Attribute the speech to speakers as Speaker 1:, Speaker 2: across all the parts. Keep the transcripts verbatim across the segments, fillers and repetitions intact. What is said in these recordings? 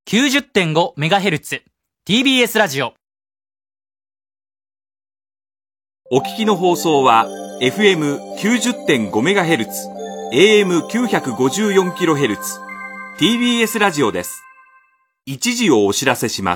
Speaker 1: きゅうじゅってんごメガヘルツ ティービーエス ラジオ。
Speaker 2: お聞きの放送は エフエムきゅうじゅってんごメガヘルツ、エーエムきゅうごよんキロヘルツ、ティービーエス ラジオです。一時をお知らせします。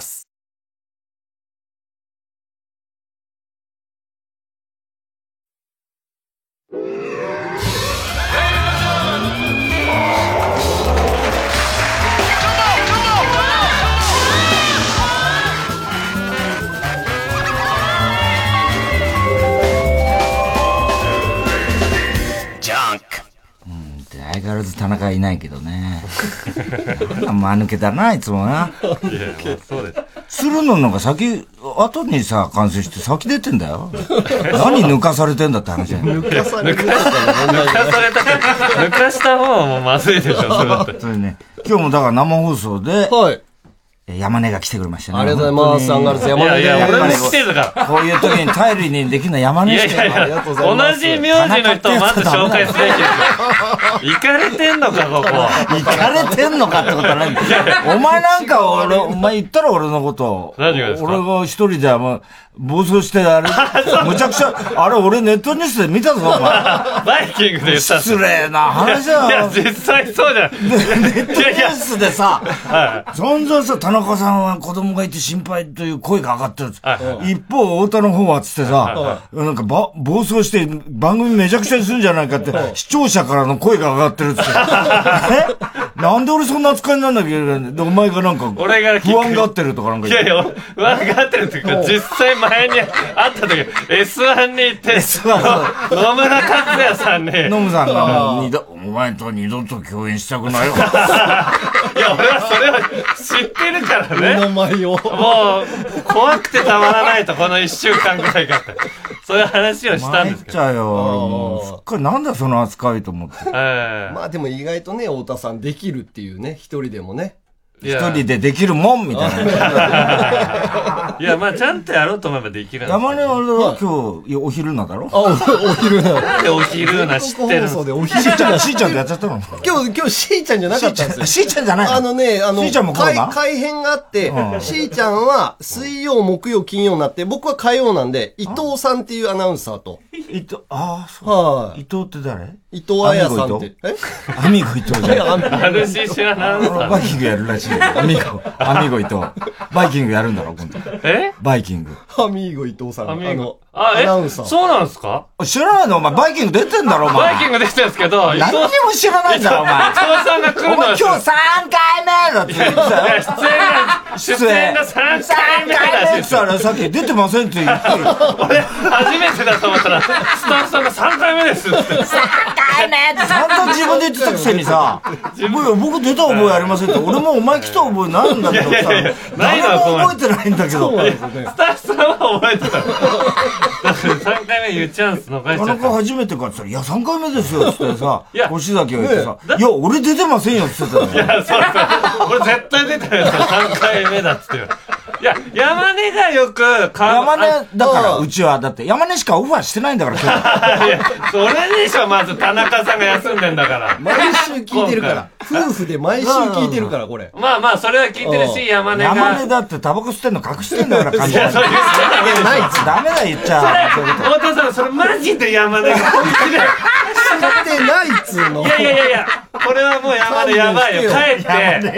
Speaker 3: 相変わらず田中はいないけどね。間抜けだな、いつもな。いや、
Speaker 4: まあ、そうです。
Speaker 3: 鶴野のが先、後にさ、完成して先出てんだよ。何抜かされてんだって話だよ。
Speaker 4: 抜かされてんだ抜かされた抜かした方はもうまずいでしょ、それだって。
Speaker 3: それね、今日もだから生放送で、はい。山根が来てくれましたね。
Speaker 5: ありがとうございます。アンガールズ山根で。
Speaker 4: いやいや、俺も来てるから。
Speaker 3: こういう時に頼りにできるのは山根しかい
Speaker 4: やいやいや、同じ名字の人をまず紹介すべきですよ。行かれてんのか、ここ。
Speaker 3: 行かれてんのかってことはないんだよ。お前なんか俺、お前言ったら俺のこと。
Speaker 4: 何がですか？
Speaker 3: 俺が一人で、まあ、暴走して、あれ、むちゃくちゃ、あれ俺ネットニュースで見たぞ、お前。
Speaker 4: バイキングで言った
Speaker 3: 失礼な話だよ。
Speaker 4: いや、実際そうじゃん。
Speaker 3: ネットニュースでさ、散々さ、田中さんは子供がいて心配という声が上がってる。一方、太田の方はつってさ、なんかば暴走して番組めちゃくちゃにするんじゃないかって、視聴者からの声が上がってるっつって。えなんで俺そんな扱いになんなきゃいけないんだよ。お前がなんか、不安がってるとかなんか
Speaker 4: 言って。いやいや、不安がってるっていうか、実際前に会った時、エスワン に行って、野村克也さんに。
Speaker 3: 野村さんがもう二度、お前と二度と共演したくないよ。いや、
Speaker 4: 俺はそれは知ってるからね。
Speaker 5: 名前を。
Speaker 4: もう、怖くてたまらないと、この一週間くらいかって。そういう話をしたんですけど。
Speaker 3: 参っちゃうよ。もう、すっかりなんだその扱いと思って。
Speaker 5: えー、まあでも意外とね、太田さんできるっていうね、一人でもね。
Speaker 3: 一人でできるもんみたいな。
Speaker 4: いや、まあちゃんとやろうと思えばできるんです
Speaker 3: 山根は今日、お昼なだろ？
Speaker 5: あ、お昼な。
Speaker 4: なんでお昼な知ってる
Speaker 5: の？
Speaker 3: しーちゃん、しーちゃんとやっちゃったの？
Speaker 5: 今日、今日しーちゃんじゃなかったんですよ。
Speaker 3: しーちゃんじゃないの？
Speaker 5: あのね、あの、
Speaker 3: しーちゃんも
Speaker 5: 改編があって、しーちゃんは水曜、木曜、金曜になって、僕は火曜なんで、伊藤さんっていうアナウンサーと。
Speaker 3: 伊藤、ああ、そう。
Speaker 5: はい。
Speaker 3: 伊藤って誰？
Speaker 5: 伊藤彩さんって。
Speaker 3: え？アミゴ伊藤じゃん。
Speaker 4: アルシ知らない。
Speaker 3: バイキングやるらしい。アミゴ、アミゴ伊藤。バイキングやるんだろ、今度。
Speaker 4: え？
Speaker 3: バイキング。
Speaker 5: アミーゴ伊藤さん。
Speaker 4: あの、
Speaker 5: あ、アナウンサー。
Speaker 4: そうなんですか？
Speaker 3: 知らないの？お前、バイキング出てんだろ、お前。
Speaker 4: バイキング出てるんですけど、
Speaker 3: 何にも知らないんだろ、お前。
Speaker 4: 伊藤さんが来るの。
Speaker 3: お前、今日さんかいめだって言ってたよ。
Speaker 4: 出演が、出演がさんかいめらしいです。
Speaker 3: さっき出てませんって言ってる。
Speaker 4: 俺、初めてだと思ったら、スタッフさんがさんかいめですって。
Speaker 3: さんかいめって散々自分で言ってたくせにさ、僕出た覚えありませんって、俺もお前来た覚えないんだけどさ、誰も覚えてないんだけど。
Speaker 4: スタッフさんは覚えてた。だからさんかいめ言うチャンス逃しちゃった。
Speaker 3: 田中初めてかって言ったら、いや、さんかいめですよって言ってさ、星崎が言ってさ、いや、俺出てませんよって言ってたよ。
Speaker 4: いや、そうそう。俺絶対出てないですよ、さんかいめだっつって。いや、山根がよく、
Speaker 3: 山根、だから、うちは、だって、山根しかオファーしてないんだから、今
Speaker 4: 日。いや、それでしょ、まず、田中さんが休んでんだから。
Speaker 5: 毎週聞いてるから。夫婦で毎週聞いてるから、これ。
Speaker 4: まあまあ、それは聞いてるし、山根が。
Speaker 3: 山根だって、タバコ吸ってんの隠してんだから、感じ。いや、
Speaker 4: そう言っちゃ
Speaker 3: ない。ダメだ、言っちゃ
Speaker 4: う。太田さん、それマジで山根が本気で。
Speaker 5: 吸ってないっつうの。
Speaker 4: いやいやいやいや、これはもう山根やばいよ。帰って。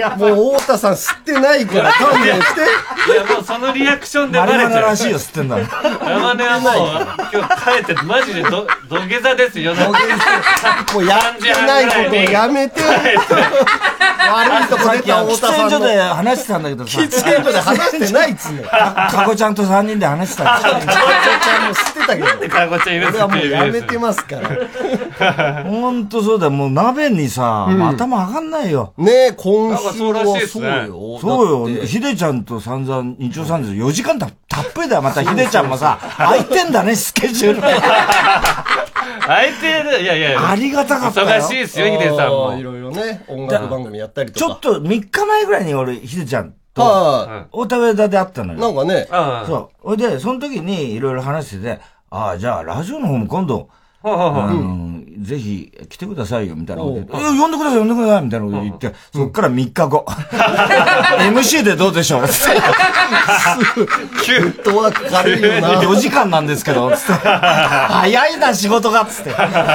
Speaker 5: もう、太田さん吸ってないから、勘弁して。
Speaker 4: いや、もうそのリアクションでバレちゃう。
Speaker 3: マリマナらしいよ、吸ってんだ。
Speaker 4: 山根はもう、今日帰って、マジでど、土下座ですよ、
Speaker 5: 土下座。もうやってないことをやめて。悪いとこ出た太田さん。
Speaker 3: 喫煙所で話してたんだけどさ。
Speaker 5: 喫煙所で話してないっつうの。
Speaker 3: かこちゃんとさんにんで話してた。
Speaker 5: かこちゃんも吸ってたけど。
Speaker 4: なんでかこちゃんいるんですか？
Speaker 5: 俺はもうやめてますから。
Speaker 3: ほんとそうだよ、もう鍋にさ、頭上がんないよ。
Speaker 5: ねえ、今週はそうよ。
Speaker 3: そうよ。ひでちゃんと散々、日曜さんですよ。よじかんたっぷりだよ。またひでちゃんもさ、空いてんだね、スケジュール。
Speaker 4: 空いてる、いやいや。
Speaker 3: ありがたかったよ。
Speaker 4: 忙しいですよ、ひでさんも。
Speaker 5: いろいろね、音楽番組やったりとか。
Speaker 3: ちょっとみっかまえぐらいに俺、ひでちゃんと、大田上田で会ったのよ。
Speaker 5: なんかね。
Speaker 3: そう。ほいで、その時にいろいろ話してて、ああ、じゃあラジオの方も今度、 あの、ぜひ来てくださいよ、みたいなこと言って、え、呼んでください、呼んでください、みたいなこと言って、そっからみっかご。エムシー でどうでしょうつって。
Speaker 5: フットワーク軽いよな。
Speaker 3: よじかんなんですけど、つって。早いな、仕事が、つって。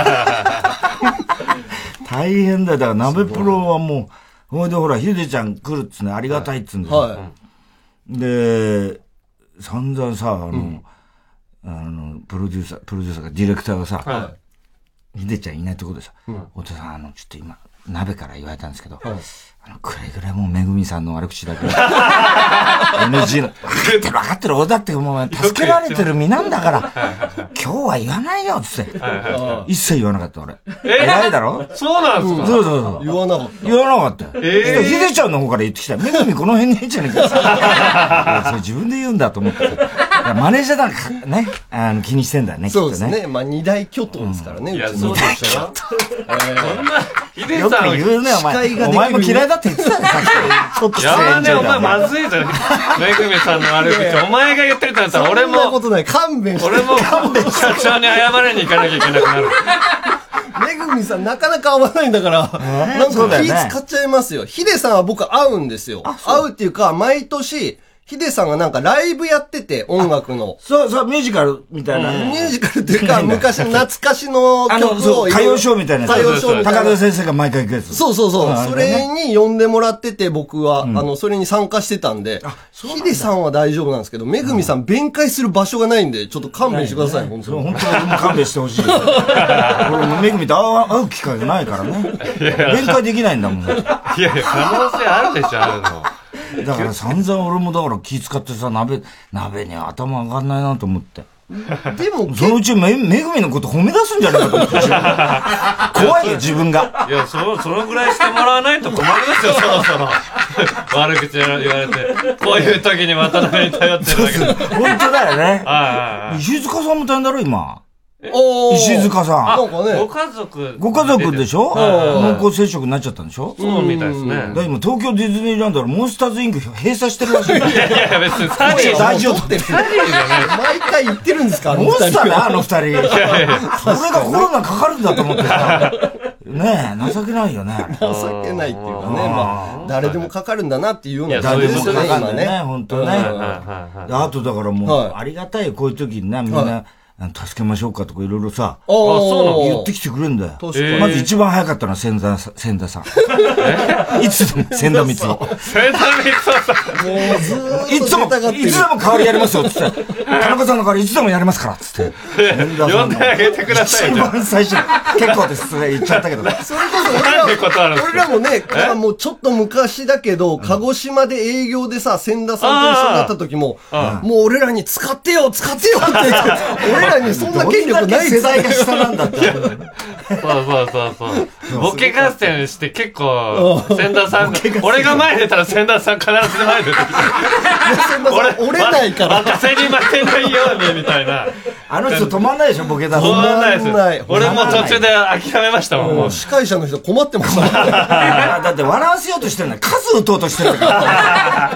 Speaker 3: 大変だよ。だから、鍋プロはもう、ほいでほら、ひでちゃん来るっつね、ありがたいっつうんだよ。はい。で、散々さ、あの、うん、あの、プロデューサー、プロデューサーが、ディレクターがさ、はい、ひでちゃんいないとこでさ、うん、お父さん、あの、ちょっと今、鍋から言われたんですけど、はい、あの、くれぐれもめぐみさんの悪口だけど、エヌジー の、分かってる分かってる、俺だってもう、助けられてる身なんだから、今日は言わないよ、つって。一切言わなかった、俺。偉いだろ？
Speaker 4: そうなんですか？
Speaker 3: そうそうそう。
Speaker 5: 言わなかった。
Speaker 3: 言わなかったよ。ええ。ひでちゃんの方から言ってきた。めぐみこの辺にいんじゃねえか。それ自分で言うんだと思って。マネージャーなんかね、あの、気にしてんだよね、
Speaker 5: そうですね。まあ、二大巨頭ですからね、
Speaker 4: いや、そうでしょ。そんな、ひでさん
Speaker 3: よく言うね、お前。お前も嫌いだって言ってたよ、さっき。ちょっと
Speaker 4: やばね、お前まずいぞ。めぐみさんの悪口、お前が言ってるってなったら、俺も、
Speaker 5: そんなことない。勘弁して。
Speaker 4: 俺も、社長に謝りに行かなきゃいけなくなる。
Speaker 5: めぐみさんなかなか会わないんだから、なんか気使っちゃいますよ。ヒデさんは僕会うんですよ。会うっていうか、毎年、ヒデさんがなんかライブやってて、音楽の。
Speaker 3: そうそう、ミュージカルみたいな。
Speaker 5: ミュージカルっていうか、昔の懐かしの曲を。
Speaker 3: 歌謡ショーみたいなやつ。
Speaker 5: 歌謡ショーみたいな。
Speaker 3: 高田先生が毎回行くやつ。
Speaker 5: そうそうそう。それに呼んでもらってて、僕は、あの、それに参加してたんで、ヒデさんは大丈夫なんですけど、めぐみさん弁解する場所がないんで、ちょっと勘弁してください、本当に。
Speaker 3: 本当に俺も勘弁してほしい。俺もめぐみと会う機会がないからね。弁解できないんだもん。いやいや、
Speaker 4: 可能性あるでしょ、あるの。
Speaker 3: だから散々俺もだから気使ってさ、鍋、鍋に頭上がんないなと思って。でも、そのうちめ、めぐみのこと褒め出すんじゃないかと思って。怖いよ、自分が。
Speaker 4: いや、そ、そのぐらいしてもらわないと困りますよ、そろそろ。悪口言われて。こういう時に渡辺に頼ってるだけで。
Speaker 3: 本当だよね。
Speaker 4: はい。
Speaker 3: 石塚さんも大変だろ、今。
Speaker 5: お
Speaker 3: 石塚さん。
Speaker 5: なんかね。
Speaker 4: ご家族。
Speaker 3: ご家族でしょ濃厚接触になっちゃったんでしょ
Speaker 4: そうみたいですね。
Speaker 3: だ今東京ディズニーランドのモンスターズインク閉鎖してるらしい。い
Speaker 4: やいや別にサニー
Speaker 3: 大事を取ってる。
Speaker 5: サニーじゃない。毎回言ってるんですか？
Speaker 3: モンスターね、あの二人。いやいやそれがコロナかかるんだと思ってさ。ねえ、情けないよね。
Speaker 5: 情けないっていうかね。まあ、誰でもかかるんだなっていうような感じですね、今ね。
Speaker 3: 本当ね。あとだからもう、ありがたいよ、こういう時にね、みんな。助けましょうかとかいろいろさ、
Speaker 5: ああ、そうなの
Speaker 3: 言ってきてくれるんだよ。まず一番早かったのは千田さん。千田さん。いつでも千田光夫。
Speaker 4: 千田光夫さん。
Speaker 5: もうずーっと
Speaker 3: いつでも、いつでも代わりやりますよ、つって。田中さんの代わりいつでもやりますから、つって。
Speaker 4: 呼んであげてください。
Speaker 3: 一番最初、結構ですって言っちゃったけど。
Speaker 5: それこそ俺ら、俺らもね、もうちょっと昔だけど、鹿児島で営業でさ、千田さんと一緒になった時も、もう俺らに使ってよ、使ってよって言って、俺らにそんな権力ない
Speaker 3: 世代が下なんだって。そう
Speaker 4: そうそうそう。ボケ合戦して結構、千田さんが、俺が前出たら千田さん必ず前出てきて。
Speaker 5: 俺、折れないから。
Speaker 4: 私に負けないようにみたいな。
Speaker 3: あの人止まんないでしょ、ボケだと。
Speaker 4: 止まんないです。俺も途中で諦めましたもん。もう
Speaker 5: 司会者の人困ってましたもん。
Speaker 3: だって笑わせようとしてるんだよ。数打とうとしてるから。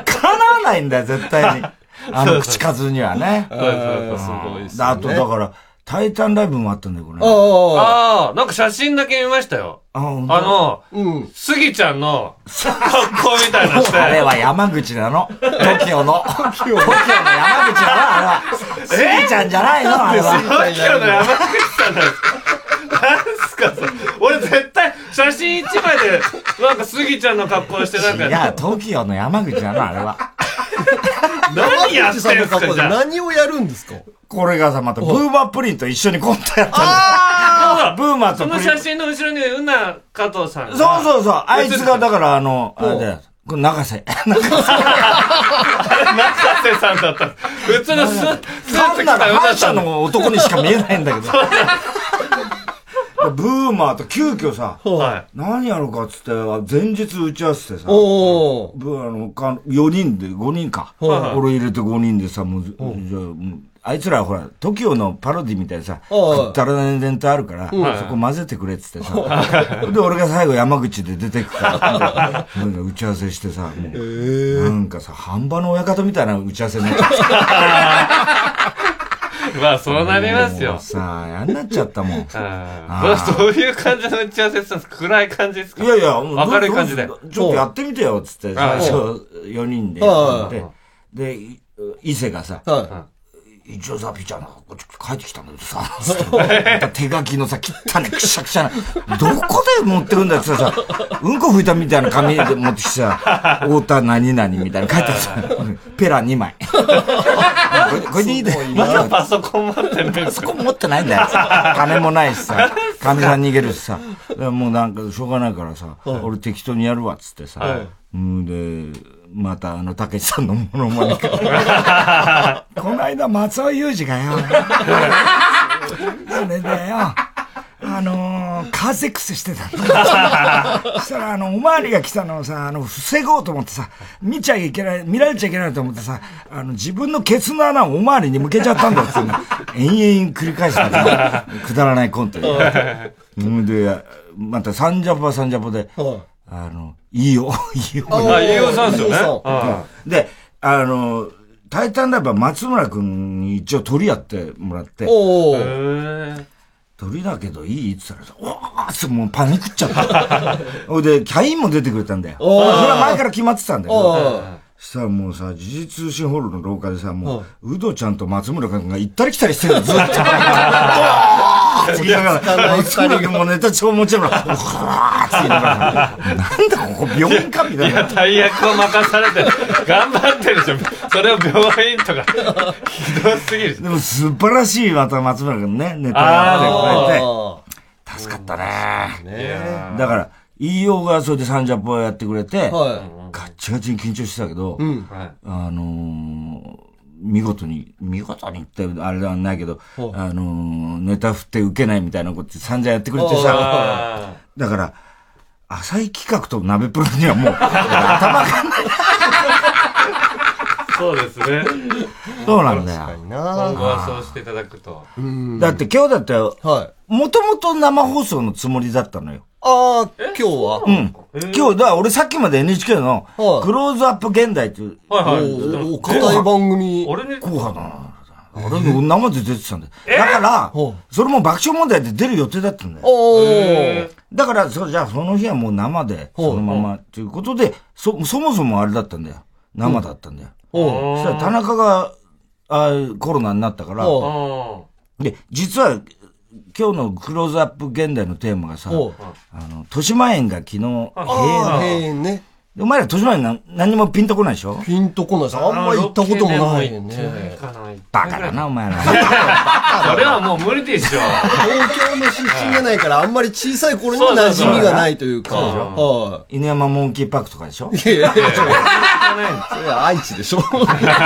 Speaker 3: 叶わないんだよ、絶対に。あの口数にはね。
Speaker 5: そうそうそう。すごいですね。
Speaker 3: あと、だから、タイタンライブもあったんだよ、これ。
Speaker 4: ああ、なんか写真だけ見ましたよ。あの、
Speaker 5: うん。
Speaker 4: スギちゃんの格好みたいなして。
Speaker 3: あれは山口なの。トキオの。トキオの山口なの、あれは。スギちゃんじゃないの、あれは。
Speaker 4: トキオの山口さんなんですか。なんすかそれ。俺絶対、写真一枚で、なんかスギちゃんの格好してなんか。
Speaker 3: いや、トキオの山口なの、あれは。
Speaker 4: 何やってんすかじゃあ
Speaker 5: 何をやるんですか？
Speaker 3: これがさ、また、ブーマープリンと一緒にコントやったんだよ。ブーマーとプリン。
Speaker 4: その写真の後ろに、うな加藤さんが。
Speaker 3: そうそうそう。あいつが、だから、あの、あれだよ。これ、中瀬。中瀬。
Speaker 4: 中瀬さんだった。普通のスーツ着たうな
Speaker 3: 反社の男にしか見えないんだけど。ブーマーと急遽さ、はい、何やろうかっつって、前日打ち合わせてさ、
Speaker 5: お
Speaker 3: ブあのかよにんで、ごにんか。はい、俺入れてごにんでさ、もう、じゃあ、もうあいつらほら、トキオのパロディみたいにさ、くったらない伝統あるから、そこ混ぜてくれっつってさ、で、俺が最後山口で出てくから、打ち合わせしてさ、もう、なんかさ、半端の親方みたいな打ち合わせになっちゃった。
Speaker 4: まあ、そうなりますよ。
Speaker 3: さあ、やんなっちゃったもん。
Speaker 4: どういう感じの打ち合わせしたんですか？暗い感じですか？
Speaker 3: いやいや、
Speaker 4: 明るい感じで。
Speaker 3: ちょっとやってみてよ、つって、最初、よにんで。で、伊勢がさ、一応さ、ピーちゃんがこっち帰ってきたんだけどさ、手書きのさ、汚ね、くしゃくしゃな、どこで持ってるんだってさ、うんこ吹いたみたいな紙で持ってきてさ、太田何々みたいな書いてさ、ペラにまい。これでいいだよ。
Speaker 4: まだパソコン持ってない。
Speaker 3: パソコン持ってないんだよ。金もないしさ、かみさん逃げるしさ、もうなんかしょうがないからさ、俺適当にやるわっつってさ、で、またあの、たけしさんのものまねか。この間、松尾裕二がよ。それでよ、あのー、カーセックスしてたんだ。そしたら、あの、おまわりが来たのをさ、あの、防ごうと思ってさ、見ちゃいけない、見られちゃいけないと思ってさ、あの、自分のケツの穴をおまわりに向けちゃったんだよって延々繰り返したから、くだらないコントで。で、また、サンジャポはサンジャポで、あの、いいよ、いいよ。
Speaker 4: あ、いいよさんですよね。
Speaker 3: で、あの、タイタンライブは松村くんに一応鳥やってもらって、
Speaker 5: お
Speaker 3: 鳥だけどいいって言ったらさ、おーってもうパニクっちゃった。ほいで、キャインも出てくれたんだよ。それは前から決まってたんだけど、そしたらもうさ、時事通信ホールの廊下でさ、もう、うどちゃんと松村くんが行ったり来たりしてるの、ずっと。って言いながら、松村くんもネタ帳持ちながら、うわーって言いながら、なんだここ病院かみたいな。
Speaker 4: いや、大役を任されて、頑張ってるでしょ。それを病院とか、ひどすぎる。
Speaker 3: でも素晴らしい、また松村くんね、ネタやってくれて、助かったね。だから、飯尾がそれでサンジャポやってくれて、ガッチガチに緊張してたけど、あの見事に、見事にってあれではないけど、あのネタ振って受けないみたいなこと散々やってくれてさ、だから、浅い企画と鍋プロにはもう、頭がない。
Speaker 4: そうですね。
Speaker 3: そうなんだよ。
Speaker 4: 今後はそうしていただくと。
Speaker 3: だって今日だって、もともと生放送のつもりだったのよ。
Speaker 5: ああ、今日は
Speaker 3: うん。今日、だから俺さっきまで エヌエイチケー の、クローズアップ現代っていう、
Speaker 4: はいはい。
Speaker 5: お堅い番組。
Speaker 3: 俺ね、後派だな。俺生で出てたんだよ。だから、それも爆笑問題で出る予定だったんだよ。だから、そじゃあその日はもう生で、そのまま、ということで、そ、そもそもあれだったんだよ。生だったんだよ。そしたら田中が、あコロナになったから、で、実は、今日のクローズアップ現代のテーマがさ、あの、豊島園が昨日、
Speaker 5: 閉園ね。
Speaker 3: お前ら豊島園な何もピンとこないでしょ？
Speaker 5: ピンとこないさ。あんま行ったこともないね。
Speaker 3: バカだな、お前ら。
Speaker 4: それはもう無理でしょ。
Speaker 5: 東京の出身じゃないから、あんまり小さい頃にも馴染みがないというか。
Speaker 3: 犬山モンキーパークとかでしょ？
Speaker 5: いやいやいや。それは愛知でしょ？
Speaker 3: こ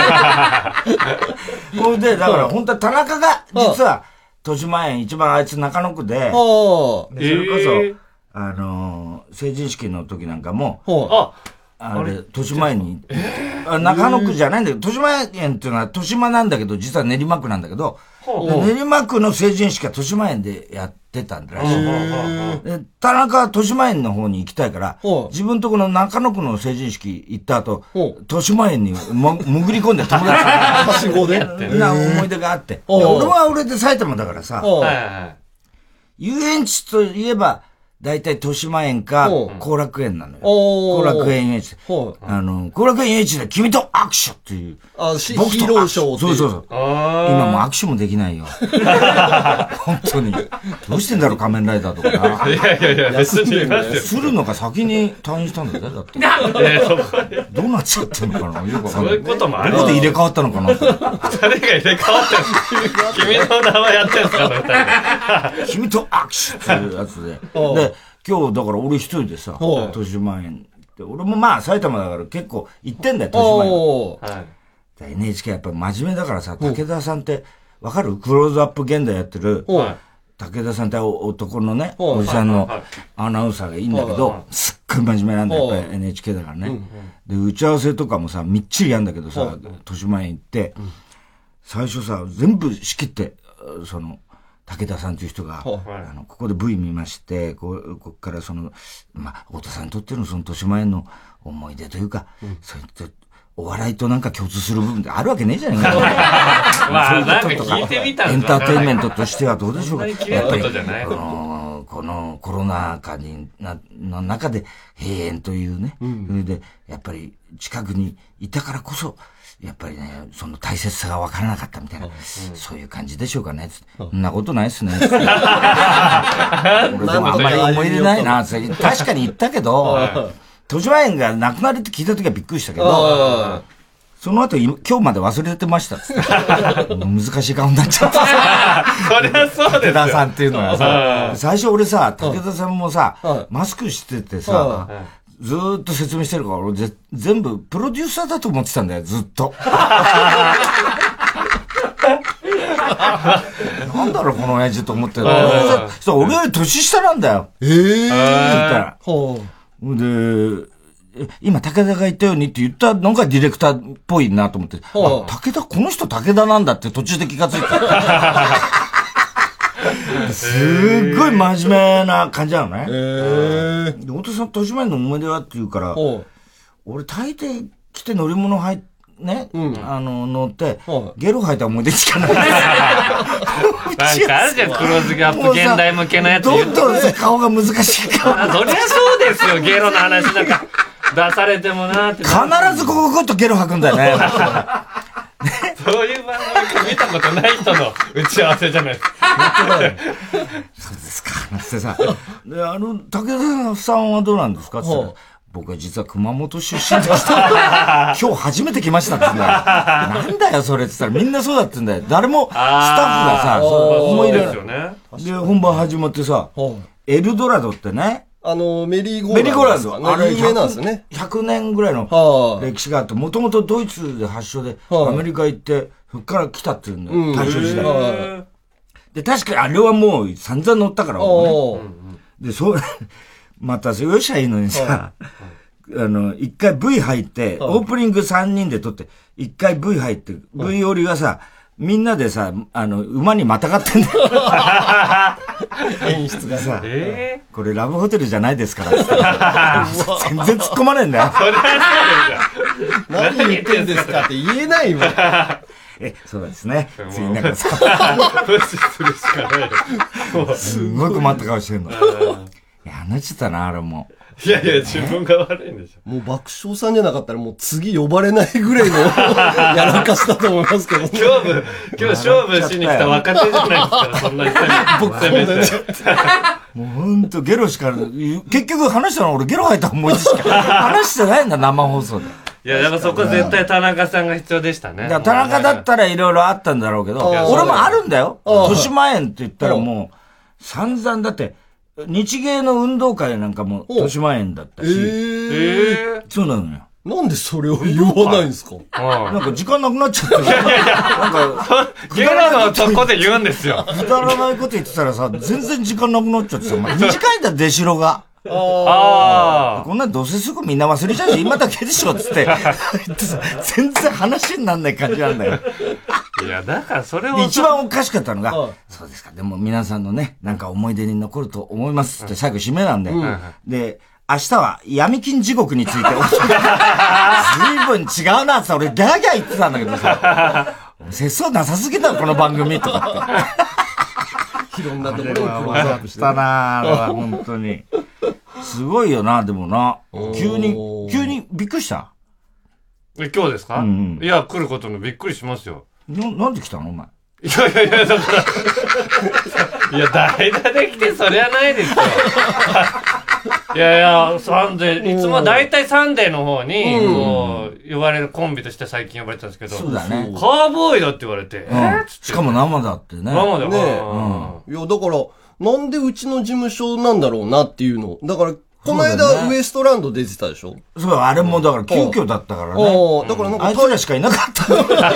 Speaker 3: れで、だから本当は田中が、実は、豊島園一番あいつ中野区で、それこそ、あの、成人式の時なんかも、あれ、豊島園に、中野区じゃないんだけど、豊島園っていうのは豊島なんだけど、実は練馬区なんだけど、練馬区の成人式は豊島園でやってたんだらしい。で、田中は豊島園の方に行きたいから、自分とこの中野区の成人式行った後、豊島園にも潜り込んで友達
Speaker 5: はしごで
Speaker 3: な思い出があって。俺は俺で埼玉だからさ、遊園地といえば、だいたい豊島園か、後楽園なのよ。後楽園遊園地。あの、後楽園遊園地で君と握手っていう。
Speaker 5: あ、ヒーローショー。
Speaker 3: そうそうそう。今もう握手もできないよ。本当に。どうしてんだろう、仮面ライダーとかな。
Speaker 4: いやいやいや、別にいますよ。
Speaker 3: するのが先に退院したんだよ、だって。どうなっちゃってんのかな、よくわかんない。
Speaker 4: そういうこともある。
Speaker 3: どこで入れ替わったのかな。
Speaker 4: 誰が入れ替わってる君の名前やってんすか、
Speaker 3: 君と握手っていうやつで。で、今日だから俺一人でさ、豊島園で、俺もまあ埼玉だから結構行ってんだよ、豊島園。エヌエイチケー やっぱ真面目だからさ、武田さんって、わかる？クローズアップ現代やってる、武田さんって男のね、おじさんのアナウンサーがいいんだけど、すっごい真面目なんだよ、やっぱり エヌエイチケー だからね。で、打ち合わせとかもさ、みっちりやんだけどさ、豊島園行って、最初さ、全部仕切って、その、武田さんという人が、あの、ここで ブイ 見まして、こう、こっからその、まあ、太田さんにとってのその豊島園の思い出というか、そういったお笑いとなんか共通する部分ってあるわけねえじゃねえか。
Speaker 4: まあ、なんか聞いてみたんだ
Speaker 3: エンターテインメントとしてはどうでしょうか。
Speaker 4: やっぱり、こ
Speaker 3: の、このコロナ禍にな、の中で閉園というね。うん、で、やっぱり近くにいたからこそ、やっぱりね、その大切さが分からなかったみたいな、うん、そういう感じでしょうかね。うん、そんなことないっすね。俺でもあんまり思い入れないな。確かに言ったけど、豊島園がなくなるって聞いたときはびっくりしたけど、その後、今日まで忘れてましたっつって。難しい顔になっちゃった。
Speaker 4: そりゃそうですよ。
Speaker 3: 武田さんっていうのはさ、最初俺さ、武田さんもさ、マスクしててさ、ずーっと説明してるから、俺ぜ全部プロデューサーだと思ってたんだよ、ずっと。なんだろう、この親父と思ってる。そう、俺より年下なんだよ。
Speaker 5: ええー。
Speaker 3: 言ったら。で、今、武田が言ったようにって言ったのがディレクターっぽいなと思って。あ、武田、この人武田なんだって途中で気がついて。すっごい真面目な感じなのね。へえ。で、太田さん、豊島園の思い出はって言うから、俺大抵来て乗り物入って、ね、うん、あの、乗って、ゲロ吐いた思い出しかない。なんか
Speaker 4: あるじゃん、クローズギャップ現代向けのやつ
Speaker 3: 言って。どんどん顔が難しいから。
Speaker 4: そりゃそうですよ、ゲロの話なんか出されてもなーって。
Speaker 3: 必ずここグッとゲロ吐くんだよね。
Speaker 4: そういう番組見たことない人の打ち合わせじゃないですか。
Speaker 3: そうですか。ってさ、で、あの、武田さんはどうなんですかって言ったら、僕は実は熊本出身でした。今日初めて来ましたって言うんだよ。なんだよそれって言ったらみんなそうだって言うんだよ。誰もスタッフがさ、そう思い入れない。で、本番始まってさ、エルドラドってね。
Speaker 5: あの、メリーゴーランド。メリーゴーランド。あれ有名なんですよね。
Speaker 3: ひゃくねんぐらいの歴史があって、もともとドイツで発祥で、アメリカ行って、そっから来たっていうんだよ。大正時代。で、確かにあれはもう散々乗ったから、で、そう、また、よっしゃいいのにさ、あの、一回 V 入って、オープニングさんにんで撮って、一回 V 入って、V 折りがさ、みんなでさ、あの、馬にまたがってんだよ。
Speaker 5: 演出がさ、
Speaker 3: えー、これラブホテルじゃないですからって全然突っ込まねえんだよ。
Speaker 4: それは
Speaker 5: 何言ってんですかって言えないもん。
Speaker 3: え、そうですね。次なんかさ、
Speaker 4: 無視するしかない。
Speaker 3: すごい困った顔してんの。いや、あのちったな、あれも。
Speaker 4: いやいや、自分が悪いんでしょ。
Speaker 5: もう爆笑さんじゃなかったらもう次呼ばれないぐらいのやらかしたと思いますけど。
Speaker 4: 勝負、今日勝負しに来た若手じゃないですから、そんな人に。僕攻めて。
Speaker 3: もうほんとゲロしか、結局話したの俺ゲロ吐いた思い出しか話してないんだ、生放送で。
Speaker 4: いや、やっぱそこ絶対田中さんが必要でしたね。
Speaker 3: 田中だったらいろいろあったんだろうけど、俺もあるんだよ。豊島園って言ったらもう、散々だって、日芸の運動会なんかも豊島園だったし。え
Speaker 4: ー、
Speaker 3: そうなのよ。
Speaker 5: なんでそれを言わないんですか？
Speaker 3: なんか時間なくなっちゃって。いやいや
Speaker 4: なんか、ゲロのとこで言うんですよ。
Speaker 3: くだらないこと言ってたらさ、全然時間なくなっちゃってさ、短いんだ、出代が。
Speaker 4: ああ。
Speaker 3: こんなんどうせすぐみんな忘れちゃうし、今だけでしょ、つって。全然話になんない感じなんだよ。
Speaker 4: いや、だからそれを。
Speaker 3: 一番おかしかったのが、そうですか、でも皆さんのね、なんか思い出に残ると思いますって最後締めなんで。で、明日は闇金地獄について。随分違うなってさ、俺ギャーギャー言ってたんだけどさ、節操なさすぎだろ、この番組とかって。
Speaker 5: いろんなところをクローズアップ
Speaker 3: したなぁ、本当に。すごいよな、でもな。急に、急にびっくりした。
Speaker 4: え、今日ですか？うん、いや、来ることのびっくりしますよ。
Speaker 3: な、なんで来たのお前。
Speaker 4: いやいやいや、だから。いや、代打で来てそりゃないですよ。いやいや、サンデー、いつも大体サンデーの方に、こう、呼ばれるコンビとして最近呼ばれてたんですけど。
Speaker 3: そうだね。
Speaker 4: カーボーイだって言われて。
Speaker 3: えしかも生だってね。
Speaker 4: 生だ
Speaker 5: ね。いや、だから、なんでうちの事務所なんだろうなっていうの。だから、この間、ウエストランド出てたでしょ？
Speaker 3: そう、あれもだから急遽だったからね。
Speaker 5: だからなんか、
Speaker 3: あいつらしかいなかった。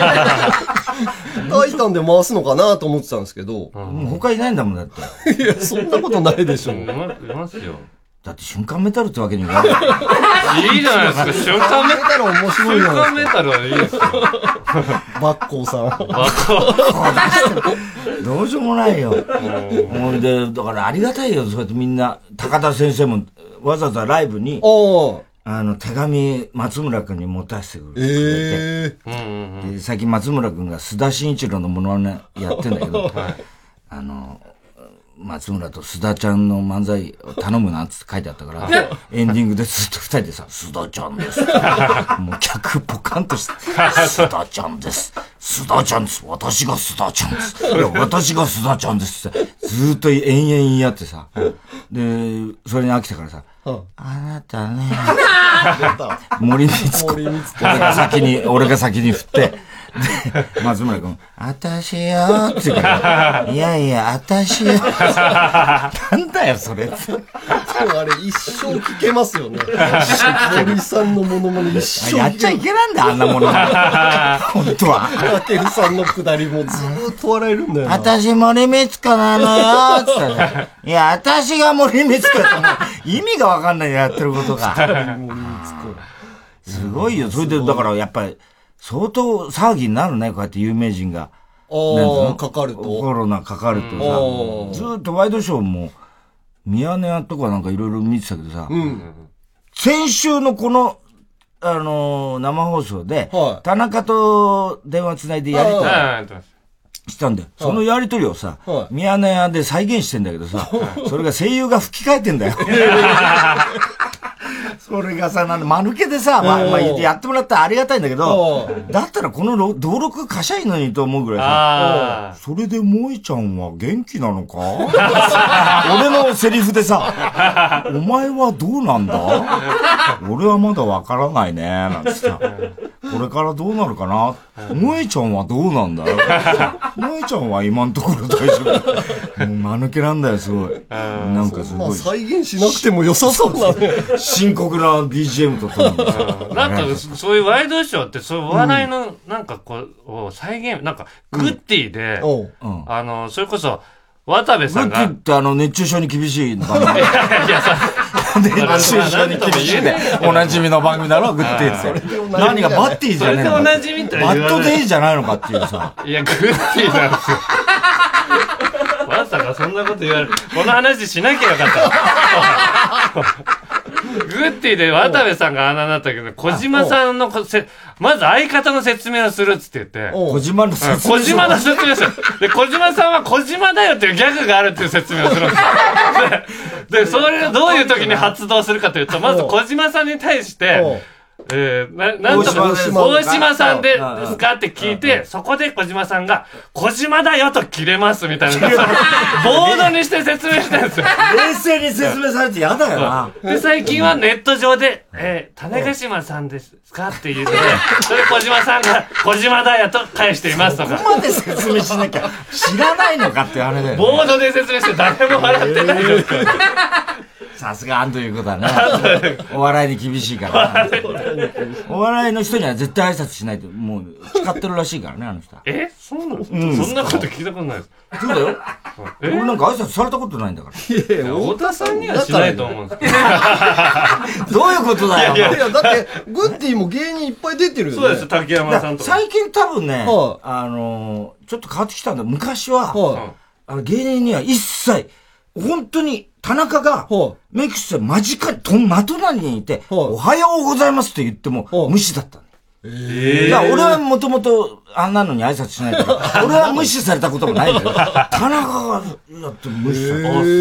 Speaker 5: タイタンで回すのかなと思ってたんですけど。
Speaker 3: 他いないんだもん、だって。
Speaker 5: いや、そんなことないでしょ。
Speaker 4: いますよ。
Speaker 3: だって瞬間メタルってわけにいかない。
Speaker 4: いいじゃないですか、瞬間メタル
Speaker 5: 面白いじゃないですか。
Speaker 4: 瞬間メタルはいいですよ。
Speaker 5: バッコーさん。
Speaker 4: バッコ
Speaker 3: ー。どうしようもないよ。もうで、だからありがたいよ、そうやってみんな、高田先生もわざわざライブに、 あの、手紙、松村くんに持たせてくれて、
Speaker 5: え
Speaker 3: ー、で最近松村くんが須田慎一郎のものねやってんだけど、はい、あの、松村と須田ちゃんの漫才を頼むなって書いてあったから、エンディングでずっと二人でさ、須田ちゃんです。もう客ポカンとして、須田ちゃんです。須田ちゃんです。私が須田ちゃんです。いや、私が須田ちゃんですって、ずっと延々言い合ってさ、で、それに飽きたからさ、あなたね、森光子。俺が先に、俺が先に振って、で、松村君、あたしよーって言うから、いやいや、あたしよーなんだよ、それって。
Speaker 5: あれ、一生聞けますよね。森さんのモノマネ一生
Speaker 3: やっちゃいけないんだよ、あんなもの。本当は。
Speaker 5: ラテルさんのくだりもずーっと笑えるんだよな。
Speaker 3: あたし森光子なのよーって言ったら、いや、あたしが森光子って意味がわかんないよ、やってることが。すごいよ。それで、だからやっぱり、相当騒ぎになるね、こうやって有名人が。
Speaker 5: ああ、かかると。
Speaker 3: コロナかかるとさ、ずーっとワイドショーも、ミヤネ屋とかなんかいろいろ見てたけどさ、うん、先週のこの、あのー、生放送で、はい、田中と電話つないでやりとりしたんだよ。そのやりとりをさ、はい、ミヤネ屋で再現してんだけどさ、それが声優が吹き替えてんだよ。それがさ、なんで、間抜けでさ、まあ、まあ、やってもらったらありがたいんだけど、だったらこの登録貸しゃいいのにと思うぐらいさ、それで萌えちゃんは元気なのか俺のセリフでさ、お前はどうなんだ俺はまだわからないね、なんてさ、これからどうなるかな萌えちゃんはどうなんだ萌えちゃんは今のところ大丈夫。もう間抜けなんだよ、すごい。なんかすごい。
Speaker 5: まあ、再現しなくても良さそうだね。
Speaker 3: 深刻な ビージーエム ととも
Speaker 4: に。なんか、そういうワイドショーって、そういう笑いの、なんかこう、再現、なんか、グッディで、あの、それこそ、渡部さんが。
Speaker 3: グッディってあの、熱中症に厳しい番組。いやいや、熱中症に厳しいで、おなじみの番組だろ、グッディって。何がバッティじゃねえのか。
Speaker 4: それでおなじみって
Speaker 3: バッドデイじゃないのかっていうさ。
Speaker 4: いや、グッディなんですよ。まさかそんなこと言われる。この話しなきゃよかった。グッディで渡部さんがあんなになったけど、小島さんのこせ、まず相方の説明をするっつって言って。
Speaker 3: 小島の説明
Speaker 4: 小島の説明する。で、小島さんは小島だよっていうギャグがあるっていう説明をするんですよ。で、でそれをどういう時に発動するかというと、まず小島さんに対して、えー、な、なんとか、大島さんで、ですかって聞いて、そこで小島さんが、小島だよと切れますみたいな。ボードにして説明してるんですよ。
Speaker 3: 冷静に説明されて嫌だよな。
Speaker 4: で、最近はネット上で、えー、種子島さんですかって言うので、それ小島さんが、小島だよと返していますとか。
Speaker 3: そこまで説明しなきゃ、知らないのかってあれだよ、ね。
Speaker 4: ボードで説明して誰も笑ってないですから。
Speaker 3: さすがあんということだね。お笑いに厳しいからね。お笑いの人には絶対挨拶しないと、もう誓ってるらしいからね、あの人は。
Speaker 4: えそうなんですか、うん、そんなこと聞いたことないです。
Speaker 3: そうだよ。俺なんか挨拶されたことないんだから。
Speaker 4: いやいや、太田さんにはしないと思うんですけど。
Speaker 3: どういうことだよ。
Speaker 5: いやいや、だって、グッディも芸人いっぱい出てるよね。
Speaker 4: そうです、竹山さんとか。
Speaker 3: 最近多分ね、はあ、あのー、ちょっと変わってきたんだ。昔は、はあ、あの芸人には一切、本当に、田中が、メイク室で間近に、と、まとなりにいて、おはようございますって言っても、無視だったの。ええ。だから俺はもともと、あんなのに挨拶しないから、俺は無視されたこともないんだけど、田中が、やって無視された。あ、そう。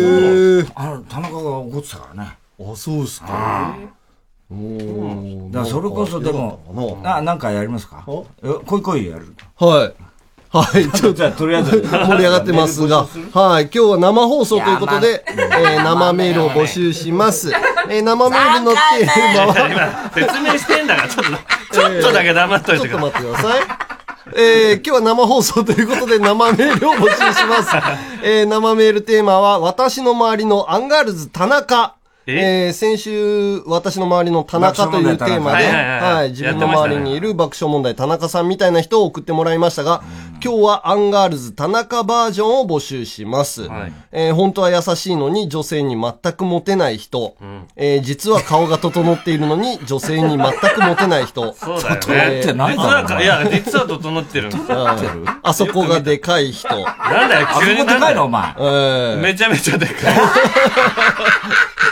Speaker 3: あの、田中が怒ってたからね。
Speaker 5: あ、そうですか。
Speaker 3: おー。だからそれこそでも、な、なんかやりますか？こいこいやる。
Speaker 5: はい。はい、ちょっと、とりあえず盛り上がってますが、はい、今日は生放送ということで、えー、生メールを募集します。えー、生メールのテーマは、
Speaker 4: 説明してんだから、ちょっと、ちょっとだけ黙っといてください。
Speaker 5: ちょっと待ってください。えー、今日は生放送ということで生メールを募集します。えー、生メールテーマは、私の周りのアンガールズ田中。えー、先週、私の周りの田中というテーマで、はい、自分の周りにいる爆笑問題田中さんみたいな人を送ってもらいましたが、今日はアンガールズ田中バージョンを募集します。はい、えー、本当は優しいのに女性に全くモテない人、うん、えー、実は顔が整っているのに女性に全くモテない人。
Speaker 4: そうだよね。整ってないだろうな。いや、実は整ってるんですよ。
Speaker 5: あそこがでかい人。
Speaker 4: なんだよ、急に
Speaker 3: あそこでかいのお前。
Speaker 4: えー、めちゃめちゃでかい。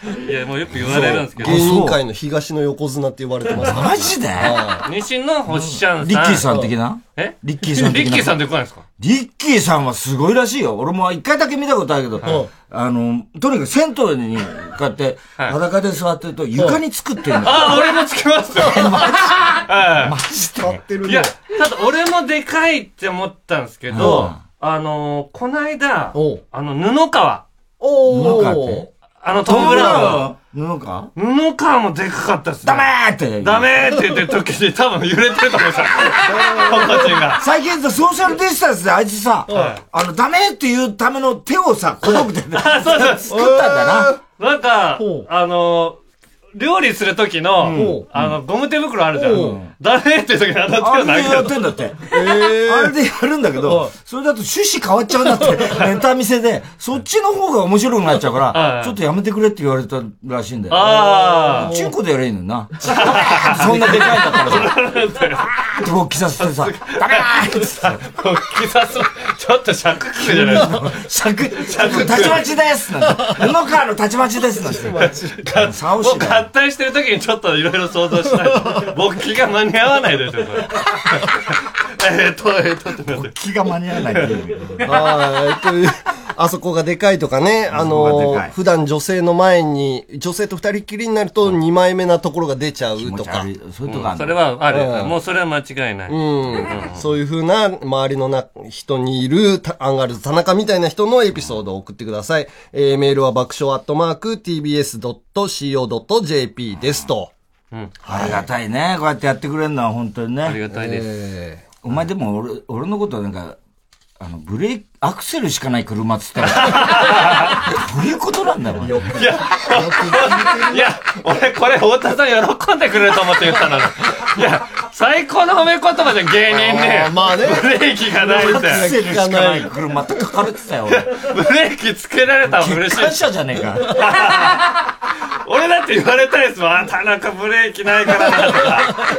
Speaker 4: いや、もうよく言われるんですけど。
Speaker 5: 芸人界の東の横綱って言われてますから。
Speaker 3: マジで
Speaker 4: 西のホッシャンさん。
Speaker 3: リッキーさん的な
Speaker 4: え
Speaker 3: リッキーさん的な。
Speaker 4: リッキーさんって来ないんですか？
Speaker 3: リッキーさんはすごいらしいよ。俺も一回だけ見たことあるけど、あの、とにかく銭湯にこうやって裸で座ってると床につくってるんだよ。
Speaker 4: あ、俺もつきますよ。
Speaker 3: マジで。
Speaker 5: 立ってるね。
Speaker 4: いや、ただ俺もでかいって思ったんですけど、あの、こないだ、あの、布川。
Speaker 5: お
Speaker 3: 布川って
Speaker 4: あの、トム・ブラウン。
Speaker 3: 布川
Speaker 4: 布川もでかかったっすね。
Speaker 3: ダメーって。
Speaker 4: ダメーって言ってる時に多分揺れてると思うんですよ。ポンコチンが。
Speaker 3: 最近ソーシャルディスタンスであいつさ、あの、ダメーっていうための手をさ、こうくて
Speaker 4: あ、そうそう。
Speaker 3: 作ったんだな。
Speaker 4: なんか、あの、料理する時の、あの、ゴム手袋あるじゃん。ダメっていう時にあの手を
Speaker 3: あれ
Speaker 4: 投げる。
Speaker 3: でやってんだって。あれでやるんだけど、それだと趣旨変わっちゃうんだって、ネタ見せで、そっちの方が面白くなっちゃうから、ちょっとやめてくれって言われたらしいんだよ。
Speaker 4: ああ。
Speaker 3: チンコでやれいいのにな。そんなでかいんだったらさ。勃起させてさ、ダメーってさ、
Speaker 4: 勃起さす、ちょっと尺切るじゃないですか。
Speaker 3: 尺、尺、たちまちですなんて。布川のたちまちですなんて。
Speaker 4: もう合体してる時にちょっといろいろ想像したい。勃起が間に合わないでしょ、これ。えっと、えっと、ってなって。
Speaker 3: 気が間に合わないっていう。
Speaker 5: ああ、えっと、あそこがでかいとかね、あの、普段女性の前に、女性と二人きりになると二枚目なところが出ちゃうとか。
Speaker 3: そういうとこある。
Speaker 4: それはある。もうそれは間違いない。
Speaker 5: うん。そういうふうな周りのな人にいるアンガールズ田中みたいな人のエピソードを送ってください。えー、メールは爆笑アットマーク ティービーエスドットシーオードットジェーピー ですと。
Speaker 3: うん。ありがたいね。こうやってやってくれるのは本当にね。
Speaker 4: ありがたいです。え
Speaker 3: ー、お前でも俺、俺のことはなんか、あの、ブレーキ、アクセルしかない車っつったら、どういうことなんだろう。いや、
Speaker 4: いや、俺これ太田さん喜んでくれると思って言ったのに。いや、最高の褒め言葉じゃん、芸人ね。
Speaker 5: まあね。
Speaker 4: ブレーキがないって。
Speaker 3: アクセルしかない車って書かれてたよ、俺。
Speaker 4: ブレーキつけられたら嬉しい。
Speaker 3: 感謝じゃねえか。
Speaker 4: 俺だって言われたいですもん。あ、田中ブレーキないからなとか。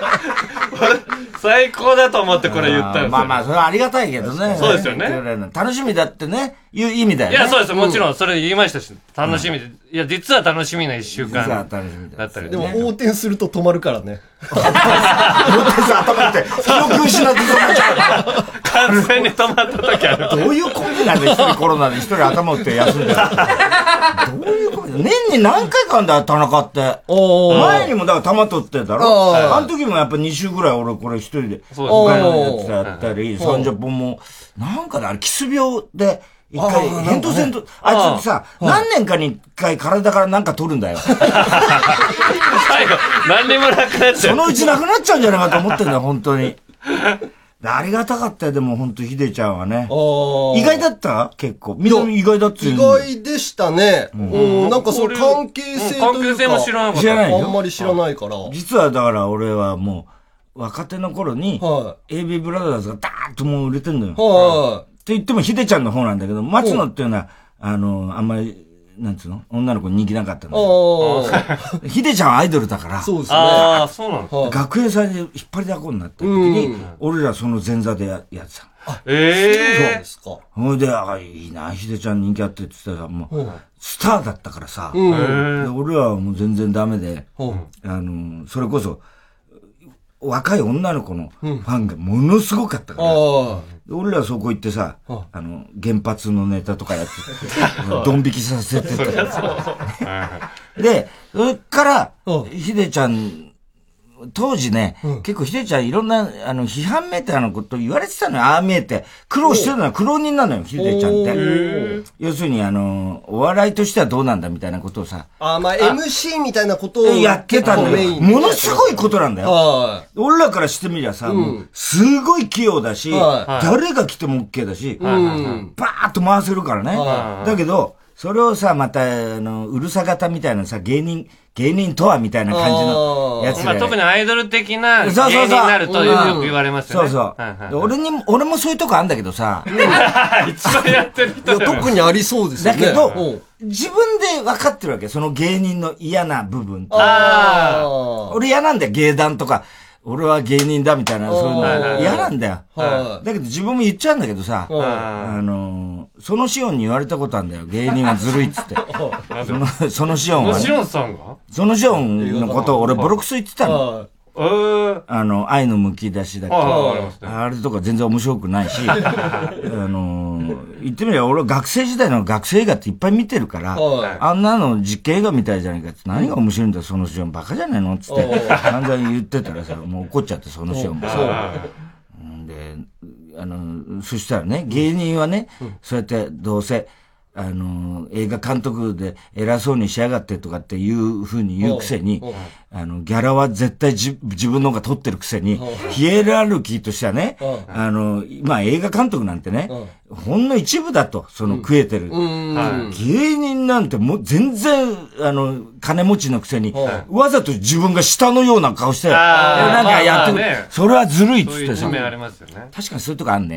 Speaker 4: 最高だと思ってこれ言ったんですよ。
Speaker 3: まあまあ、それはありがたいけどね。
Speaker 4: そうですよね。
Speaker 3: 楽しみだってね、いう意味だよね。
Speaker 4: いや、そうです。もちろん、それ言いましたし、楽しみで。いや、実は楽しみな一週間。
Speaker 3: 実は楽しみ
Speaker 4: だったり。
Speaker 5: でも、横転すると止まるからね。
Speaker 3: 横転する頭って、記憶失って止まっちゃう。
Speaker 4: 完全に止まった時ある。
Speaker 3: どういうコンビなんで一人コロナで一人頭打って休んでる。どういうコンビ年に何回かあんだよ、田中って。前にもだから玉取ってたろ。あの時もやっぱに週ぐらい俺これ一人で、他のやつやったり、さんじゅっぽんも、なんかね、あれ、キス病で、一回、扁桃腺と、あいつってさ、何年かに一回体からなんか取るんだよ。
Speaker 4: 最後、何にもなくなっちゃう。
Speaker 3: そのうちなくなっちゃうんじゃないかと思ってんだよ、本当に。ありがたかったよ、でも本当ひでちゃんはね。意外だった結構。みんな意外だって
Speaker 5: 意外でしたね。うん。なんかその関係性というか。
Speaker 4: 関係性も知らなかった。
Speaker 3: 知らないよ。
Speaker 5: あんまり知らないから。
Speaker 3: 実はだから俺はもう、若手の頃に、エービー ブラザーズがダーッともう売れてんのよ。
Speaker 5: はい。
Speaker 3: って言ってもひでちゃんの方なんだけど、松野っていうのは、あの、あんまり、なんつうの女の子に人気なかったの。ひでちゃんはアイドルだから。
Speaker 5: そうですね。
Speaker 4: ああ、そうなの。
Speaker 3: 学園祭で引っ張りだこになった時に、俺らその前座でやってた
Speaker 5: の。ええ。そうですか。
Speaker 3: ほいで、あ、いいな、ひでちゃん人気あってって言ったら、もう、スターだったからさ。俺はもう全然ダメで、あの、それこそ、若い女の子のファンがものすごかったから。俺らそこ行ってさ、あの、原発のネタとかやって、ドン引きさせてた。で、それから、ひでちゃん、当時ね、結構ひでちゃんいろんな、あの、批判めいたいなこと言われてたのよ。ああ見えて。苦労してるのは苦労人なのよ、ひでちゃんって。要するに、あの、お笑いとしてはどうなんだみたいなことをさ。
Speaker 5: あ、まあ、エムシー みたいなことを
Speaker 3: やってたのよ。ものすごいことなんだよ。俺らからしてみりゃさ、すごい器用だし、誰が来ても OK だし、バーッと回せるからね。だけど、それをさ、また、あの、うるさ型みたいなさ、芸人、芸人とはみたいな感じのやつで。
Speaker 4: まあ、特にアイドル的な芸人になるとよく言われますよね。
Speaker 3: そうそう。俺にも、俺もそういうとこあるんだけどさ。
Speaker 4: 一番やってる人
Speaker 5: 特にありそうですよね。
Speaker 3: だけど、自分で分かってるわけ。その芸人の嫌な部分。
Speaker 5: ああ。
Speaker 3: 俺嫌なんだよ、芸談とか。 俺は芸人だみたいな、そういうの嫌なんだよ。
Speaker 5: は
Speaker 3: だけど自分も言っちゃうんだけどさ、あの、そのシオンに言われたことあるんだよ。芸人はずるいっつって。その、そのシオンは、ね。
Speaker 4: シオンさんが
Speaker 3: そのシオンのことを俺ボロクソ言ってたの。
Speaker 4: えー、
Speaker 3: あの、愛のむき出しだっけ。
Speaker 4: あ
Speaker 3: あれとか全然面白くないし、あの、言ってみれば俺学生時代の学生映画っていっぱい見てるから、あんなの実験映画みたいじゃないかって、何が面白いんだよ、そのシオンバカじゃないのっつって、散々言ってたらさ、もう怒っちゃって、そのシオンもさ。で、あの、そしたらね、芸人はね、そうやってどうせ、あの、映画監督で偉そうにしやがってとかっていう風に言うくせに、あの、ギャラは絶対じ自分の方が取ってるくせに、ヒエラルキーとしてはね、あの、まあ映画監督なんてね、ほんの一部だと、その食えてる。芸人なんてもう全然、あの、金持ちのくせに、わざと自分が下のような顔して、なんかやってくる。それはずるいっつってさ。確かにそういうとこあんね。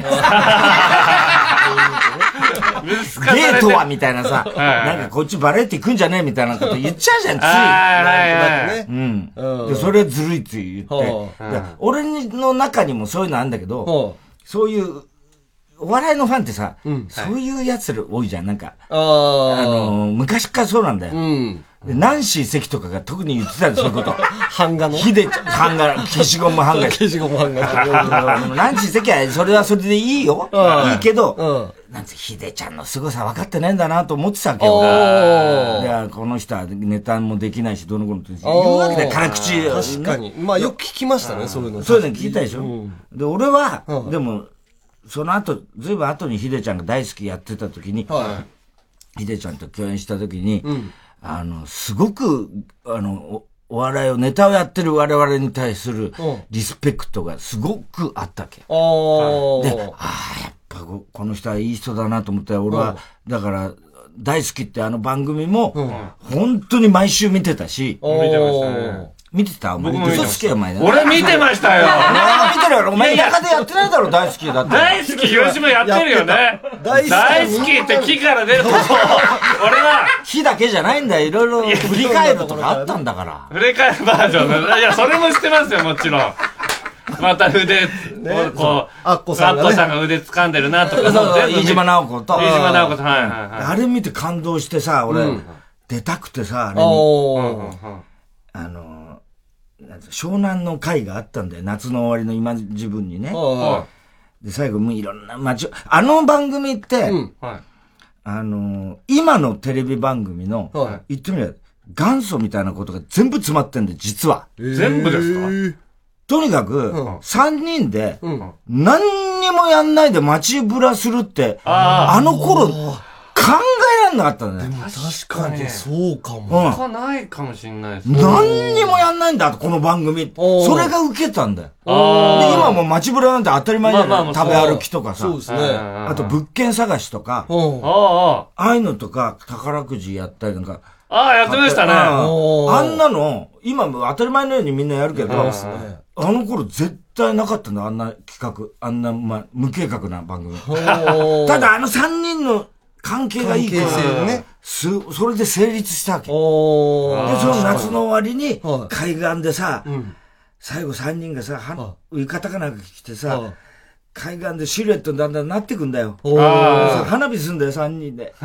Speaker 3: ゲートはみたいなさ、なんかこっちバラエティ来んじゃねえみたいなこと言っちゃうじゃん、つい。うん。で、それはずるいって言って。俺の中にもそういうのあるんだけど、そういう、お笑いのファンってさ、そういう奴ら多いじゃん、なんか。あの、昔からそうなんだよ。ナンシー関とかが特に言ってたんですよ、そういうこと。
Speaker 5: 版画の
Speaker 3: ヒデ、版画、消しゴム版画。
Speaker 5: 消しゴム版画。
Speaker 3: ナンシー関は、それはそれでいいよ。いいけど、なんつヒデちゃんの凄さ分かってないんだなと思ってたわけよ。いや、この人はネタもできないし、どの子のって言うわけで、辛口。
Speaker 5: 確かに。まあよく聞きましたね、そういうの。
Speaker 3: そういうの聞いたでしょ。で、俺は、でも、その後、ずいぶん後にヒデちゃんが大好きやってた時に、ヒデちゃんと共演した時に、あの、すごく、あの、お、お笑いを、ネタをやってる我々に対するリスペクトがすごくあったわけ。で、ああ、やっぱこの人はいい人だなと思ったら、俺は、だから、大好きってあの番組も、本当に毎週見てたし、
Speaker 4: 見てましたね。
Speaker 3: 見てた？お前嘘つけよ、お前。
Speaker 4: 俺見てましたよ。
Speaker 3: お前が見てるよ。お前田舎でやってないだろ、大好きだって。
Speaker 4: 大好き、広島やってるよね。大好きって木から出るとこ。俺は。
Speaker 3: 木だけじゃないんだよ。いろいろ振り返るとかあったんだから。
Speaker 4: 振り返るバージョン。いや、それも知ってますよ、もちろん。また腕、こう、アッコさんが腕掴んでるなとか。
Speaker 3: 飯島直子と。
Speaker 4: 飯島直子と、はいはいはい。
Speaker 3: あれ見て感動してさ、俺、出たくてさ、あれに。あの、湘南の会があったんだよ。夏の終わりの今自分にね。で、最後もういろんな街、あの番組って、あの、今のテレビ番組の、言ってみれば元祖みたいなことが全部詰まってんだよ、実は。
Speaker 4: 全部ですか？
Speaker 3: とにかく、三人で、何にもやんないで街ぶらするって、あの頃、考えらんなかったんだね。
Speaker 5: でも確かにそうかも。
Speaker 4: うん。他ないかもしんないです
Speaker 3: ね。何にもやんないんだ、この番組。それが受けたんだよ。で、今も街ぶらなんて当たり前じゃない。食べ歩きとかさ。
Speaker 5: そうですね。
Speaker 3: あと物件探しとか。ああいうのとか、宝くじやったりなんか。
Speaker 4: ああ、やってましたね。
Speaker 3: あんなの、今も当たり前のようにみんなやるけど、あの頃絶対なかったんだ、あんな企画。あんな、ま、無計画な番組。ただあの三人の、関係がいいから、ね、す、それで成立したわけ。で、その夏の終わりに、海岸でさ、うん、最後三人がさ、は浴衣かなんか着てさ、海岸でシルエットにだんだんなってくんだよ。花火すんだよ、三人で。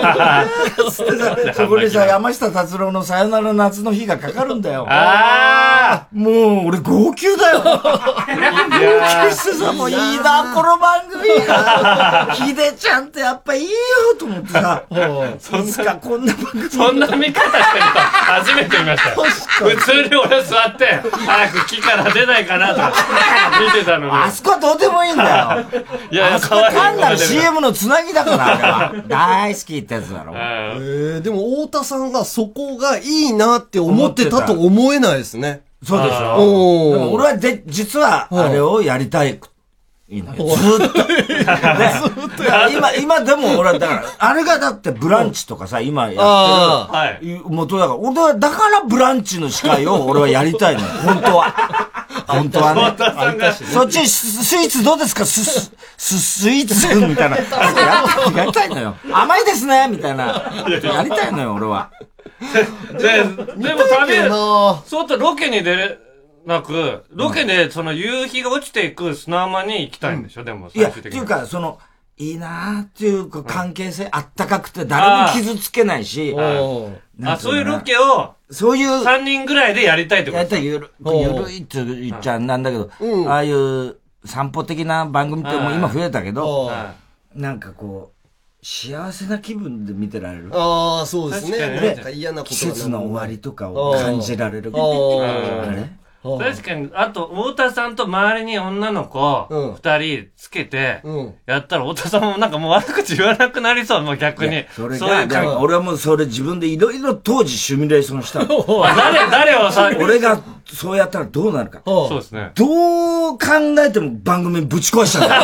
Speaker 3: そこにさ、山下達郎のさよなら夏の日がかかるんだよ。もう、俺号泣だよ。号泣してさ、もういいな、この番組。ヒデちゃんってやっぱいいよ、と思ってさ。いつかこんな番組。
Speaker 4: そんな見方してると初めて見ましたよ。普通に俺座って、早く木から出ないかなと見てたのに。
Speaker 3: あそこはどうでもいいんだよ。いやいや、可愛い。単なる シーエム のつなぎだから、あれは。大好きってやつだろ。
Speaker 5: えー、でも、太田さんがそこがいいなって思ってたと思えないですね。
Speaker 3: そうでしょ。でも俺はで、実は、あれをやりたい。いいのよ。ずーっと。今、今でも俺は、だから、あれがだってブランチとかさ、今やってる元だから、俺は、だからブランチの司会を俺はやりたいのよ。本当は。本当はね。そっち、スイーツどうですかス、ス、スイーツみたいな。やりたいのよ。甘いですねみたいな。やりたいのよ、俺は。
Speaker 4: で、でも食べる、そうとロケに出れ、 なく、ロケでその夕日が落ちていく砂浜に行きたいんでしょ、でも
Speaker 3: いや、っていうか、その、いいなーっていう関係性、あったかくて誰も傷つけないし、
Speaker 4: あ、そういうロケを、
Speaker 3: そういう、
Speaker 4: さんにんぐらいでやりたいってこと
Speaker 3: やりたい、ゆる、ゆるいって言っちゃなんだけど、ああいう散歩的な番組ってもう今増えたけど、なんかこう、幸せな気分で見てられる。
Speaker 5: ああ、そうですね。
Speaker 3: なんか嫌なこと季節の終わりとかを感じられる。あれ
Speaker 4: 確かに、あと、太田さんと周りに女の子、二人つけて、やったら太田さんもなんかもう悪口言わなくなりそう、もう逆に。
Speaker 3: それが、俺はもうそれ自分でいろいろ当時シミュレーションしたの。
Speaker 4: 誰、誰をさ、
Speaker 3: 俺がそうやったらどうなるか。
Speaker 4: そうですね。
Speaker 3: どう考えても番組ぶち壊しちゃうんだよ。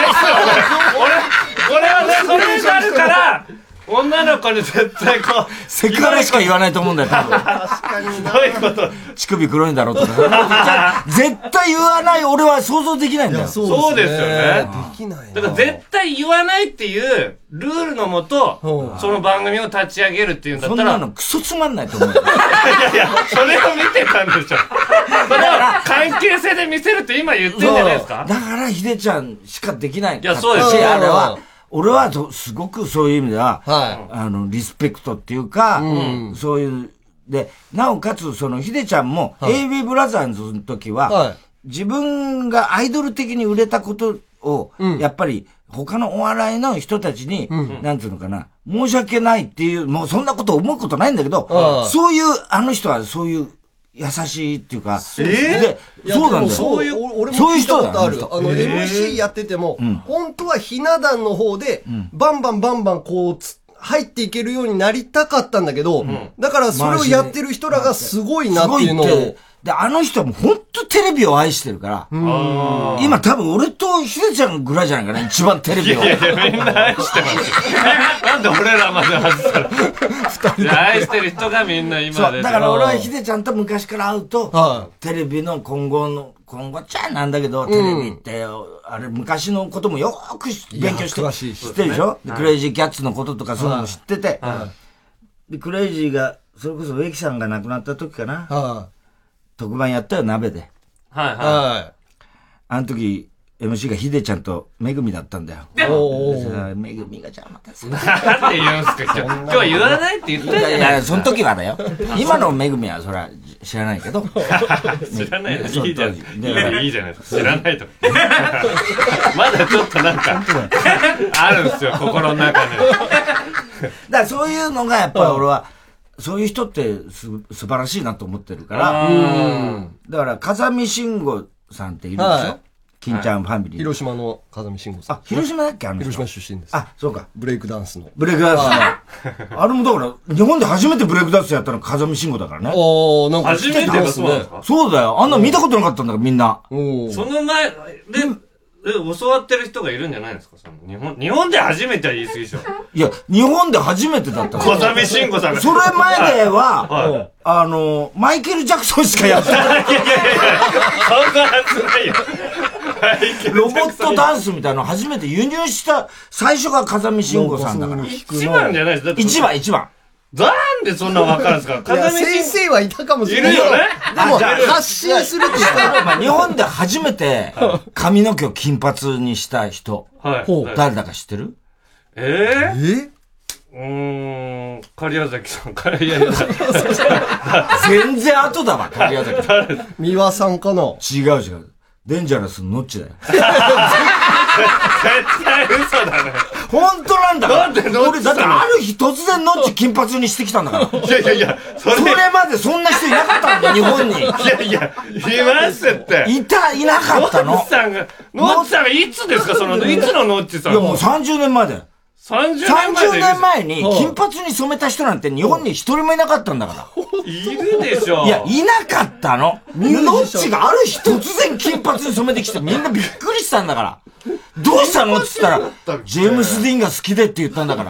Speaker 4: 俺、俺はね、それになるから、女の子に絶対こう。
Speaker 3: セクハラしか言わないと思うんだよ、多分。
Speaker 5: 確かにな。
Speaker 4: どういうこと
Speaker 3: 乳首黒いんだろうとか。絶対言わない俺は想像できないんだよ。
Speaker 4: そうですよね。
Speaker 5: できない。
Speaker 4: だから絶対言わないっていうルールのもと、その番組を立ち上げるっていうんだったら。
Speaker 3: そんなのクソつまんないと思うよ。
Speaker 4: いやいや、それを見てたんでしょ。それは関係性で見せるって今言ってんじゃないですか。
Speaker 3: だからヒデちゃんしかできない。
Speaker 4: いや、そうです
Speaker 3: し、あれは。俺はすごくそういう意味では、
Speaker 5: はい、
Speaker 3: あの、リスペクトっていうか、うん、そういう、で、なおかつ、その、ヒデちゃんも、はい、エービー ブラザーズの時は、はい、自分がアイドル的に売れたことを、うん、やっぱり、他のお笑いの人たちに、うん、なんていうのかな、申し訳ないっていう、もうそんなこと思うことないんだけど、うん、そういう、あの人はそういう、優しいっていうか、
Speaker 5: えー、で、
Speaker 3: そうなんだよ。
Speaker 5: そういう、俺も聞いたことある。あの、エムシー やってても、本当はひな壇の方で、バンバンバンバンこう、入っていけるようになりたかったんだけど、だからそれをやってる人らがすごいなっていうのを。
Speaker 3: で、あの人はもう本当テレビを愛してるから、今多分俺とヒデちゃんぐらいじゃないかな、一番テレビを。
Speaker 4: いやいや、みんな愛してますよ。なんで俺らまで外したら。二人愛してる人がみんな今で。
Speaker 3: だから俺はヒデちゃんと昔から会うと、テレビの今後の、今後ちゃなんだけど、テレビって、あれ昔のこともよく勉強して、知ってるでしょクレイジーキャッツのこととかそういうの知ってて、で、クレイジーが、それこそ植木さんが亡くなった時かな。特番やったよ、鍋で。
Speaker 4: はいはい。
Speaker 3: あの時、エムシー がヒデちゃんとめぐみだったんだよ。おー。めぐみが邪魔だす。
Speaker 4: なんで言うんすか今日。今日は言わないって言ってんじゃない
Speaker 3: いや、その時はだよ。今のめぐみはそれは知らないけど。
Speaker 4: 知らないのいいじゃん。いいじゃないですか。知らないと。まだちょっとなんか、あるんすよ、心の中に。
Speaker 3: だからそういうのがやっぱり俺は、そういう人ってす素晴らしいなと思ってるから。だから、風見慎吾さんっているでしょ、はい、金ちゃんファミリー。
Speaker 5: 広島の風見慎吾さん。
Speaker 3: あ、広島だっけあの人。
Speaker 5: 広島出身です。
Speaker 3: あ、そうか。
Speaker 5: ブレイクダンスの。
Speaker 3: ブレイクダンスの。あれもだから、日本で初めてブレイクダンスやったの風見慎吾だからね。
Speaker 5: おー、なんか
Speaker 4: 初めてですね。
Speaker 3: そうだよ。あんな見たことなかったんだからみんな。
Speaker 4: その前、で、え、教わってる人がいるんじゃないですかその日本、日本で初めては言い過ぎでしょ。
Speaker 3: いや、日本で初めてだったの。
Speaker 4: 風見慎吾さんが。
Speaker 3: それ前では、はい、あの、マイケル・ジャクソンしかやってない。いやいやいや、
Speaker 4: そんなはずないよ。
Speaker 3: ロボットダンスみたいなの初めて輸入した、最初が風見慎吾さんだから。
Speaker 4: 一番じゃないです。だって
Speaker 3: 一番、一番。
Speaker 4: なんでそんなわかるんですか風見
Speaker 5: 先生はいたかもしれない。
Speaker 4: いるよね。
Speaker 5: でも、発信するって言ったら、
Speaker 3: まあ、日本で初めて髪の毛を金髪にした人。はい。誰だか知ってる？
Speaker 4: え
Speaker 5: ー、
Speaker 4: えうーん、狩矢崎さん。狩矢崎さん。
Speaker 3: 全然後だわ、狩矢崎。
Speaker 5: 三輪さんかな？
Speaker 3: 違う違う。デンジャラスのノッチだよ。
Speaker 4: 絶対嘘だね。
Speaker 3: 本当なんだから。
Speaker 4: なんでノッチ
Speaker 3: 俺、だってある日突然ノッチ金髪にしてきたんだから。
Speaker 4: いやいやいや、
Speaker 3: それ、それまでそんな人いなかったんだよ、日本に。い
Speaker 4: やいや、いますって。
Speaker 3: いた、いなかったの。
Speaker 4: ノッチさんが、ノッチさんがいつですかその、いつのノッチさん。
Speaker 3: いやもうさんじゅうねんまえだよ。
Speaker 4: さんじゅうねんまえ
Speaker 3: さんじゅうねんまえに金髪に染めた人なんて日本に一人もいなかったんだから。
Speaker 4: いるでしょ。
Speaker 3: いや、いなかったの。ノッチがある日突然金髪に染めてきてみんなびっくりしたんだから。どうしたのって言ったら、ジェームス・ディーンが好きでって言ったんだから。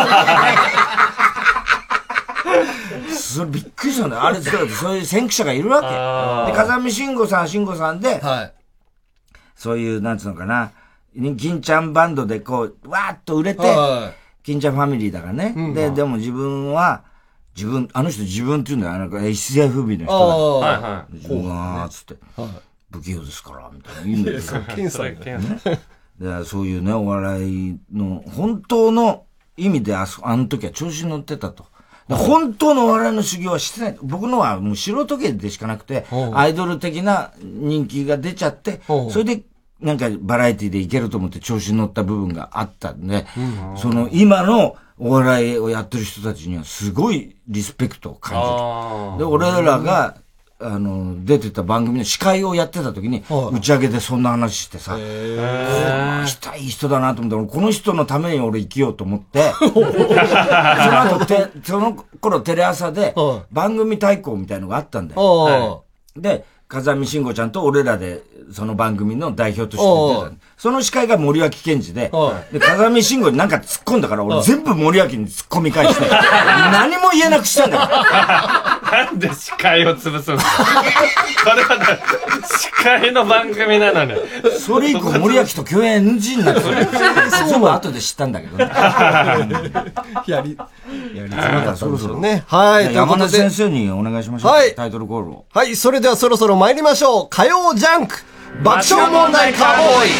Speaker 3: それびっくりしたんだよ。あれ、そういう先駆者がいるわけ。で、風見慎吾さん、慎吾さんで、はい、そういう、なんつうのかな、金ちゃんバンドでこう、わーっと売れて、はい、金ちゃんファミリーだからね。うん、で、でも自分は、 自分、あの人自分っていうんだよ。なんか エスエフビー の人だ。はいはい。自分が、つって、不器用ですから、みたいな言うんだけど。
Speaker 5: 検査ね。
Speaker 3: で、そういうね、お笑いの、本当の意味であそ、あの時は調子に乗ってたと。本当のお笑いの修行はしてない。僕のはもう素人芸でしかなくて、アイドル的な人気が出ちゃって、それで、なんかバラエティでいけると思って調子に乗った部分があったんで、その今のお笑いをやってる人たちにはすごいリスペクトを感じる。で、俺らが、あの、出てた番組の司会をやってた時に、打ち上げでそんな話してさ、この人いい人だなと思って、この人のために俺生きようと思って、その後て、その頃テレ朝で番組対抗みたいのがあったんだよ。で、風見慎吾ちゃんと俺らで、その番組の代表として出てた。その司会が森脇健児で、で、風見慎吾になんか突っ込んだから、俺全部森脇に突っ込み返して、何も言えなくしたんだよ。
Speaker 4: なんで司会を潰すんですかそれはね、司会の番組なのね。
Speaker 3: それ以降森脇と共演 エヌジー になってる。そうは後で知ったんだけどね。
Speaker 5: やり、やりづらかったんですよね。はい。
Speaker 3: 山根先生にお願いしましょう。はい。タイトルコールを。
Speaker 5: はい。それではそろそろ参りましょう。火曜ジャンク爆笑問題カーボーイ。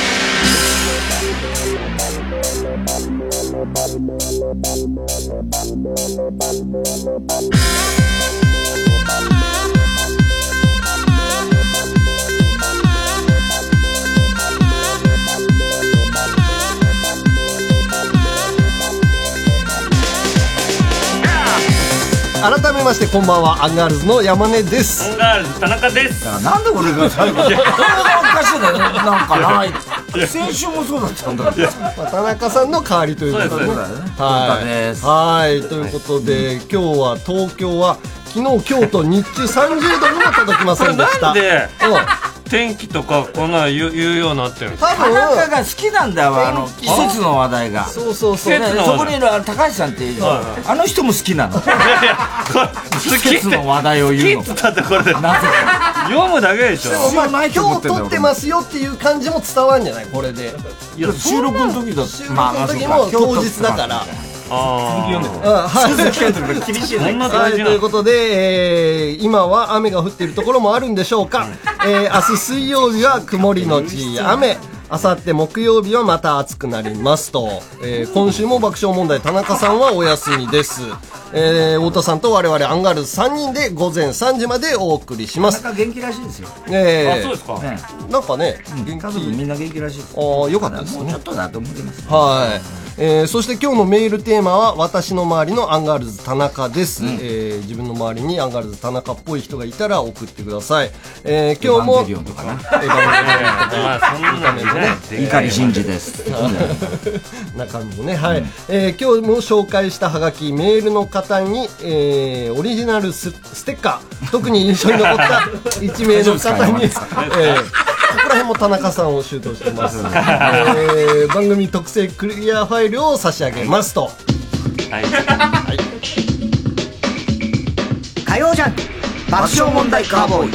Speaker 5: 改めましてこんばんは、アンガールズの山根です。
Speaker 4: アンガールズ田中です。
Speaker 3: なんで俺が最後これがおかしいんだよね。なんかな、先週もそうだったんだけど、
Speaker 5: 田中さんの代わりということでね。はい。ということで、今日は東京は昨日今日と日中さんじゅうどにも届きませんでした。
Speaker 4: なんで天気とかこんな言うようになってるんですか。
Speaker 3: 田中が好きなんだよ、あの季節の話題が。
Speaker 5: そうそうそう。
Speaker 3: そこにいる高橋さんっていうあの人も好きなの。季節の話題を言うの。
Speaker 4: だってこれで読むだけでしょ。
Speaker 5: 今日撮ってますよっていう感じも伝わるんじゃないこれで。
Speaker 3: いや収録の時だって。
Speaker 5: 収録の時も当日だから。
Speaker 4: あ
Speaker 3: 続き読んでる。はい。続き読んでる。厳しいな。
Speaker 5: はい、ということで、えー、今は雨が降っているところもあるんでしょうか。えー、明日水曜日は曇りのち雨。あさって木曜日はまた暑くなりますと、えー、今週も爆笑問題田中さんはお休みです。えー、太田さんと我々アンガールズさんにんで午前さんじまでお送りします。
Speaker 3: 田中元気らしいですよ。
Speaker 5: え
Speaker 4: ー、あ、そうですか。
Speaker 3: ね、
Speaker 5: なんかね、
Speaker 3: 元気。家族みんな元気らしいです。
Speaker 5: ああ、よかったですね。
Speaker 3: もうちょっとだと思ってます。
Speaker 5: はい。えー、そして今日のメールテーマは私の周りのアンガールズ田中です、うん、えー、自分の周りにアンガールズ田中っぽい人がいたら送ってください。えー、今日もエヴァンゲリオンとかな、エヴァンゲリオンとか、そんなね、
Speaker 3: 碇シンジです
Speaker 5: 中身もね、はい、うん、えー、今日も紹介したハガキメールの方に、えー、オリジナル ス, ステッカー特に印象に残ったいち名の方に、えーここら辺も田中さんを周到してます、えー、番組特製クリアファイルを差し上げますと、はい、はい、
Speaker 3: 火曜ジャンク爆笑問題カーボーイ。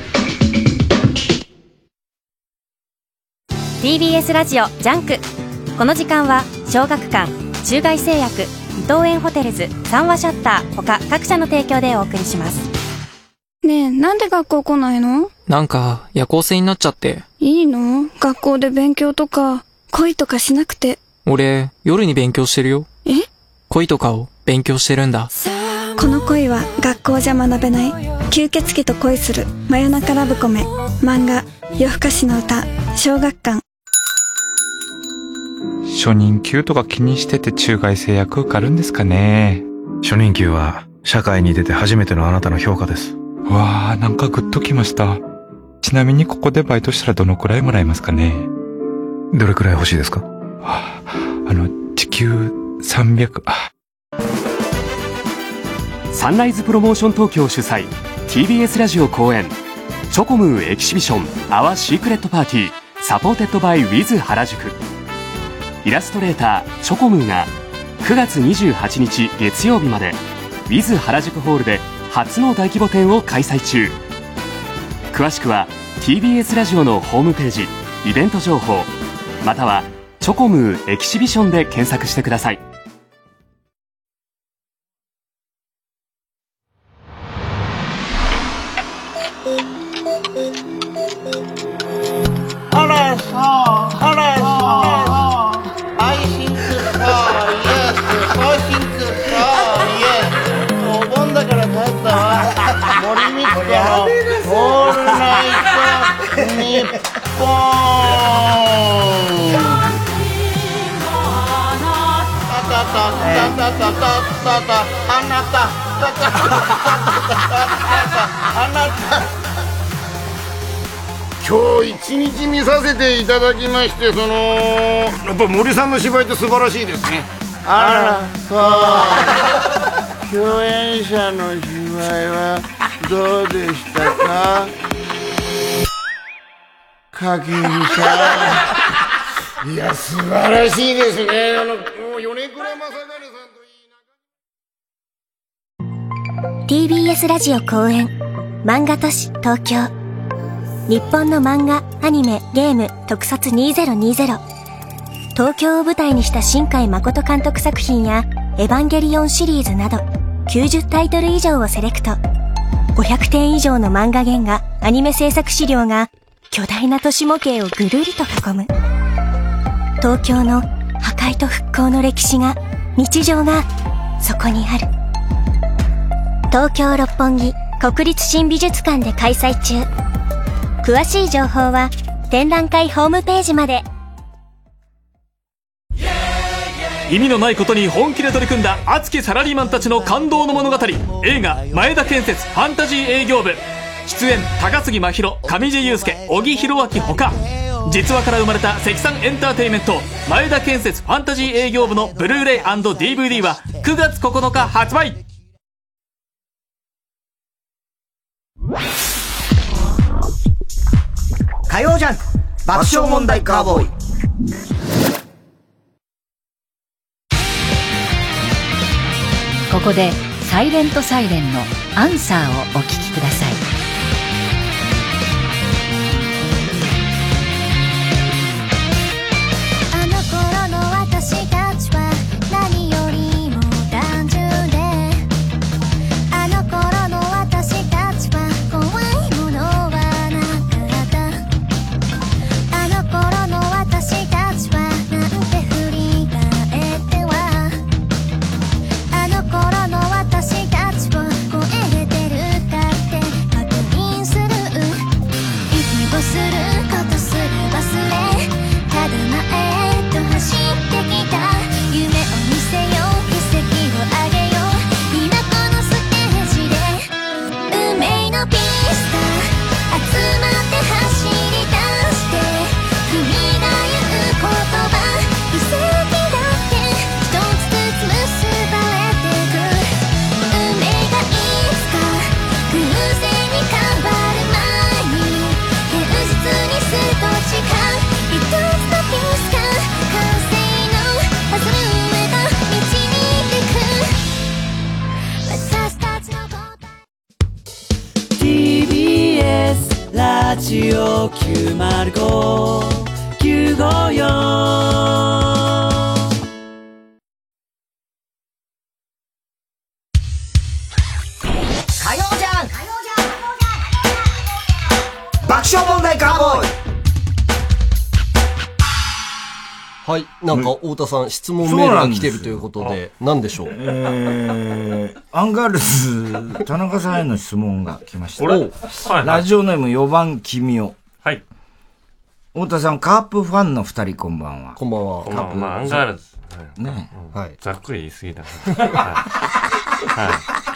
Speaker 6: ティービーエス ラジオジャンク。この時間は小学館、中外製薬、伊藤園ホテルズ、三和シャッター他各社の提供でお送りします。
Speaker 7: ねえ、なんで学校来ないの？
Speaker 8: なんか夜行性になっちゃって。
Speaker 7: いいの？学校で勉強とか恋とかしなくて。
Speaker 8: 俺夜に勉強してるよ。
Speaker 7: え？
Speaker 8: 恋とかを勉強してるんだ。
Speaker 7: この恋は学校じゃ学べない。吸血鬼と恋する真夜中ラブコメ。漫画夜更かしの歌。小学館。
Speaker 9: 初任給とか気にしてて中外製薬受かるんですかね。
Speaker 10: 初任給は社会に出て初めてのあなたの評価です。
Speaker 9: わあ、なんかグッときました。ちなみにここでバイトしたらどのくらいもらえますかね。
Speaker 10: どれくらい欲しいですか？
Speaker 9: はあ、あの時給さんびゃく。あ、
Speaker 11: サンライズプロモーション東京主催 ティービーエス ラジオ公演チョコムーエキシビションアワーシークレットパーティーサポーテッドバイウィズ原宿。イラストレーターチョコムーがくがつにじゅうはちにち月曜日までウィズ原宿ホールで初の大規模展を開催中。詳しくは ティービーエス ラジオのホームページイベント情報またはチョコムーエキシビションで検索してください。
Speaker 12: ポーンタタタタタタタあなたタタタタあなた今日一日見させていただきまして、そのやっぱ森さんの芝居って素晴らしいですね。あらそう共演者の芝居はどうでしたか、かけるさん。いや素晴らしいですね。あのもう米倉正成さんと
Speaker 13: ティービーエス ラジオ公演漫画都市東京。日本の漫画、アニメ、ゲーム、特撮にせんにじゅう。東京を舞台にした新海誠監督作品やエヴァンゲリオンシリーズなどきゅうじゅうタイトル以上をセレクト。ごひゃくてん以上の漫画原画、アニメ制作資料が巨大な都市模型をぐるりと囲む。東京の破壊と復興の歴史が、日常がそこにある。東京六本木国立新美術館で開催中。詳しい情報は展覧会ホームページまで。
Speaker 11: 意味のないことに本気で取り組んだ熱きサラリーマンたちの感動の物語、映画前田建設ファンタジー営業部。出演高杉真宙、上地雄介、小木弘明ほか。実話から生まれた積算エンターテイメント前田建設ファンタジー営業部のブルーレイ&ディーブイディー はくがつここのか発売。
Speaker 14: 火曜ジャンク爆笑問題カーボーイ。
Speaker 15: ここでサイレントサイレンのアンサーをお聞きください。
Speaker 16: あの頃の私たちは何よりも単純で、あの頃の私たちは怖いものはなかった。あの頃の私たちはなんて振り返っては、あの頃の私たちを超えてるかって確認する。息をすることすら忘れ、ただ前へと走ってきた。夢を見せよう、奇跡をあげよう、今このステージで。運命のピスター集まって走り出して、君が言う言葉奇跡だって一つずつ結ばれてく。運命がいつか偶然に変わる前に、現実に少しか一つのピースが完成のパズルへと導いてく。私たちの答え
Speaker 17: ティービーエス ラジオきゅうまるご きゅうごよん。
Speaker 14: 火曜ジャンク爆笑問題カーボーイ。
Speaker 5: はい。なんか、太田さん、質問メールが来てるということで、何でしょう。
Speaker 3: えー、アンガールズ、田中さんへの質問が来ました。
Speaker 4: おはいはい、
Speaker 3: ラジオネームよばん君を。
Speaker 4: はい。
Speaker 3: 太田さん、カープファンの二人こんばんは。
Speaker 5: こんばんは。
Speaker 4: こんばんは。まあ、アンガールズ。
Speaker 3: ね、
Speaker 4: うん、はい。ざっくり言い過ぎだ。はい。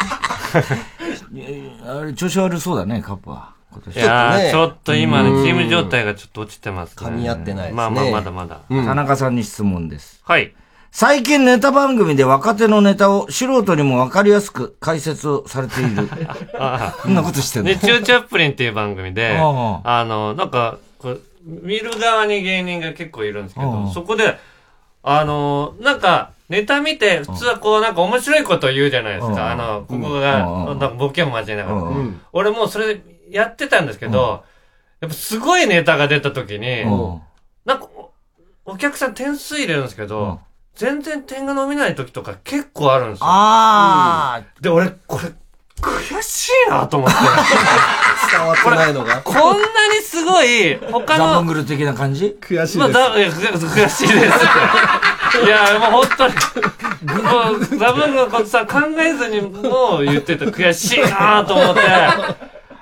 Speaker 3: はい。あれ、調子悪そうだね、カープは。今年
Speaker 4: いやー、ちょっと今ね、チーム状態がちょっと落ちてますね。
Speaker 5: 噛み合ってないですね。
Speaker 4: まあまあ、まだまだ、
Speaker 3: うん。田中さんに質問です。
Speaker 4: はい。
Speaker 3: 最近ネタ番組で若手のネタを素人にもわかりやすく解説をされている。
Speaker 4: あ
Speaker 3: そんなことしてんの？
Speaker 4: 日中チャップリンっていう番組で、あ, あの、なんか、こう見る側に芸人が結構いるんですけど、そこで、あの、なんか、ネタ見て、普通はこう、なんか面白いことを言うじゃないですか。あの、ここが、なんかボケも交えながら。俺もうそれやってたんですけど、やっぱすごいネタが出た時に、なんか、お客さん点数入れるんですけど、全然点が伸びない時とか結構あるんですよ。
Speaker 3: あ
Speaker 4: ー。で、俺、これ、悔しいなと思って。
Speaker 5: 伝わってないのが。
Speaker 4: こんなにすごい、他の。
Speaker 3: ザブングル的な感じ？
Speaker 5: 悔しいです。
Speaker 4: まあ、だ悔しいです。いや、もう本当に、もう、ザブングルのことさ、考えずにもう言ってた悔しいなと思って。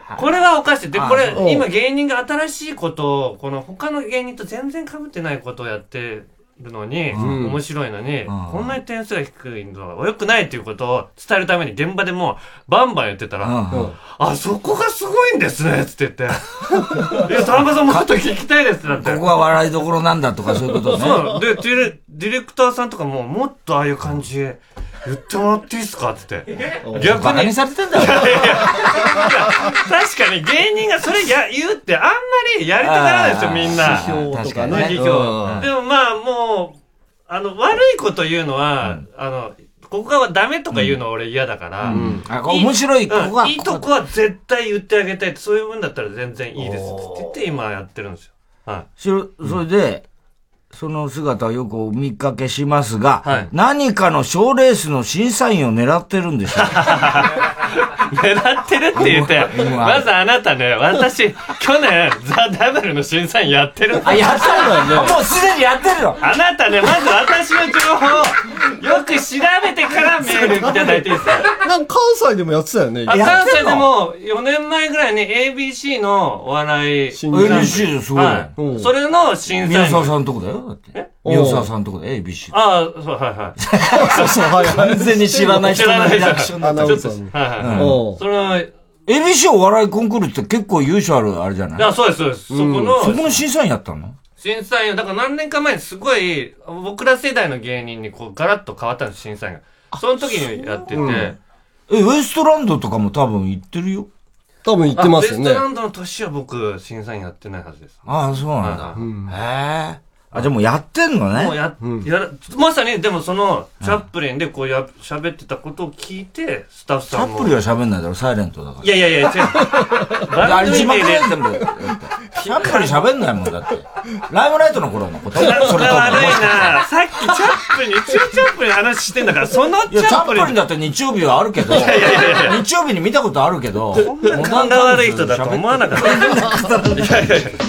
Speaker 4: これはおかしい。で、これ
Speaker 3: あ、
Speaker 4: 今芸人が新しいことを、この他の芸人と全然被ってないことをやってるのに、
Speaker 3: うん、
Speaker 4: 面白いのに、うん、こんなに点数が低いのは良くないっていうことを伝えるために現場でもうバンバン言ってたら、うん、あ、そこがすごいんですねって言って、いや、田中さんもっと聞きたいですってなって。
Speaker 3: ここは笑いどころなんだとかそういうことね。
Speaker 4: そう。で、ディレ、ディレクターさんとかももっとああいう感じで、言ってもらっていいですかって言って。
Speaker 3: 逆に。バカにされてんだよ。いやいやいや
Speaker 4: 確かに芸人がそれや言うってあんまりやりたがらないですよ、みんな。
Speaker 5: 批評とかね。
Speaker 4: 批評。でもまあもう、あの、悪いこと言うのは、うん、あの、ここがダメとか言うのは俺嫌だから。うん。
Speaker 3: あ、面白い、
Speaker 4: ここが。いいとこは絶対言ってあげたいって、そういう分だったら全然いいですって言って今やってるんですよ。はい。
Speaker 3: それ、それで、その姿をよくお見かけしますが、はい、何かの賞レースの審査員を狙ってるんでしょう
Speaker 4: 狙ってるって言って、まずあなたね、私、去年、ザ・ダブルの審査員やってる。
Speaker 3: あ、やってるのよね。もうすでにやってるの。
Speaker 4: あなたね、まず私の情報をよく調べてからメールいただいていいですか？
Speaker 5: なんか関西でもやってたよね。
Speaker 4: あ、関西でもよねんまえぐらいに エービーシー のお笑い。エー
Speaker 3: ビーシー ですごい。
Speaker 4: はい。それの審査員。
Speaker 3: 宮沢さんのとこだよ。だって。宮沢さんのとこで エービーシー。
Speaker 4: ああ、そう、はいはい。
Speaker 3: そうそう、はい。完全に知らない人のリアクションだった。
Speaker 4: ちょっと、はいはい。それは、
Speaker 3: エービーシー お笑いコンクールって結構優勝あるあれじゃない？
Speaker 4: いや、そうです、そうです。そこの、
Speaker 3: そこの審査員やったの？
Speaker 4: 審査員、だから何年か前にすごい、僕ら世代の芸人にこう、ガラッと変わったんです、審査員が。その時にやってて。
Speaker 3: え、ウエストランドとかも多分行ってるよ。
Speaker 5: 多分行ってますよね。
Speaker 4: ウエストランドの年は僕、審査員やってないはずです。
Speaker 3: ああ、そうなんだ。へえ。あ、じゃあもうやってんのね。
Speaker 4: もうや、うん、やら、まさに、でもその、チャップリンでこうや、喋ってたことを聞いて、スタッフさんも。
Speaker 3: チャップリンは喋んないだろ、サイレントだから。
Speaker 4: いやいやいや、違う。
Speaker 3: あれ字幕でやってんだよ。チャップリン喋んないもんだって。ライブライトの頃のこと。それとも。
Speaker 4: 悪いなさっきチャップリン、一応チャップリンの話してんだから、そのチャップリン。いや、
Speaker 3: チャップリンだって日曜日はあるけど。いやいやいや日曜日に見たことあるけど。
Speaker 4: こんな勘が悪い人だと思わなかった。いやいやいや。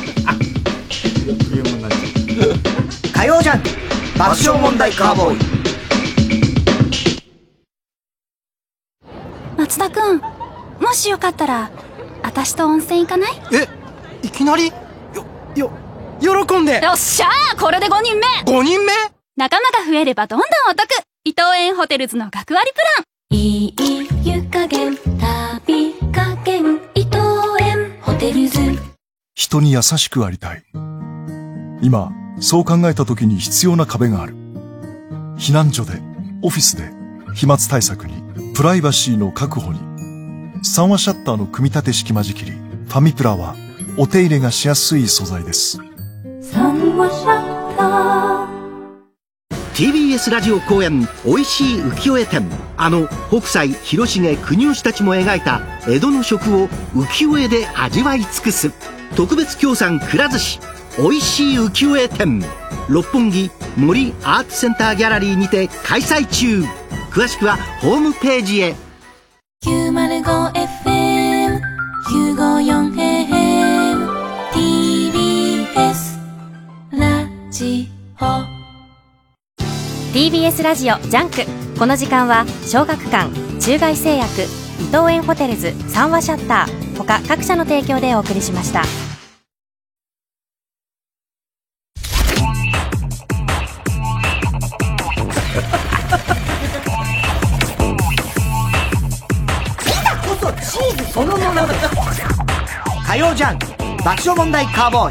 Speaker 14: 火曜ジャンク爆笑問題カーボーイ。
Speaker 18: 松田くん、もしよかったら私と温泉行かない？
Speaker 19: え、いきなり？よ、よ、喜んで。
Speaker 18: よっしゃー、これでごにんめ。
Speaker 19: ごにんめ？
Speaker 18: 仲間が増えればどんどんお得。伊藤園ホテルズの学割プラン。いい湯加減、旅加減、伊藤園ホテルズ。
Speaker 20: 人に優しくありたい。今そう考えた時に必要な壁がある。避難所で、オフィスで、飛沫対策に、プライバシーの確保に。三話シャッターの組み立て式間仕切り、ファミプラは、お手入れがしやすい素材です。
Speaker 18: 三話シャッター。
Speaker 21: ティービーエス ラジオ公演、おいしい浮世絵展。あの、北斎、広重、国吉たちも描いた、江戸の食を浮世絵で味わい尽くす。特別協賛くら寿司。おいしい浮世絵展、六本木森アーツセンターギャラリーにて開催中。詳しくはホームページへ。
Speaker 18: きゅうまるごエフエム きゅうごよんエーエム ティービーエス ラジオ
Speaker 6: ティービーエス ラジオジャンク。この時間は小学館、中外製薬、伊藤園ホテルズ、三話シャッター他各社の提供でお送りしました。
Speaker 14: チーズそのものです。火曜ジャンク爆笑問題カーボーイ。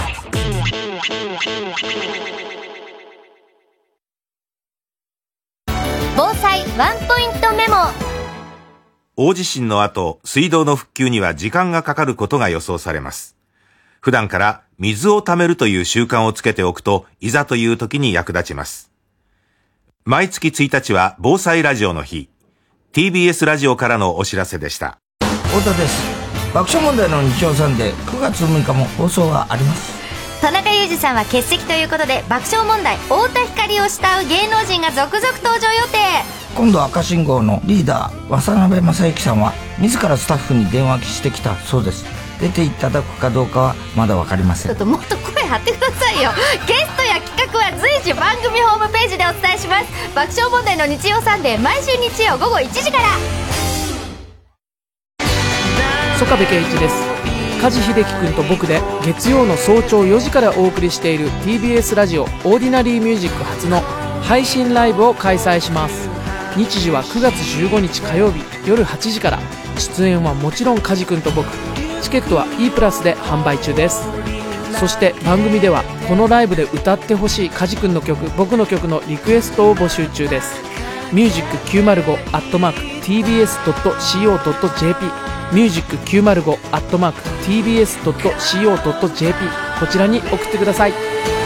Speaker 13: 防災ワンポイントメモ。
Speaker 22: 大地震の後、水道の復旧には時間がかかることが予想されます。普段から水を貯めるという習慣をつけておくと、いざという時に役立ちます。毎月ついたちは防災ラジオの日。ティービーエス ラジオからのお知らせでした。
Speaker 3: 太田です。爆笑問題の日曜サンデーくがつむいかも放送があります。
Speaker 13: 田中裕二さんは欠席ということで、爆笑問題太田光を慕う芸能人が続々登場予定。
Speaker 3: 今度赤信号のリーダー渡辺正行さんは自らスタッフに電話してきたそうです。出ていただくかどうかはまだ分かりません。
Speaker 13: ちょっともっと声張ってくださいよ。ゲストや企画は随時番組ホームページでお伝えします。爆笑問題の日曜サンデー、毎週日曜午後いちじから。
Speaker 1: 曽我部圭一です。梶秀樹くんと僕で月曜の早朝よじからお送りしている ティービーエス ラジオオーディナリーミュージック初の配信ライブを開催します。日時はくがつじゅうごにち火曜日夜はちじから。出演はもちろん梶くんと僕。チケットは E プラスで販売中です。そして番組ではこのライブで歌ってほしい梶くんの曲、僕の曲のリクエストを募集中です。ミュージックきゅうまるごアットマーク ティービーエスドットシーオードットジェーピー ミュージックきゅうまるごアットマーク ティービーエスドットシーオードットジェーピー こちらに送ってください。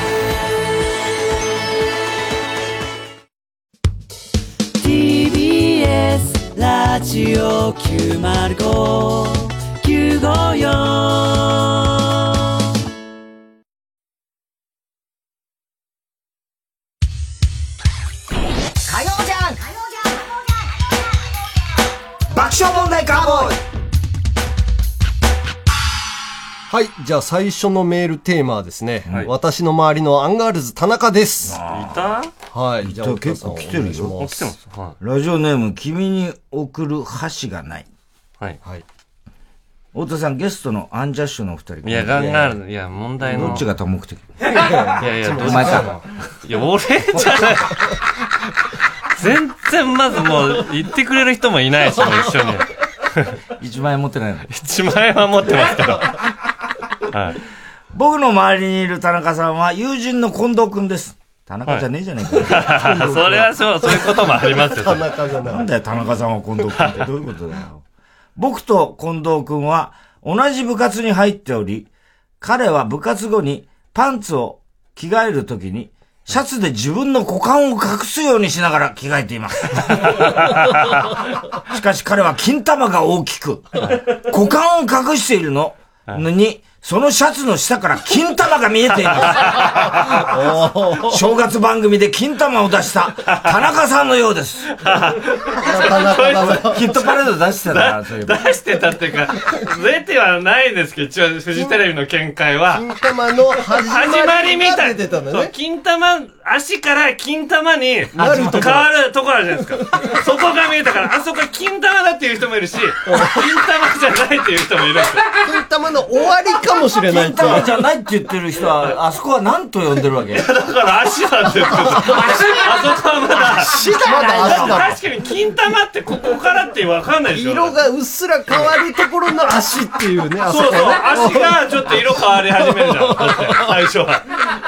Speaker 17: ティービーエス ラジオきゅうまるご きゅうごよん
Speaker 3: 爆笑問題カーボーイ。
Speaker 5: はい。じゃあ最初のメールテーマはですね。はい、私の周りのアンガールズ田中です。
Speaker 4: いた
Speaker 5: はい。
Speaker 3: じゃあ結構来てるよ。
Speaker 4: 来てます。
Speaker 3: はい、ラジオネーム、君に送る箸がない。
Speaker 4: はい。はい。
Speaker 3: 太田さん、ゲストのアンジャッシュのお二人。
Speaker 4: いや、ガンガールズ、いや、問題の。
Speaker 3: どっちが多目的？い
Speaker 4: やいや、
Speaker 3: お前か。
Speaker 4: いや、俺じゃない。全然まずもう言ってくれる人もいないし、もう一緒に。
Speaker 3: いちまんえん持ってないの？
Speaker 4: いちまんえんは持ってますけど。はい。
Speaker 3: 僕の周りにいる田中さんは友人の近藤くんです。田中じゃねえじゃねえか。
Speaker 4: はい、それはそう、そういうこともありますよ。
Speaker 5: 田中じゃない。
Speaker 3: なんだよ、田中さんは近藤くんってどういうことだよ。僕と近藤くんは同じ部活に入っており、彼は部活後にパンツを着替えるときに、シャツで自分の股間を隠すようにしながら着替えています。しかし彼は金玉が大きく、股間を隠しているのに、そのシャツの下から金玉が見えています。正月番組で金玉を出した田中さんのようです。ヒットパレード出してたな、そういえば。
Speaker 4: 出してたっていうか、出てはないですけど、一応フジテレビの見解は。
Speaker 5: 金玉の始
Speaker 4: まりみたい。
Speaker 5: 出てたのね。
Speaker 4: 金玉、足から金玉に変わるところあるじゃないですか。そこが見えたから、あそこ金玉だっていう人もいるし、金玉じゃないっていう人もいるんですよ。
Speaker 5: 金玉の終わりかもしれない。
Speaker 3: 金玉じゃないって言ってる人は、あそこは何と呼んでるわけ？
Speaker 4: だから足なんて言ってる。あそこはまだ
Speaker 5: 足だ。まだ足だ。
Speaker 4: 確かに金玉ってここからってわかんないでしょ。
Speaker 5: 色がうっすら変わるところの足っていうね。
Speaker 4: そうそう。足がちょっと色変わり始めるじゃん。だって最初は。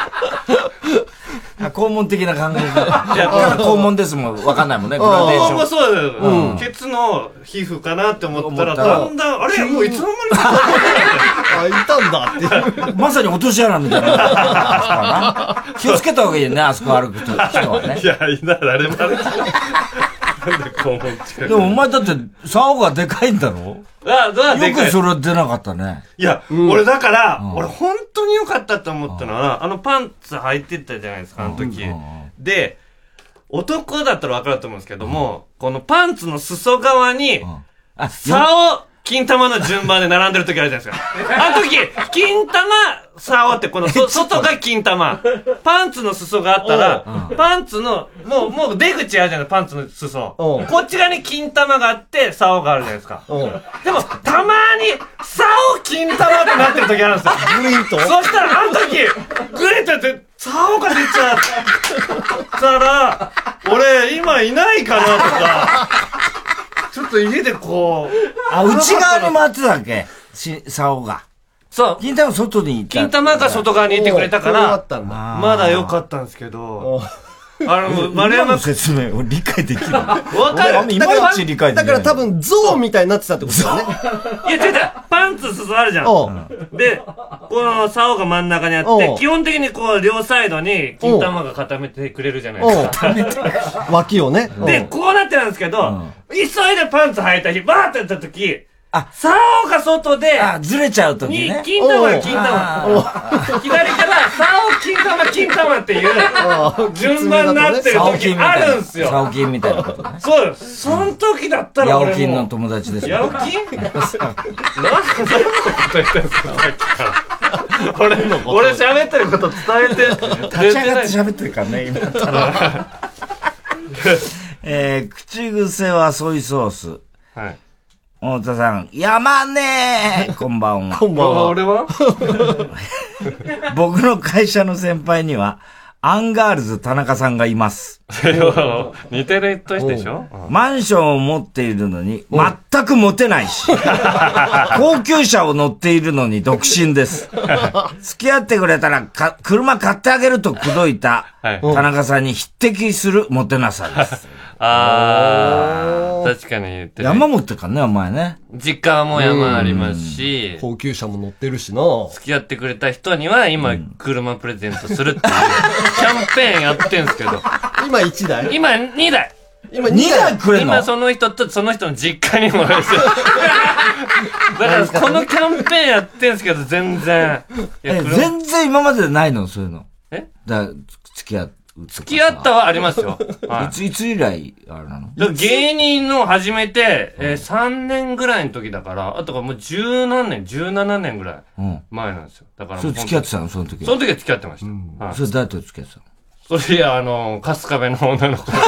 Speaker 3: 肛門的な考え方。いや、肛門ですもん。わかんないもんね。グラデーション。
Speaker 4: もそうだよ。うん。ケツの皮膚かなって思ったら、だんだん、あれもういつの間にか。
Speaker 5: あ、いたんだ
Speaker 3: って。まさに落とし穴みたいな。気をつけた方がいいよね、あそこ歩く人はね。
Speaker 4: いや、いな、誰も歩く。なんで肛門近く。
Speaker 3: でもお前だって、竿がでかいんだろ？
Speaker 4: あ、だ
Speaker 3: よくそれ出なかったね。
Speaker 4: いや、うん、俺だから、うん、俺本当に良かったと思ったのは、あのパンツ履いてったじゃないですか、あの時。うん、で、男だったら分かると思うんですけども、うん、このパンツの裾側に、竿、金玉の順番で並んでる時あるじゃないですか。あの時、金玉、竿ってこのそ外が金玉。パンツの裾があったら、パンツの、もう、もう出口あるじゃない、パンツの裾。こっち側に金玉があって、竿があるじゃないですか。でも、たまに、竿金玉ってなってる時あるんですよ。
Speaker 5: グリンと。
Speaker 4: そしたら、あの時、グリンとやって、竿が出ちゃったら、俺、今いないかなとか、ちょっと家でこう。
Speaker 3: あ、内側に回ってたわけし、竿が。
Speaker 4: そう。
Speaker 3: 金玉外にいた。
Speaker 4: 金玉が外側にいてくれたから、まだ良かったんですけど、あの、丸山
Speaker 3: の説明を理解できる。
Speaker 4: わかる。
Speaker 3: いまいち理解できない。
Speaker 5: だから多分、象みたいになってたってことだね。
Speaker 4: いや、違う違う。パンツ裾あるじゃん。で、この竿が真ん中にあって、基本的にこう、両サイドに金玉が固めてくれるじゃないですか。
Speaker 5: 脇をね。
Speaker 4: で、こうなってるんですけど、急いでパンツ履いた日、バーってやった時、
Speaker 3: あ、
Speaker 4: 竿が外で、
Speaker 3: あ、ずれちゃうときね。
Speaker 4: に、金玉、金玉。左から、竿、金玉、金玉っていう、順番になってる時あるんすよ。
Speaker 3: 竿金みたいなことね。
Speaker 4: そうよ。その時だったら俺も。
Speaker 3: ヤオキンの友達です。
Speaker 4: ヤオキン何のこと言ってんすか、さっきから。俺、俺喋ってること伝えて。
Speaker 3: 立ち上がって喋ってるからね、今だったら。えー、口癖はソイソース。
Speaker 4: はい。
Speaker 3: 太田さん、山ねーこんばんは。
Speaker 5: こんばんは。
Speaker 4: 俺は
Speaker 3: 僕の会社の先輩には、アンガールズ田中さんがいます。
Speaker 4: 似てる人でしょ？
Speaker 3: マンションを持っているのに、全く持てないし、高級車を乗っているのに独身です。付き合ってくれたらか、車買ってあげると口説いた田中さんに匹敵するモテなさです。
Speaker 4: ああ、確かに言ってる。
Speaker 3: 山持ってるからね、お前ね。
Speaker 4: 実家も山ありますし、
Speaker 5: 高級車も乗ってるしな。
Speaker 4: 付き合ってくれた人には今、車プレゼントするっていうキャンペーンやってんすけど。
Speaker 5: 今いちだい
Speaker 4: 今にだい
Speaker 5: 今にだい
Speaker 3: くれんの？
Speaker 4: 今その人とその人の実家にもあるんですよ。だからこのキャンペーンやってんすけど、全然。
Speaker 3: え、全然今までないのそういうの。
Speaker 4: え
Speaker 3: だ付き合う。
Speaker 4: 付き合ったはありますよ。
Speaker 3: はい、いつ、いつ以来、あれなの？
Speaker 4: 芸人の始めて、えー、さんねんぐらいの時だから、あとかもう十何年、十七年ぐらい前なんですよ。だから
Speaker 3: それ付き合ってたのその時。
Speaker 4: その時は付き合ってました。うん
Speaker 3: はい、それ誰と付き合ってた
Speaker 4: の？それいや、あの、春日部の女の子。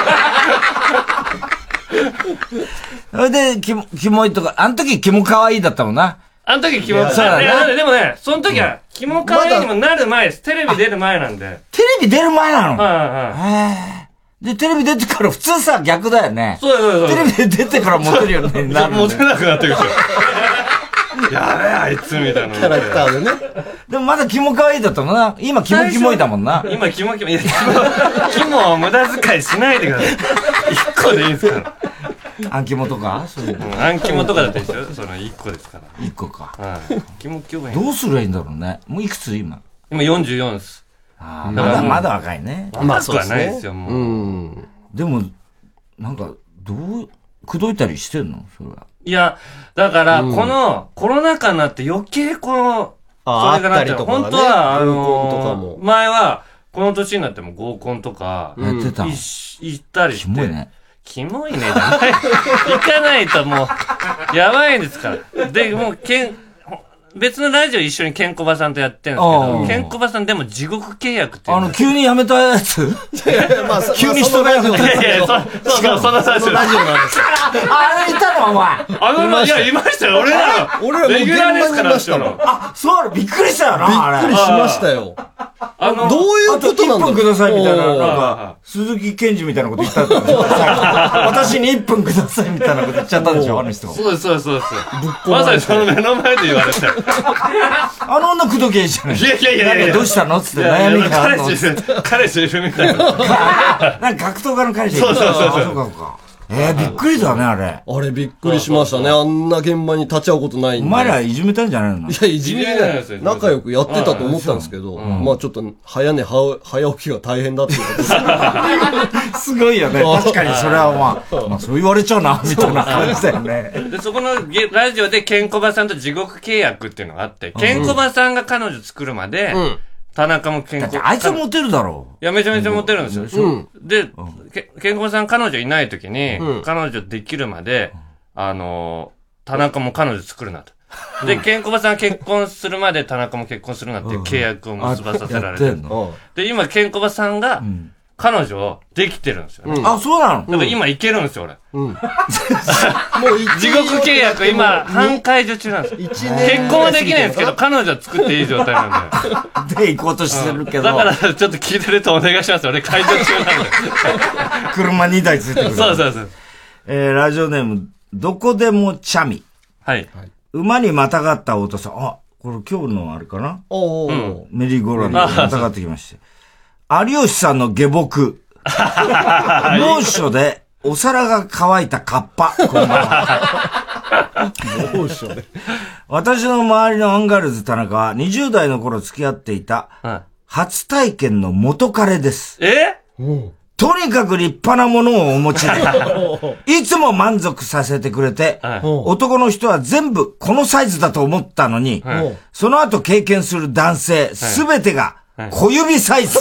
Speaker 3: それで、キモ、キモいとか、あの時キモ可愛いだったもんな。
Speaker 4: あの時キモ可愛い。そうだね。でもね、その時は、キモ可愛いにもなる前です。テレビ出る前なんで。
Speaker 3: テレビ出る前なの？
Speaker 4: はいはい。
Speaker 3: で、テレビ出てから普通さ、逆だよね。
Speaker 4: そうそうそう。
Speaker 3: テレビで出てからモテるよね。
Speaker 4: モテなくなってくる。やべえ、あいつみたいな。
Speaker 5: キャラクターでね。
Speaker 3: でもまだキモ可愛いだったもんな。今キモキモいだもんな。
Speaker 4: 今キモキモ、いや、キモ、キモは無駄遣いしないでください。一個でいいですから。
Speaker 3: アンキモとかそういう
Speaker 4: の。アンキモとかだったでしょその一個ですから。
Speaker 3: 一個か。
Speaker 4: はい。キモキモ
Speaker 3: どうすりゃいいんだろうね。もういくつ今？
Speaker 4: 今よんじゅうよんです。
Speaker 3: ああ、まだまだ若いね。
Speaker 4: まあそうはないですよ、もう。
Speaker 3: うん。でも、なんか、どう、口説いたりしてんのそれは。
Speaker 4: いや、だから、この、コロナ禍になって余計この、
Speaker 5: そ
Speaker 4: れがなって、本当は、あの、前は、この年になっても合コンとか、
Speaker 3: やってた。
Speaker 4: 行ったりして。
Speaker 3: キモいね。
Speaker 4: キモいね。行かないともう、やばいんですから。で、もう、けん、別のラジオ一緒にケンコバさんとやってるんですけど、ケンコバさんでも地獄契約っていう。
Speaker 3: あの、急に辞めたやつ
Speaker 5: まあ、
Speaker 3: 急に人が辞めたやつ。
Speaker 4: いやいや、そう、そう、そのラジオなんですよ。
Speaker 3: あれいたのお前。
Speaker 4: あの、いや、いましたよ。俺ら、
Speaker 5: 俺らも
Speaker 4: レギュラーですから、
Speaker 5: したの。
Speaker 3: あ、そうなのびっくりしたよな、
Speaker 5: びっくりしましたよ。
Speaker 3: あの、どういうことなんだろう。いっぷんくださいみたいな、なんか、鈴木健二みたいなこと言ったんでしょ私にいっぷんくださいみたいなこと言っちゃったんでしょあの人。
Speaker 4: そうです、そうです、そうです。まさにその目の前で言われて。
Speaker 3: あの女口説けじゃない。
Speaker 4: いやいやいやいや。
Speaker 3: どうしたのつって悩みがあるの。
Speaker 4: 彼氏いるみたいな。
Speaker 3: なんか格闘家の彼氏いる。
Speaker 4: そうそうそう。
Speaker 3: そうかそうか。えー、びっくりだね、あれ。
Speaker 5: あれびっくりしましたね。あんな現場に立ち会うことないんで。
Speaker 3: お前らいじめたんじゃないの？
Speaker 5: いや、いじめない。仲良くやってたと思ったんですけど、まあちょっと、早寝早起きが大変だっていうこと
Speaker 3: すごいよね。確かにそれはまあ、まあそう言われちゃうな、みたいな感じだよね。
Speaker 4: で、そこのラジオでケンコバさんと地獄契約っていうのがあって、ケンコバさんが彼女作るまで、田中もケンコバ。
Speaker 3: あいつモテるだろ
Speaker 4: う。いや、めちゃめちゃモテるんですよ。うん、で、ケンコバさん彼女いない時に、うん、彼女できるまで、あのー、田中も彼女作るなと。で、ケンコバさん結婚するまで田中も結婚するなっていう契約を結ばさせられてる。で、今、ケンコバさんが、彼女できてるんですよね。
Speaker 3: あ、そうなの？
Speaker 4: だから今いけるんですよ、俺。もう地獄契約今、半解除中なんですよ。結婚はできないんですけど、彼女は作っていい状態なん
Speaker 3: で。で、行こうとしてるけど。
Speaker 4: だから、ちょっと聞いてるとお願いします。俺解除中なんで。
Speaker 3: 車にだいついてくる。
Speaker 4: そうそうそう。
Speaker 3: えー、ラジオネーム、どこでもチャミ。
Speaker 4: はい。
Speaker 3: 馬にまたがった太田さん。あ、これ今日のあれかな？
Speaker 5: おー。
Speaker 3: メリーゴーランドにまたがってきまして。有吉さんの下僕。猛暑でお皿が乾いたカッパ。こんばんは。
Speaker 5: 猛暑で。
Speaker 3: 私の周りのアンガールズ田中はにじゅう代の頃付き合っていた初体験の元彼です。
Speaker 4: え？
Speaker 3: とにかく立派なものをお持ちで、いつも満足させてくれて、男の人は全部このサイズだと思ったのに、その後経験する男性すべてが小指サイズ。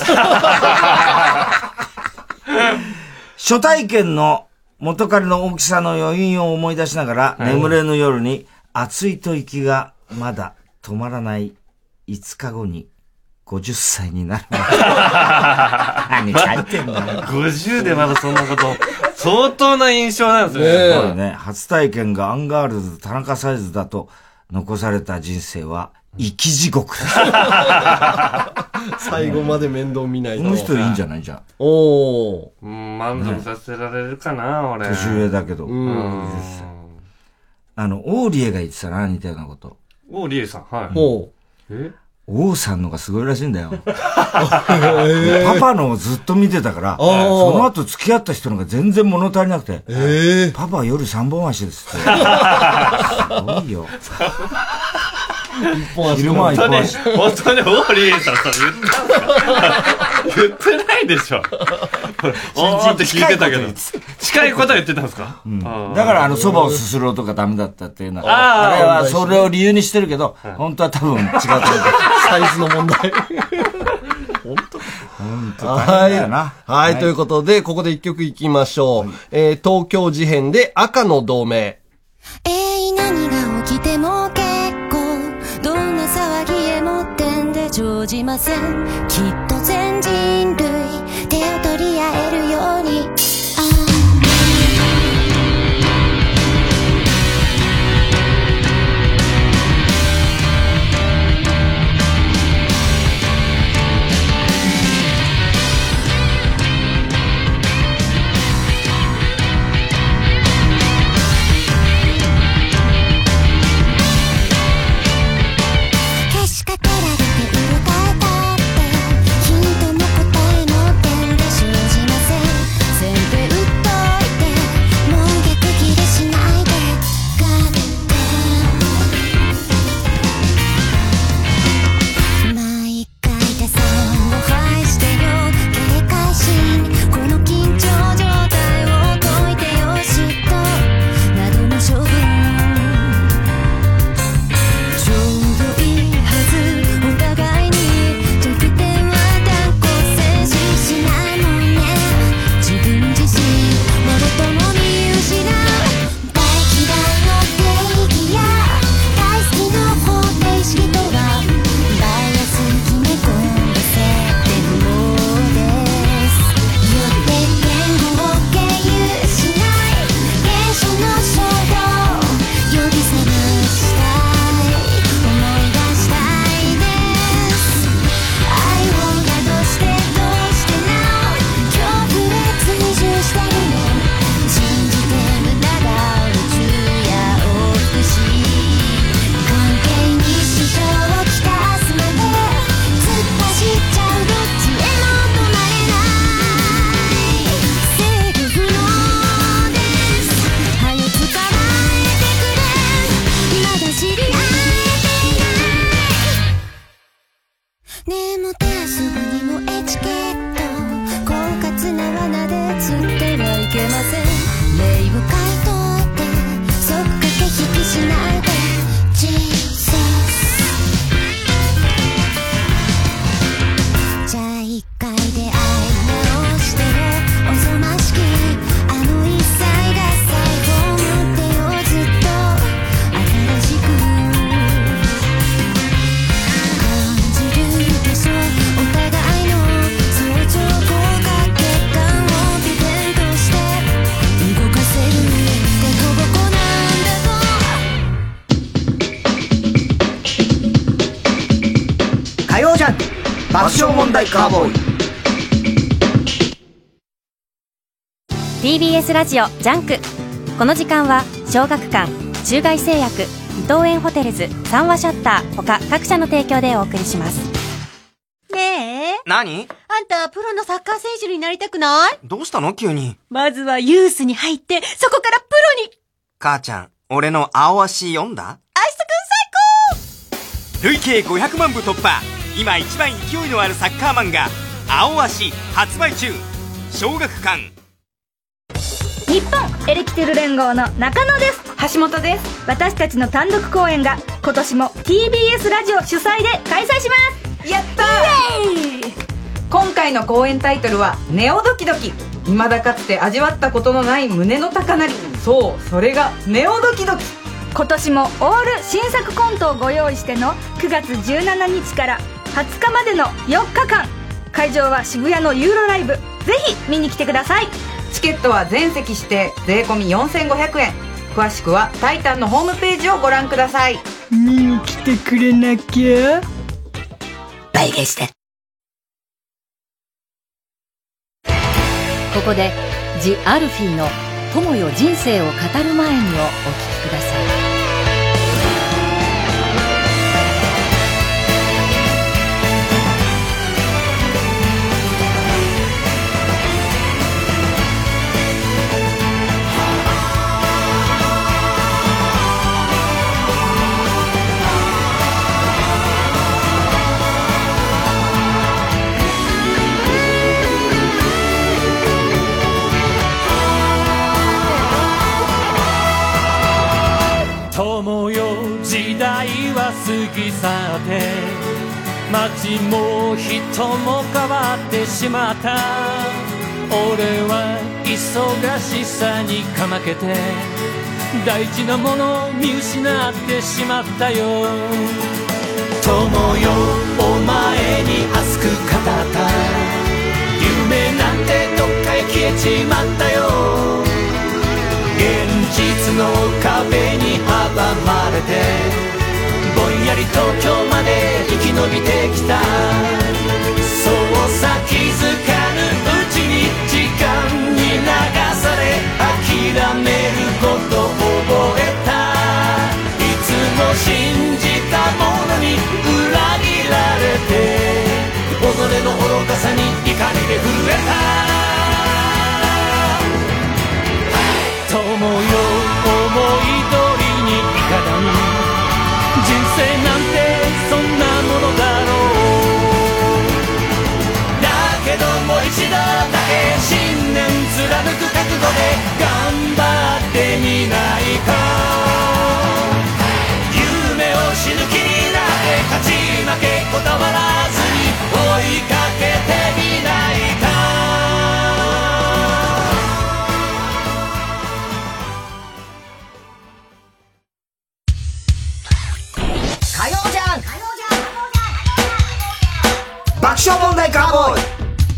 Speaker 3: 初体験の元彼の大きさの余韻を思い出しながら、眠れぬ夜に熱い吐息がまだ止まらないいつかごにごじゅっさいになる。何書いてんの？
Speaker 4: ごじゅうでまだそんなこと相当な印象なんですね。
Speaker 3: そうだね。初体験がアンガールズ田中サイズだと残された人生は生き地獄だ。
Speaker 5: 最後まで面倒見ないと。
Speaker 3: この人いいんじゃないじゃん。
Speaker 5: おー。
Speaker 4: うん、満足させられるかな、俺。
Speaker 3: 年上だけど。うん。あの、オーリエが言ってたな、似たようなこと。
Speaker 4: オーリエさん、はい。
Speaker 3: お
Speaker 4: え
Speaker 3: 王さんのがすごいらしいんだよ。パパのをずっと見てたから、その後付き合った人のが全然物足りなくて、えー、パパは夜三本足ですって。すごいよ。
Speaker 5: 一本足。
Speaker 3: 昼間は一本足。
Speaker 4: 本当にオーリエさんそれ言ったんですか？言ってないでしょ。おーって聞いてたけど。近いことは言ってたんですか？
Speaker 3: うん、だからあの蕎麦をすする音がダメだったっていうのは、
Speaker 4: あ
Speaker 3: あれはそれを理由にしてるけど、本当は多分違ってる。
Speaker 5: サイズの問題。本当
Speaker 3: 本当大変だよな。
Speaker 5: はい。はい。ということで、ここで一曲いきましょう。はい、えー、東京事変で赤の同盟。
Speaker 16: えい、何が起きても結構、どんな騒ぎへも点で生じません。きっと全人類、手を取り合えるように。
Speaker 14: 爆笑問題カーボーイ。
Speaker 6: ティービーエス ラジオジャンク。この時間は小学館、中外製薬、伊東園ホテルズ、三話シャッター他各社の提供でお送りします。
Speaker 2: ねえ、
Speaker 8: 何？
Speaker 2: あんたプロのサッカー選手になりたくない？
Speaker 8: どうしたの急に。
Speaker 2: まずはユースに入ってそこからプロに。
Speaker 8: 母ちゃん、俺の青足読んだ？
Speaker 2: アイスくん最高。
Speaker 8: 累計ごひゃくまんぶ突破、今一番勢いのあるサッカー漫画青足発売中。小学館。
Speaker 23: 日本エレキテル連合の中野です。
Speaker 24: 橋本です。
Speaker 23: 私たちの単独公演が今年も ティービーエス ラジオ主催で開催します。
Speaker 24: やったー。今回の公演タイトルはネオドキドキ。未だかつて味わったことのない胸の高鳴り、そうそれがネオドキドキ。
Speaker 23: 今年もオール新作コントをご用意してのくがつじゅうしちにちからはつかまでのよっかかん、会場は渋谷のユーロライブ。ぜひ見に来てください。チ
Speaker 24: チケットは全席指定税込みよんせんごひゃくえん。詳しくはタイタンのホームページをご覧ください。
Speaker 23: 見に来てくれなきゃ。
Speaker 14: 倍返して。
Speaker 15: ここでジ・アルフィーの友よ人生を語る前にをお聞きください。
Speaker 7: 友よ時代は過ぎ去って街も人も変わってしまった。俺は忙しさにかまけて大事なものを見失ってしまったよ。友よお前に熱く語った夢なんてどっかへ消えちまったよ。現実の壁に阻まれてぼんやり東京まで生き延びてきた。そうさ気づかぬうちに時間に流され諦めること覚えた。いつも信じたものに裏切られて己の愚かさに怒りで震えた。友よ思い通りにいかない人生なんてそんなものだろう。だけどもう一度だけ信念貫く覚悟で頑張ってみないか。夢を死ぬ気になって勝ち負けこだわらずに追いかけてみないか。
Speaker 3: 爆笑問題カーボーイ。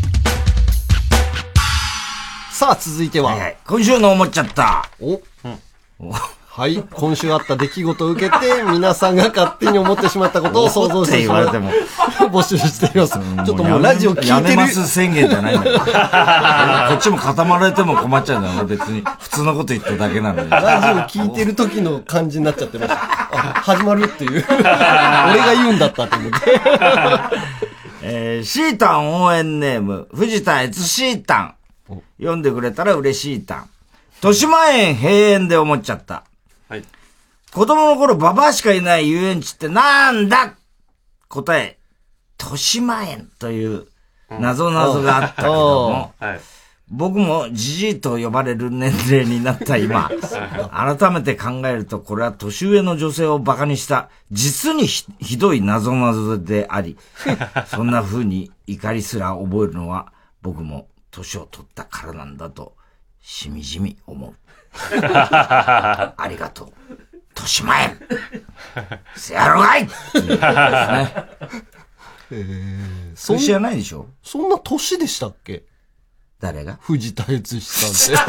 Speaker 5: さあ、続いては。はいはい、
Speaker 3: 今週の思っちゃった。
Speaker 5: お、うん、はい。今週あった出来事を受けて、皆さんが勝手に思ってしまったことを想像してしまう。って言われても。募集しています。ちょっともうラジオ聞いてる。
Speaker 3: やめます宣言じゃないんだよ。こっちも固まられても困っちゃうんだよ。別に。普通のこと言っただけなのに。
Speaker 5: ラジオ聞いてる時の感じになっちゃってました。始まるっていう。俺が言うんだったって思って。
Speaker 3: えー、シータン応援ネーム、藤田悦シータン。読んでくれたら嬉しいタン。豊島園閉園で思っちゃった。はい。子供の頃ババアしかいない遊園地ってなんだ答え、豊島園という謎々があったけども、うんはい、僕もジジイと呼ばれる年齢になった今、改めて考えるとこれは年上の女性をバカにした実に ひ, ひどい謎々であり、そんな風に怒りすら覚えるのは僕も年を取ったからなんだとしみじみ思う。ありがとう。豊島園せやろがいっていうことですね。
Speaker 5: えー、
Speaker 3: そん知らないでしょ？
Speaker 5: そんな年でしたっけ？
Speaker 3: 誰が？
Speaker 5: 藤田悦さんって。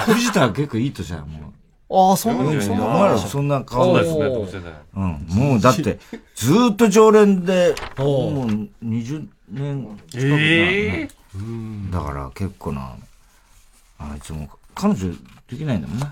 Speaker 3: 藤田は結構いい年だよ、も
Speaker 5: う。ああ、そんな、
Speaker 3: そんな、お前らそんな顔ですね、どうせだよ。うん。もうだって、ずーっと常連で、もうにじゅうねん近くなるね。えー、だから結構な、あいつも、彼女できないんだもんな。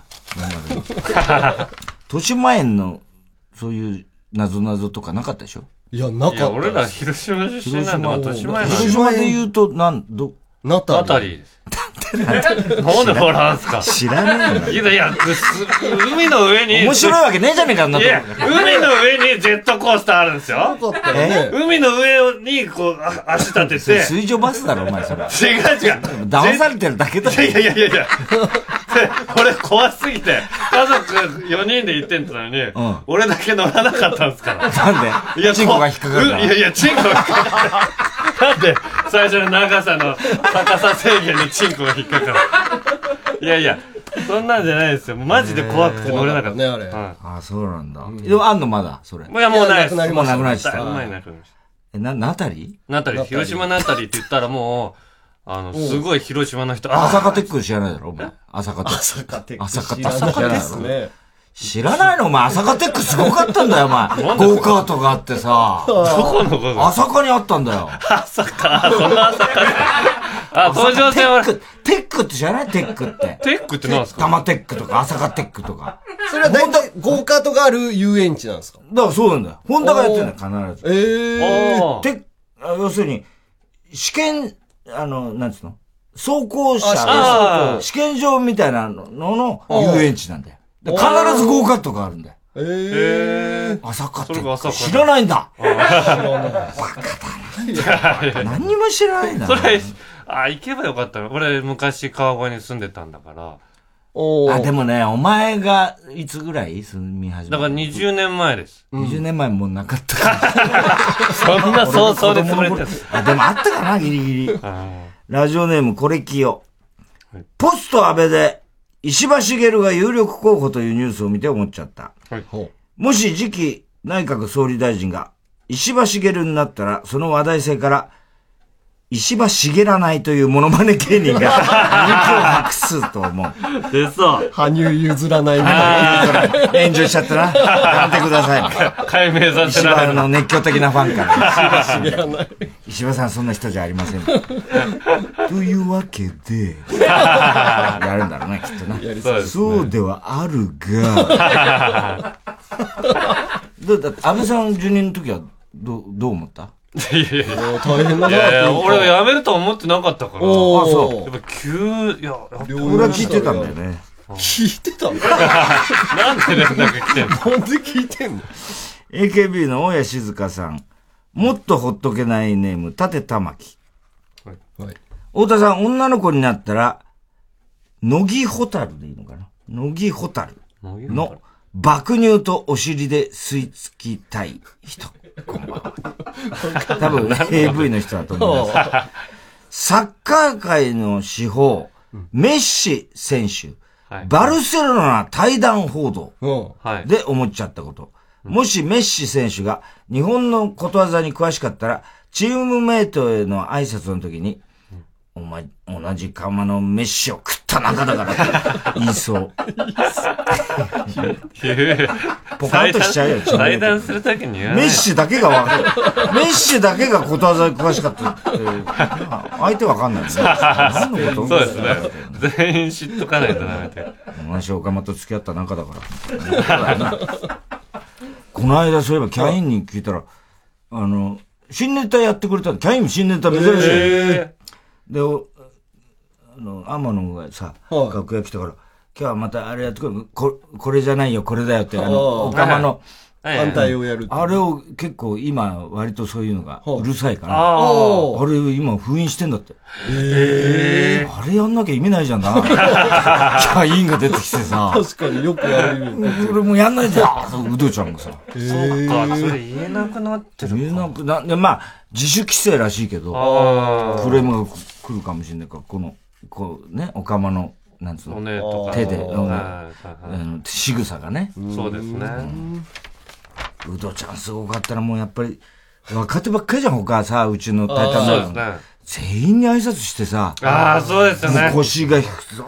Speaker 3: 豊島園の、そういう謎々とかなかったでしょ？
Speaker 5: いや、なかった。いや、
Speaker 4: 俺ら広島出身なんだから、豊島園
Speaker 3: 広島で言うと、なん、ど、
Speaker 5: ナタリー。
Speaker 4: ナタリーです。なんで笑うんすか？
Speaker 3: 知らねえの。
Speaker 4: いやいや、海の上に。
Speaker 3: 面白いわけねえじゃねえか、
Speaker 4: いや、海の上にジェットコースターあるんですよ。
Speaker 3: え
Speaker 4: 海の上に、こう、足立てて。
Speaker 3: 水上バスだろ、お前、それ。
Speaker 4: 違う違う。
Speaker 3: 騙されてるだけだろ。
Speaker 4: いやいやいやいや。これ怖すぎて、家族よにんで行ってんのに、うん、俺だけ乗らなかったんですから。
Speaker 3: なんで？いや、チンコが引っかかるから。
Speaker 4: いやいや、チンコが引っかかる。なんで、最初の長さの高さ制限にチンコが引っかかる。いやいや、そんなんじゃないですよ。マジで怖くて乗れなかった。
Speaker 5: ね、あれ。
Speaker 3: ああ、そうなんだ。でも、あんのまだ、それ。
Speaker 4: いや、もうないです。
Speaker 3: もうなくなっちゃった。
Speaker 4: 前になくなりました。
Speaker 3: え、な、ナタリー？
Speaker 4: ナタリー。広島ナタリーって言ったらもう、 あの、すごい広島の人。
Speaker 3: 朝霞テック知らないだろ、お前。朝霞テック。
Speaker 5: 朝霞テック。
Speaker 3: 朝霞
Speaker 5: テック。知らないですね。
Speaker 3: 知らないのお前、朝霞テックすごかったんだよ、お前。ゴーカートがあってさ。
Speaker 4: どこのこと
Speaker 3: 朝霞にあったんだよ。
Speaker 4: 朝霞、その朝霞。あ、東上線は。
Speaker 3: テック、テックって知らないテックって。
Speaker 4: テックって何ですか？
Speaker 3: 玉テックとか、朝霞テックとか。
Speaker 5: それは大体、ゴーカートがある遊園地なんですか？
Speaker 3: だからそうなんだよ。ホンダがやってるんだよ、必ず。
Speaker 5: え
Speaker 3: えー。テッ要するに、試験、あの、なんつうの走行車、試験場みたいなのの遊園地なんだよ。必ずゴーカートがあるんだよ。
Speaker 5: え
Speaker 3: ー。朝霞って
Speaker 4: それが朝霞
Speaker 3: 知らないんだ。
Speaker 5: 知らない。バカ
Speaker 3: だな。何にも知らないんだ。
Speaker 4: それ、あ、行けばよかったの。俺、昔川越に住んでたんだから。
Speaker 3: あ、でもね、お前が、いつぐらい住み始めた？
Speaker 4: だからにじゅうねんまえです。
Speaker 3: にじゅうねんまえもうなかったから。
Speaker 4: そんな早々で潰れてる。
Speaker 3: あ、でもあったかな、ギリギリ。ラジオネーム、これきよ。ポスト安倍で、石破茂が有力候補というニュースを見て思っちゃった。
Speaker 4: はい、
Speaker 3: もし次期内閣総理大臣が石破茂になったら、その話題性から、石破茂らないというモノマネ芸人が人気を博すと思う。
Speaker 4: でさ、
Speaker 5: 羽生譲らないみたいな。
Speaker 3: 炎上しちゃったな。やめてください。
Speaker 4: 解明させ
Speaker 3: 石
Speaker 4: られる。
Speaker 3: 破の熱狂的なファンから。
Speaker 5: 石破茂らない。
Speaker 3: 石破さんそんな人じゃありません。というわけで、やるんだろうね、きっとな。
Speaker 5: やり
Speaker 3: そうですね。そうではあるが、どうだって安倍さん受任の時はどう、どう思った？
Speaker 4: いやいやいや、
Speaker 5: 大変だな。
Speaker 4: いやいや、俺は辞めると思ってなかったから。あ、
Speaker 3: そう。
Speaker 4: やっぱ急、いや、
Speaker 3: 俺は聞いてたんだよね。
Speaker 5: 聞いてたの？
Speaker 4: なんで連絡来てんの？
Speaker 5: なんで聞いてんの？
Speaker 3: エーケービー の大谷静香さん。もっとほっとけないネーム、立玉木。
Speaker 5: はい。はい。
Speaker 3: 太田さん、女の子になったら、乃木ホタルでいいのかな？乃木ホタルの爆乳とお尻で吸い付きたい人。こんばんは。多分 エーブイ の人だと思います。サッカー界の至宝、メッシ選手、はい、バルセロナ対談報道で思っちゃったこと。もしメッシ選手が日本のことわざに詳しかったら、チームメイトへの挨拶の時に、お前、同じ釜のメッシを食った仲だからって言いそう。ポカンとしちゃうよ、
Speaker 4: 対談するときに言わない。
Speaker 3: メッシだけがわかる。メッシだけがことわざに詳しかったって、相手わかんないですね。何のこと？
Speaker 4: そうですね。全員知っとかないとダメで。
Speaker 3: 同じお釜と付き合った仲だから。この間そういえばキャインに聞いたら、あの、新ネタやってくれた。キャイン新ネタ珍しい。えーで、あの、天野がさ、はい、楽屋来たから、今日はまたあれやってくる。こ、これじゃないよ、これだよって、あの、おかまの、
Speaker 5: 反対をやる。
Speaker 3: あれを結構今、割とそういうのがうるさいから、
Speaker 5: あ
Speaker 3: あれ今封印してんだって。
Speaker 5: え
Speaker 3: ー、あれやんなきゃ意味ないじゃんな。キャインが出てきてさ。
Speaker 5: 確かによくやるよ。
Speaker 3: 俺もやんないじゃん。うどちゃんがさ。
Speaker 4: えー、そうか、それ言えなくなってる。
Speaker 3: 言えなくな、で、まあ、自主規制らしいけど、クレームが来るかもしれないから、この、こうね、おかまの、なんつうの、手で、仕草がね。
Speaker 4: そうですね。
Speaker 3: うどちゃんすごかったらもうやっぱり、若手ばっかりじゃん、他さ、うちのタイタンの。
Speaker 4: そうですね。
Speaker 3: 全員に挨拶してさ。
Speaker 4: ああ、そうですよね。
Speaker 3: 腰が低くて、ずー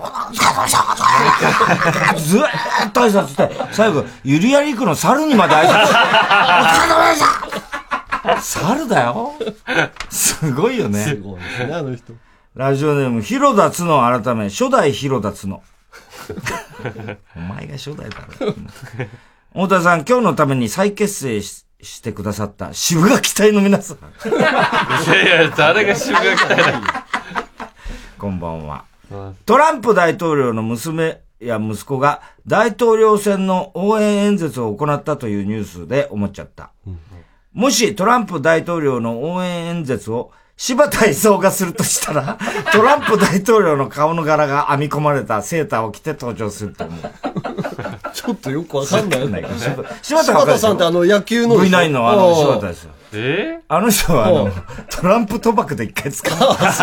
Speaker 3: っと挨拶して、最後、ゆりやりくの猿にまで挨拶して、お疲れ様でした猿だよ。すごいよね。
Speaker 5: すごいですね、あの人。
Speaker 3: ラジオネーム、広田つの改め、初代広田つの。お前が初代だろ。太田さん、今日のために再結成ししてくださった渋垣隊の皆さん。
Speaker 4: いやいや、誰が渋垣隊だ。
Speaker 3: こんばんは。トランプ大統領の娘や息子が大統領選の応援演説を行ったというニュースで思っちゃった。もしトランプ大統領の応援演説を柴田勲がするとしたら、トランプ大統領の顔の柄が編み込まれたセーターを着て登場すると思う。
Speaker 5: ちょっとよくわかんない。
Speaker 3: 柴田
Speaker 5: 柴田さんってあの野球の
Speaker 3: ブイナイン のあの柴田ですよ。
Speaker 4: え
Speaker 3: あの人はあの、トランプ賭博で一回使った。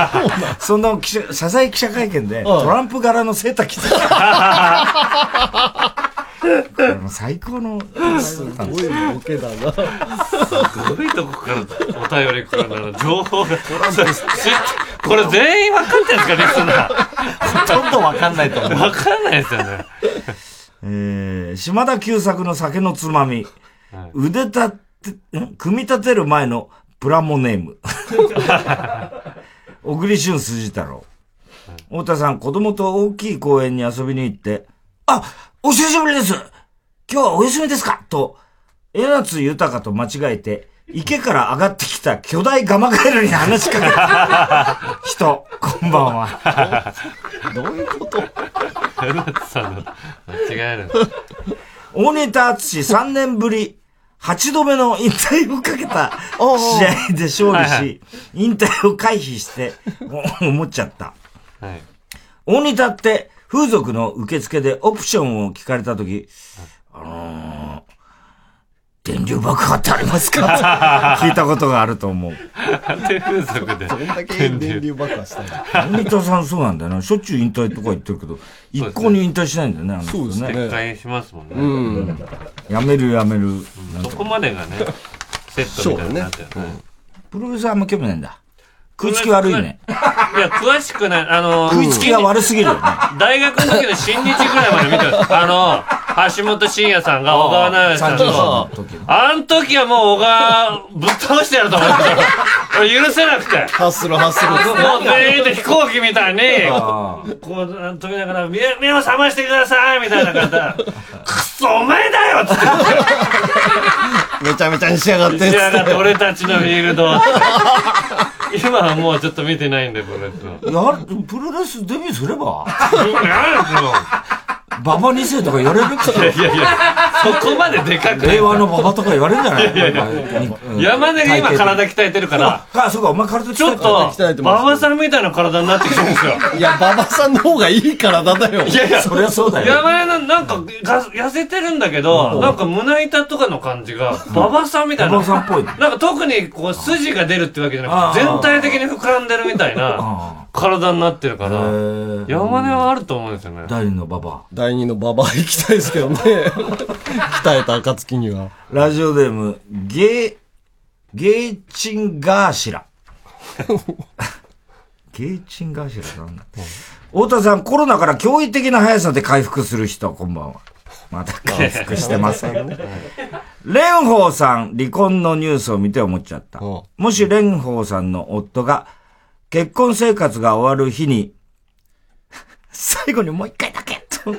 Speaker 3: そんな記者、謝罪記者会見で、トランプ柄のセーター着てた。 これも最高の
Speaker 5: すごいボケだな。
Speaker 4: すごいとこからお便り来るんだな。情報が。これ全員分かってるんですか、リスナー。
Speaker 3: ほとんど分かんないと思う。
Speaker 4: 分かんないですよね。
Speaker 3: えー、島田久作の酒のつまみ。はい、腕立て、ん組み立てる前のプラモネーム。小栗旬筋太郎。太田さん、子供と大きい公園に遊びに行って、あ、お久しぶりです。今日はお休みですかと、江夏豊と間違えて、池から上がってきた巨大ガマガエルに話しかけた人、こんばんは。
Speaker 5: どういうこと？
Speaker 4: 江夏さんの間違える。
Speaker 3: 大仁田敦さんねんぶり、はちどめの引退をかけた試合で勝利し、はいはい、引退を回避して、思っちゃった。はい、大仁田って風俗の受付でオプションを聞かれたとき、あのー、電流爆破ってありますか聞いたことがあると思う。
Speaker 4: なんで風俗で
Speaker 5: どんだけ電流爆破したの？
Speaker 3: 大仁田さんそうなんだよな。しょっちゅう引退とか言ってるけど、一向に引退しないんだよね、あの人ね。
Speaker 5: そうですね。
Speaker 4: 撤回しますもんね。
Speaker 3: うん。やめるやめる。
Speaker 4: そこまでがね、セットみたいになってるね。
Speaker 3: プロレスはあんま興味ないんだ。食いつき悪いね。
Speaker 4: いや、詳しくない。あのー、
Speaker 3: 食いつきが悪すぎるよね。
Speaker 4: 大学の時の新日ぐらいまで見てる。あのー、橋本真也さんが小川直也さんと、あの時はもう小川ぶっ倒してやると思ったから、許せなくて。
Speaker 5: ハッスルハッスル。
Speaker 4: もう全員で飛行機みたいに、こう、飛びながら、目目を覚ましてくださいみたいな感じで、くそ、お前だよっつって。
Speaker 5: めちゃめちゃに仕上がって。
Speaker 4: 仕上がって、俺たちのフィールド。今はもうちょっと見てないんで、プロレス
Speaker 3: は。や、プロレスデビューすればババに世とか言われるって。
Speaker 4: いやいやいや、そこまででかく
Speaker 3: 令和のババとか言われるんじゃない？いやいや
Speaker 4: いや、山根が今体鍛えてるから。
Speaker 3: あ、そうか、お前体鍛えてる。
Speaker 4: ちょっと、ババさんみたいな体になってきてるんですよ。
Speaker 5: いや、ババさんの方がいい体だよ。
Speaker 4: いやいや、
Speaker 3: そりゃそうだよ。
Speaker 4: 山根のなんか、痩せてるんだけど、なんか胸板とかの感じが、ババさんみたいな。
Speaker 3: ババさんっぽい。
Speaker 4: なんか特にこう、筋が出るってわけじゃなくて、全体的に膨らんでるみたいな。体になってるから、山根はあると思うんですよね。
Speaker 3: 第二のババ。
Speaker 5: 第二のババ行きたいですけどね。鍛えた暁には。
Speaker 3: ラジオネーム、ゲー、ゲーチンガーシラ。ゲーチンガーシラなんだ。太田さん、コロナから驚異的な速さで回復する人、こんばんは。また回復してますね。蓮舫さん、離婚のニュースを見て思っちゃった。もし蓮舫さんの夫が、結婚生活が終わる日に、最後にもう一回だけと、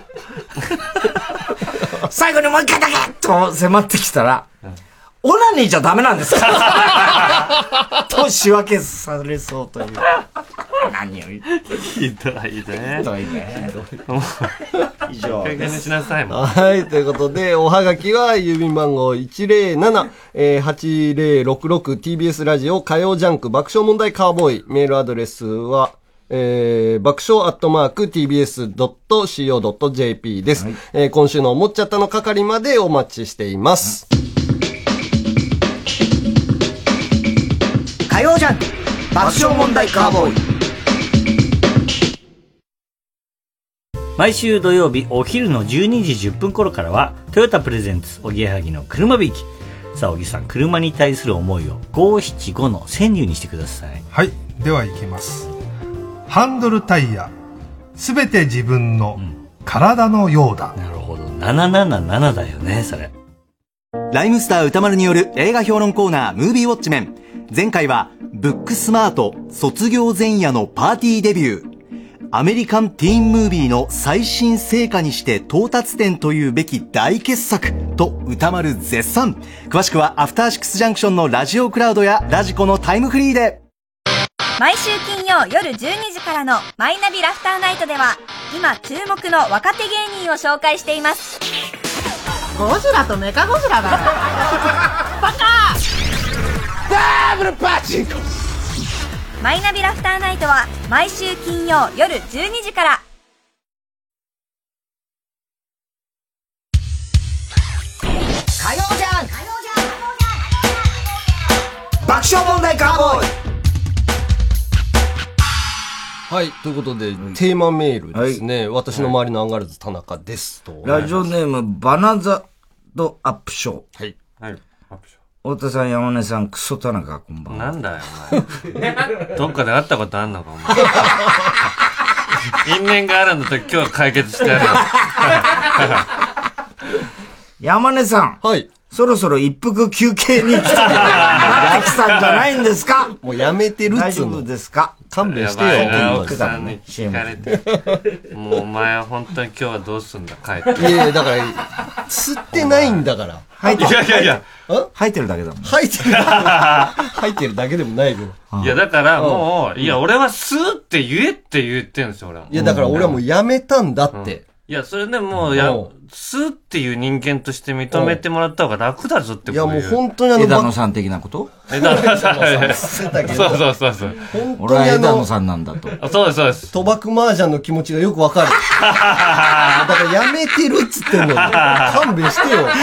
Speaker 3: 最後にもう一回だけと迫ってきたら、オナニーじゃダメなんですかと仕分けされそうという。何を言って。
Speaker 4: ひどいね。
Speaker 3: ひどいね。以上。
Speaker 4: 経験しなさいもん。
Speaker 5: はい、ということで、おはがきは郵便番号 いちゼロなな、えー、はちゼロろくろく ティービーエス ラジオ火曜ジャンク爆笑問題カーボーイ。メールアドレスは、えー、爆笑アットマーク ティービーエスドットシーオードットジェーピー です。はい、えー、今週の思っちゃったの係までお待ちしています。
Speaker 14: 火曜ジャンク爆笑問題カーボーイ。
Speaker 9: 毎週土曜日お昼のじゅうにじじゅっぷん頃からはトヨタプレゼンツおぎやはぎの車びいき。さあ小木さん、車に対する思いをごーななごの川柳にしてください。
Speaker 10: はい、ではいきます。ハンドルタイヤすべて自分の体のようだ、
Speaker 9: うん、なるほど。なななななだよね、それ。
Speaker 11: ライムスター歌丸による映画評論コーナームービーウォッチメン。前回はブックスマート卒業前夜のパーティーデビュー、アメリカンティーンムービーの最新成果にして到達点というべき大傑作と歌丸絶賛。詳しくはアフターシックスジャンクションのラジオクラウドやラジコのタイムフリーで。
Speaker 23: 毎週金曜夜じゅうにじからのマイナビラフターナイトでは今注目の若手芸人を紹介しています。
Speaker 12: ゴジラとメカゴジラだバカダブルパチンコ。
Speaker 23: マイナビラフターナイトは毎週金曜夜じゅうにじから。
Speaker 14: 火曜じゃん爆笑問題カーボーイ。
Speaker 5: はい、ということで、テーマメールですね。私の周りのアンガールズ田中ですと。
Speaker 3: ラジオネーム、バナザドアップショー。
Speaker 5: はい。
Speaker 4: はい。アップショ
Speaker 3: ー。太田さん、山根さん、クソ田中、こんばんは。
Speaker 4: なんだよ、お前。どっかで会ったことあんのか、お前。因縁があるんだと今日は解決してやるよ。
Speaker 3: 山根さん。
Speaker 5: はい。
Speaker 3: そろそろ一服休憩に来て、やきさんじゃないんですか？
Speaker 5: もうやめてるっつうの。
Speaker 3: 大丈夫ですか？
Speaker 5: 勘弁してよ。
Speaker 4: やばいな、奥さんに聞かれて。もうお前は本当に今日はどうすんだ、帰って。
Speaker 5: いやいや、だから、吸ってないんだから。
Speaker 3: 吐いてる。
Speaker 4: いやいやいや。
Speaker 3: 吐いてるだけだもん。
Speaker 5: 吐いてる。吐いてるだけでもないけど。
Speaker 4: いや、だからもう、いや、俺は吸うって言えって言ってるんですよ、俺は。
Speaker 5: いや、だから俺はもうやめたんだって。
Speaker 4: いや、それでもう、や、吸うっていう人間として認めてもらった方が楽だぞってこと。
Speaker 5: いや、もう本当にあの、
Speaker 3: 枝野さん的なこと？
Speaker 4: 枝野さん。そうそうそうそう。
Speaker 3: 俺は枝野さんなんだと。
Speaker 4: そうです、そうです。
Speaker 5: 賭博麻雀の気持ちがよくわかる。だからやめてるっつってんのに。勘弁してよ。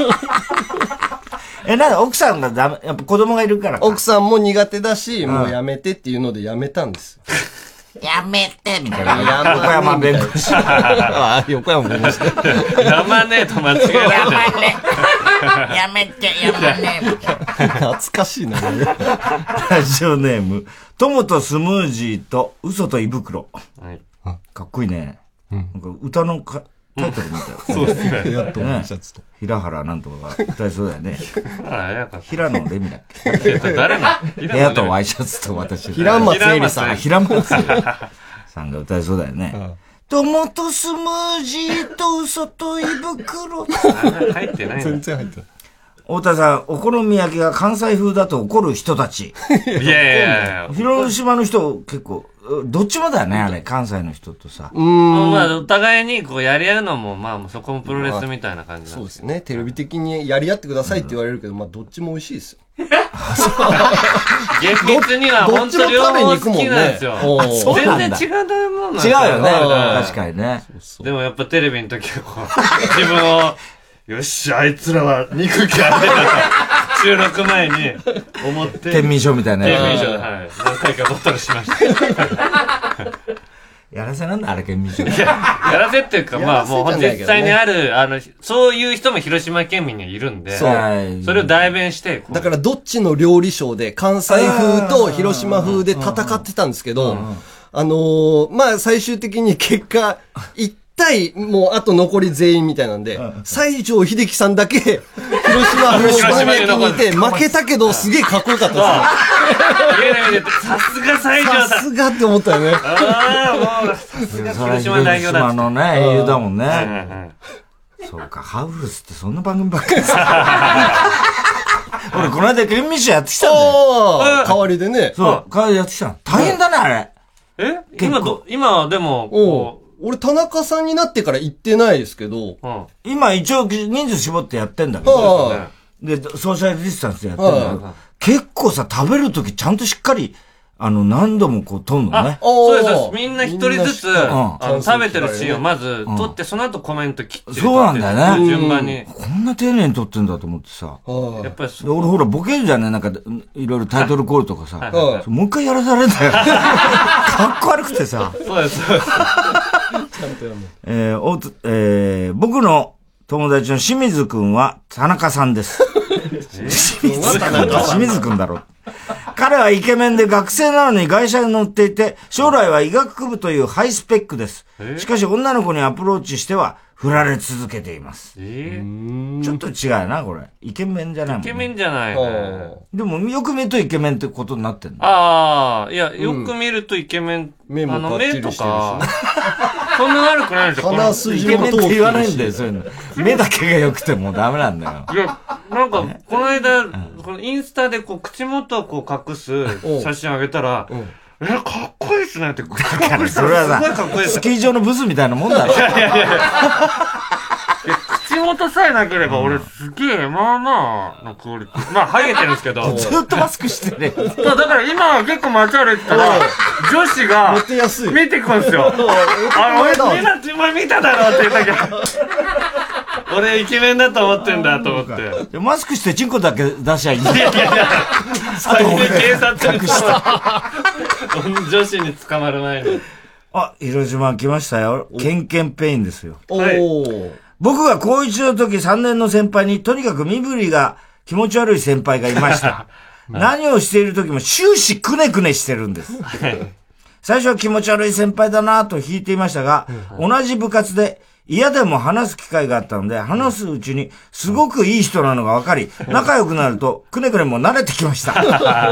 Speaker 3: え、なんだ、奥さんがダメ、やっぱ子供がいるからか。
Speaker 5: 奥さんも苦手だし、もうやめてっていうのでやめたんです。
Speaker 3: やめてみたいな。
Speaker 5: 横
Speaker 3: 山弁護士。
Speaker 5: ああ、横山弁護士。
Speaker 4: やまねえと間違えないで。
Speaker 3: やめて、やまねえ。
Speaker 5: 懐かしいな、
Speaker 3: ラジオネーム、友とスムージーと嘘と胃袋。
Speaker 4: はい。
Speaker 3: かっこいいね。なんか歌のかタイトルみたいな。
Speaker 5: そうですね。やっとワイシャツと。
Speaker 3: 平原なんとかが歌いそうだよね。平野レミだっ
Speaker 4: け？誰の？
Speaker 3: 部屋とワイシャツと私。
Speaker 5: 平松絵里さん。
Speaker 3: 平松絵里さんが歌いそうだよね。友とスムージーと嘘と胃袋。
Speaker 4: 入ってない。
Speaker 5: 全然入ってない。
Speaker 3: 太田さん、お好み焼きが関西風だと怒る人たち。
Speaker 4: いやいやいや
Speaker 3: 広島の人結構、どっちもだよね、あれ、関西の人とさ。
Speaker 4: うん。まあ、お互いにこうやり合うのも、まあ、そこもプロレスみたいな感じ
Speaker 5: そうですね。テレビ的にやり合ってくださいって言われるけど、まあ、どっちも美味しいですよ。
Speaker 4: 厳密には本当両方好きなんですよ。全然違う食べ物なんですよ。
Speaker 3: 違うよね。確かにね。
Speaker 4: でもやっぱテレビの時はこう、自分を、よし、あいつらは憎き相手だと、収録前に思って。
Speaker 3: 天秤書みたいな
Speaker 4: やつ。天秤書で、はい。何回かボトルしました。
Speaker 3: やらせなんだ、あれ、県民賞。
Speaker 4: やらせっていうか、まあ、もう実際にある、あの、そういう人も広島県民にはいるんで、そう。それを代弁して。
Speaker 5: だから、どっちの料理ショーで、関西風と広島風で戦ってたんですけど、あのー、まあ、最終的に結果、い対、もうあと残り全員みたいなんで、西城秀樹さんだけ、広島のお好み焼きにいて、負けたけどすげえかっこよかった
Speaker 4: です。さすが西条さん。
Speaker 5: さすがって思ったよね。
Speaker 4: ああ、もう、さすが広島代表だ。
Speaker 3: 広島のね、英雄だもんね。そうか、ハウルスってそんな番組ばっかりさ。俺、この間、県民賞やってきたんだよ。
Speaker 5: 代わりでね。
Speaker 3: そう、代わりでやってきたの。大変だね、あれ。
Speaker 4: え今ど、今、でも、こう、
Speaker 5: 俺、田中さんになってから行ってないですけど、
Speaker 3: 今一応人数絞ってやってんだけど、で、ソーシャルディスタンスでやってんだけど、結構さ、食べるときちゃんとしっかり、あの、何度もこう、撮るのね。
Speaker 4: そうです、そうです。みんな一人ずつ、あの、食べてるシーンをまず撮って、その後コメントきっちり。
Speaker 3: そうなんだよね。
Speaker 4: 順番に。
Speaker 3: こんな丁寧に撮ってんだと思ってさ。
Speaker 4: やっぱり
Speaker 3: 俺ほら、ボケるじゃんね、なんか、いろいろタイトルコールとかさ。もう一回やらされんだよ。かっこ悪くてさ。
Speaker 4: そうです、そうです。
Speaker 3: えー、おつ、えー、僕の友達の清水くんは田中さんです。清水くん清水くんだろ。彼はイケメンで学生なのに会社に乗っていて、将来は医学部というハイスペックです。しかし女の子にアプローチしては振られ続けています。
Speaker 4: えー、
Speaker 3: ちょっと違うな、これ。イケメンじゃないもんね。
Speaker 4: イケメンじゃないね。
Speaker 3: でもよく見るとイケメンってことになってんの。
Speaker 4: ああ、いや、よく見るとイケメン。
Speaker 5: 目もパッチリしてるしね。
Speaker 4: そんな悪くないでしょ。
Speaker 5: 鼻筋
Speaker 3: もイケメンって言わないんだよ、そういうの。目だけが良くてもダメなんだよ。
Speaker 4: いや、なんか、この間、このインスタでこう、口元をこう隠す写真あげたら、え、かっこいいっすねって。
Speaker 3: それはさ、スキー場のブスみたいなもんだろ。
Speaker 4: いやいやいや。口元さえなければ俺すげえ、まあまあのクオリティ。まあ、ハゲてるんですけど。
Speaker 3: ずっとマスクしてね。
Speaker 4: だから今は結構街歩いてたら、女子が見てくんですよ。あ、俺、お前見ただろって言ったけど。 俺イケメンだと思ってんだと思って。
Speaker 3: マスクしてチンコだけ出しゃいいんだよ。
Speaker 4: いやいやいや、最近警察に捕まる。女子に捕まる前に。
Speaker 3: あ、広島来ましたよ。ケンケンペインですよ。
Speaker 5: おー。
Speaker 3: 僕が高一の時さんねんの先輩にとにかく身振りが気持ち悪い先輩がいました。何をしている時も終始くねくねしてるんです。最初は気持ち悪い先輩だなぁと引いていましたが、同じ部活で嫌でも話す機会があったので、話すうちにすごくいい人なのが分かり、仲良くなるとくねくねも慣れてきました。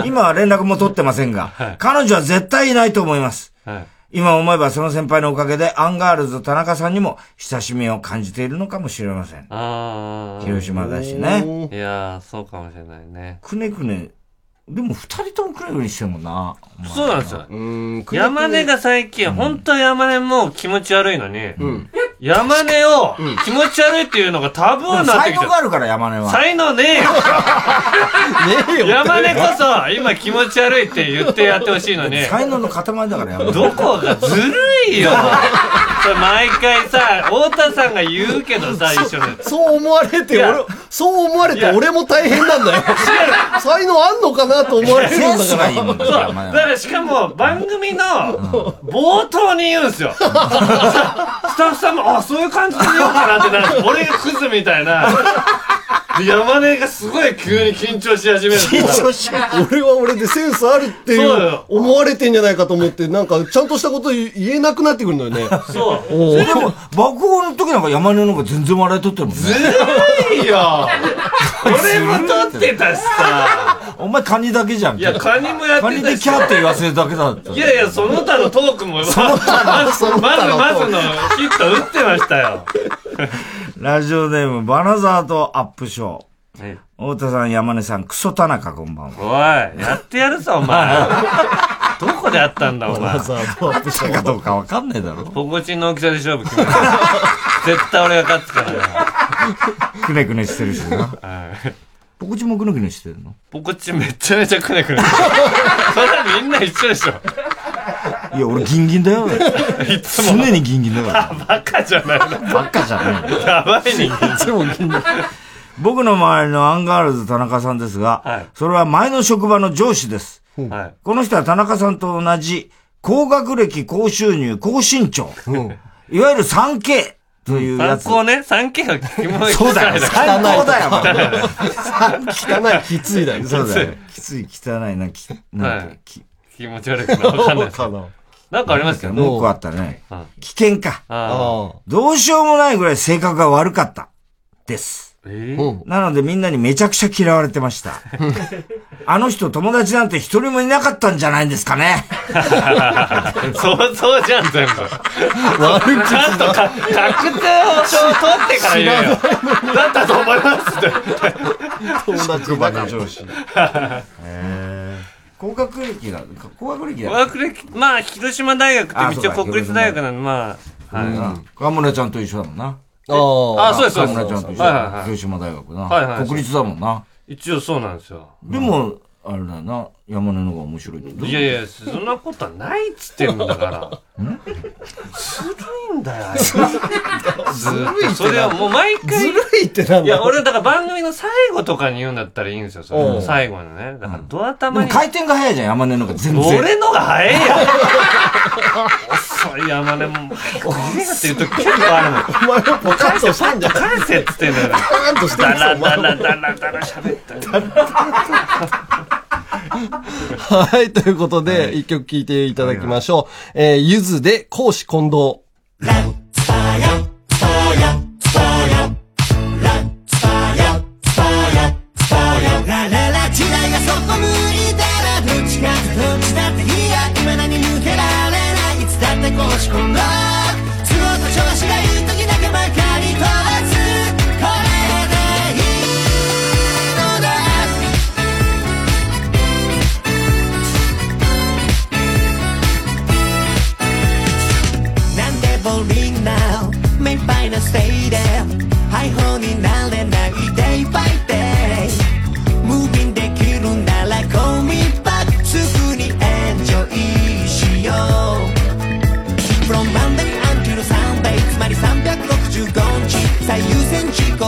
Speaker 3: 今は連絡も取ってませんが、彼女は絶対いないと思います。今思えばその先輩のおかげでアンガールズ田中さんにも親しみを感じているのかもしれません。
Speaker 4: あ
Speaker 3: 広島だしね。
Speaker 4: いやー、そうかもしれないね。
Speaker 3: くねくね、でも二人ともくねくねしてるもんな。
Speaker 4: そうなんですよ。山根が最近、本当は山根も気持ち悪いのに、山根を気持ち悪いっていうのがタブーになってきてる。
Speaker 3: 才能があるから山根は。
Speaker 4: 才能ねえよ。ねえよ。山根こそ今気持ち悪いって言ってやってほしいのに。
Speaker 3: 才能の塊だから山根。
Speaker 4: どこがずるいよ。それ毎回さ、太田さんが言うけどさ、一緒に。
Speaker 5: そう思われて、俺、そう思われて俺も大変なんだよ。才能あんのかなと思われるんだから。
Speaker 4: そう。だからしかも番組の冒頭に言うんですよ。スタッフさんも、あ、そういう感じで言おうかなってなる。俺がクズみたいな。で、山根がすごい急に緊張し始める。
Speaker 5: 緊張し俺は俺でセンスあるっていう思われてんじゃないかと思って、なんかちゃんとしたこと言えなくなってくるのよね。
Speaker 4: そう。
Speaker 3: それでも、爆豪の時なんか山根の方が全然笑い取ってるもんね。
Speaker 4: ずるいよ。俺も取ってたしさ。
Speaker 3: お前カニだけじゃん。
Speaker 4: いや、カニもやってたし。
Speaker 3: カニでキャーって言わせるだけだった。
Speaker 4: いやいや、その他のトークも、その他の、まず、まずまずのヒット打ってましたよ。
Speaker 3: ラジオネーム、バナザードアップショー。太田さん、山根さん、クソ田中こんばん
Speaker 4: は。おい、やってやるぞ、お前。どこでやったんだ、お前。
Speaker 3: バナザードアップショーかどうかわかんねえだろ。
Speaker 4: ポコチンの大きさで勝負決める。絶対俺が勝つからよ。
Speaker 3: くねくねしてるしな。ポコチンもくねくねしてるの？
Speaker 4: ポコチンめちゃめちゃくねくね。それはみんな一緒でしょ。
Speaker 3: いや、俺ギンギンだよ。
Speaker 4: いつも。
Speaker 3: 常にギンギンだから。
Speaker 4: バカじゃないの。
Speaker 3: バカじゃない。
Speaker 4: やばい人間。いつもギンギン。
Speaker 3: 僕の周りのアンガールズ田中さんですが、はい、それは前の職場の上司です。はい、この人は田中さんと同じ、高学歴、高収入、高身長。うん、いわゆる スリーケー というやつ。
Speaker 4: 参考ね ?スリーケー がキモい。
Speaker 3: そうだよ。参考だよ。
Speaker 5: 汚い、きついだよ。
Speaker 3: そうだよ。きつい、汚いな、き、なんか、
Speaker 4: き、気持ち悪いかなわかんないです。なんかありますけど
Speaker 3: ね。もう一個あったね。危険か。どうしようもないぐらい性格が悪かった。です。えー、なのでみんなにめちゃくちゃ嫌われてました。あの人友達なんて一人もいなかったんじゃないんですかね。
Speaker 4: そうそうじゃん、全部。悪ちゃんとか確定を取ってから言えよ。だったと思いますって。
Speaker 3: 友達ばか上司。へー。高学歴だ。高学歴だ。
Speaker 4: 高学歴、まあ、広島大学って一応国立大学なんで、まあ、
Speaker 3: はい。河村ちゃんと一緒だもんな。
Speaker 4: ああ、そうです、そうです。
Speaker 3: 河村ちゃんと一緒だ。広島大学な。はいはい。国立だもんな。
Speaker 4: 一応そうなんですよ。
Speaker 3: でも、あれだよな、山根の方が面白いって。
Speaker 4: いやいや、そんなことはないっつってんだから。んずるいんだよ、あれ。ずるい。それはもう毎回。
Speaker 5: ずるいってなんだ。
Speaker 4: いや、俺、だから番組の最後とかに言うんだったらいいんですよ、それ。最後のね。だから、ドア玉に。
Speaker 3: 回転が早いじゃん、山根の方が全然。
Speaker 4: 俺のが早いよ。遅い山根も、早く言えよって言うと結構あるの。
Speaker 5: お前もポカンとしたんじゃん。
Speaker 4: 返せっつってんだよ。
Speaker 5: ポカンとしてん
Speaker 4: だらだらだらだら喋ったよ。
Speaker 5: はい、ということで、一曲聴いていただきましょう。えー、ゆずで、公私混同。ラッツパーヨ、スポーヨ、スポーヨ。ラッツパーヨ、スポーヨ、スポーヨ。ラララ、時代がそこ向いたら、どっちがどっちだっていいや、今何抜けられない。いつだって公私混同。都合と調子がいい時だけばかり飛ばす。これでいいのだ。ボーリングな目いっぱいなステイでハイホーになれない Day by Day ムービンできるんなら Call me back すぐにエンジョイしよう From Monday until Sunday つまりさんびゃくろくじゅうごにち最優先事項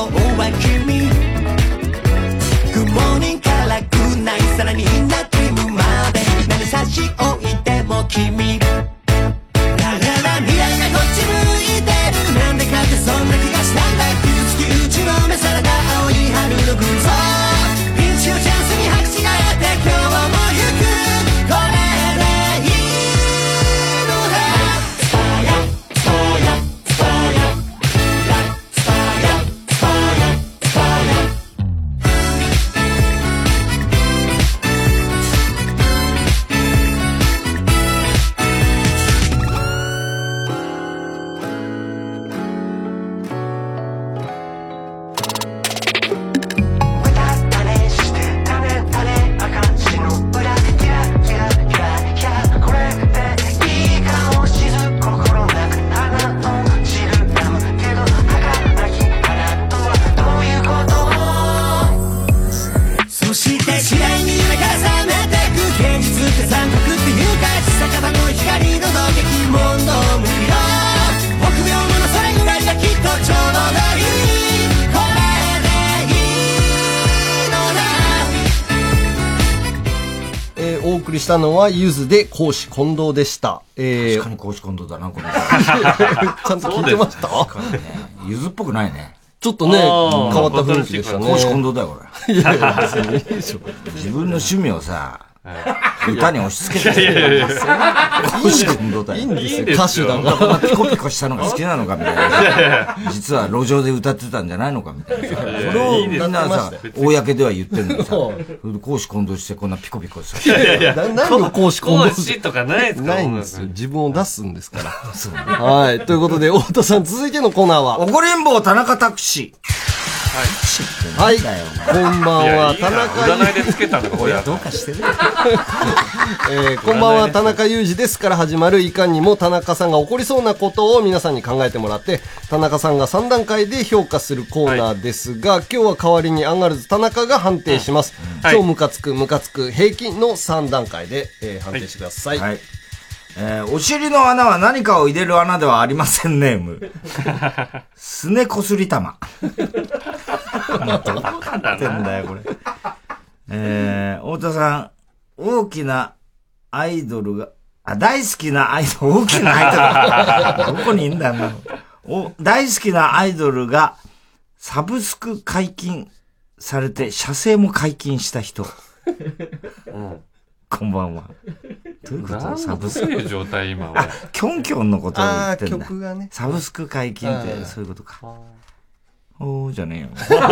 Speaker 5: したのは、ゆずで公私混同でした。えー、
Speaker 3: 確かに公私混同だな、これ。
Speaker 5: ちゃんと聞いてました？
Speaker 3: ゆずっぽくないね。
Speaker 5: ちょっとね、変わった雰囲気でしたね。
Speaker 3: 公私混同だよ、これ。
Speaker 5: いやいや、別にいいでしょ。
Speaker 3: 自分の趣味をさ、歌に押し付けて。
Speaker 5: いやいやいや
Speaker 3: 公私混同だよ。
Speaker 5: いいんですよ、歌手だから。
Speaker 3: ピコピコしたのが好きなのかみたいな。実は路上で歌ってたんじゃないのかみたいな。それをみんなさ、公では言ってるのにさ、公私混同してこんなピコピコさ。
Speaker 5: いやいや、何を公私混同
Speaker 4: 公私とかないですか？
Speaker 5: ないんですよ。自分を出すんですから。はい。ということで、太田さん、続いてのコーナーは、
Speaker 3: おこりんぼう田中拓司。
Speaker 5: はい。こんばんは、田中。
Speaker 4: 占いでつけたのか、これ。
Speaker 3: どうかしてる
Speaker 5: えー、こんばんは、田中裕二ですから始まる、いかにも田中さんが起こりそうなことを皆さんに考えてもらって、田中さんがさん段階で評価するコーナーですが、はい、今日は代わりにアンガールズ田中が判定します。うんはい、超ムカつく、ムカつく、平均のさん段階で、えー、判定してください。はいはい、
Speaker 3: えー、お尻の穴は何かを入れる穴ではありませんネーム。すねこすり玉。どうなってんだよ、これ。えー、太田さん、大きなアイドルが、あ、大好きなアイドル、大きなアイドル。どこにいんだよ、もう。お、大好きなアイドルが、サブスク解禁されて、射精も解禁した人。うん、こんばんは。どういうことサブスク。
Speaker 4: どういう状態今は。
Speaker 3: あ、キョンキョンのことを言ってんだ。
Speaker 5: 曲がね。
Speaker 3: サブスク解禁ってそういうことか。おーじゃねえよ。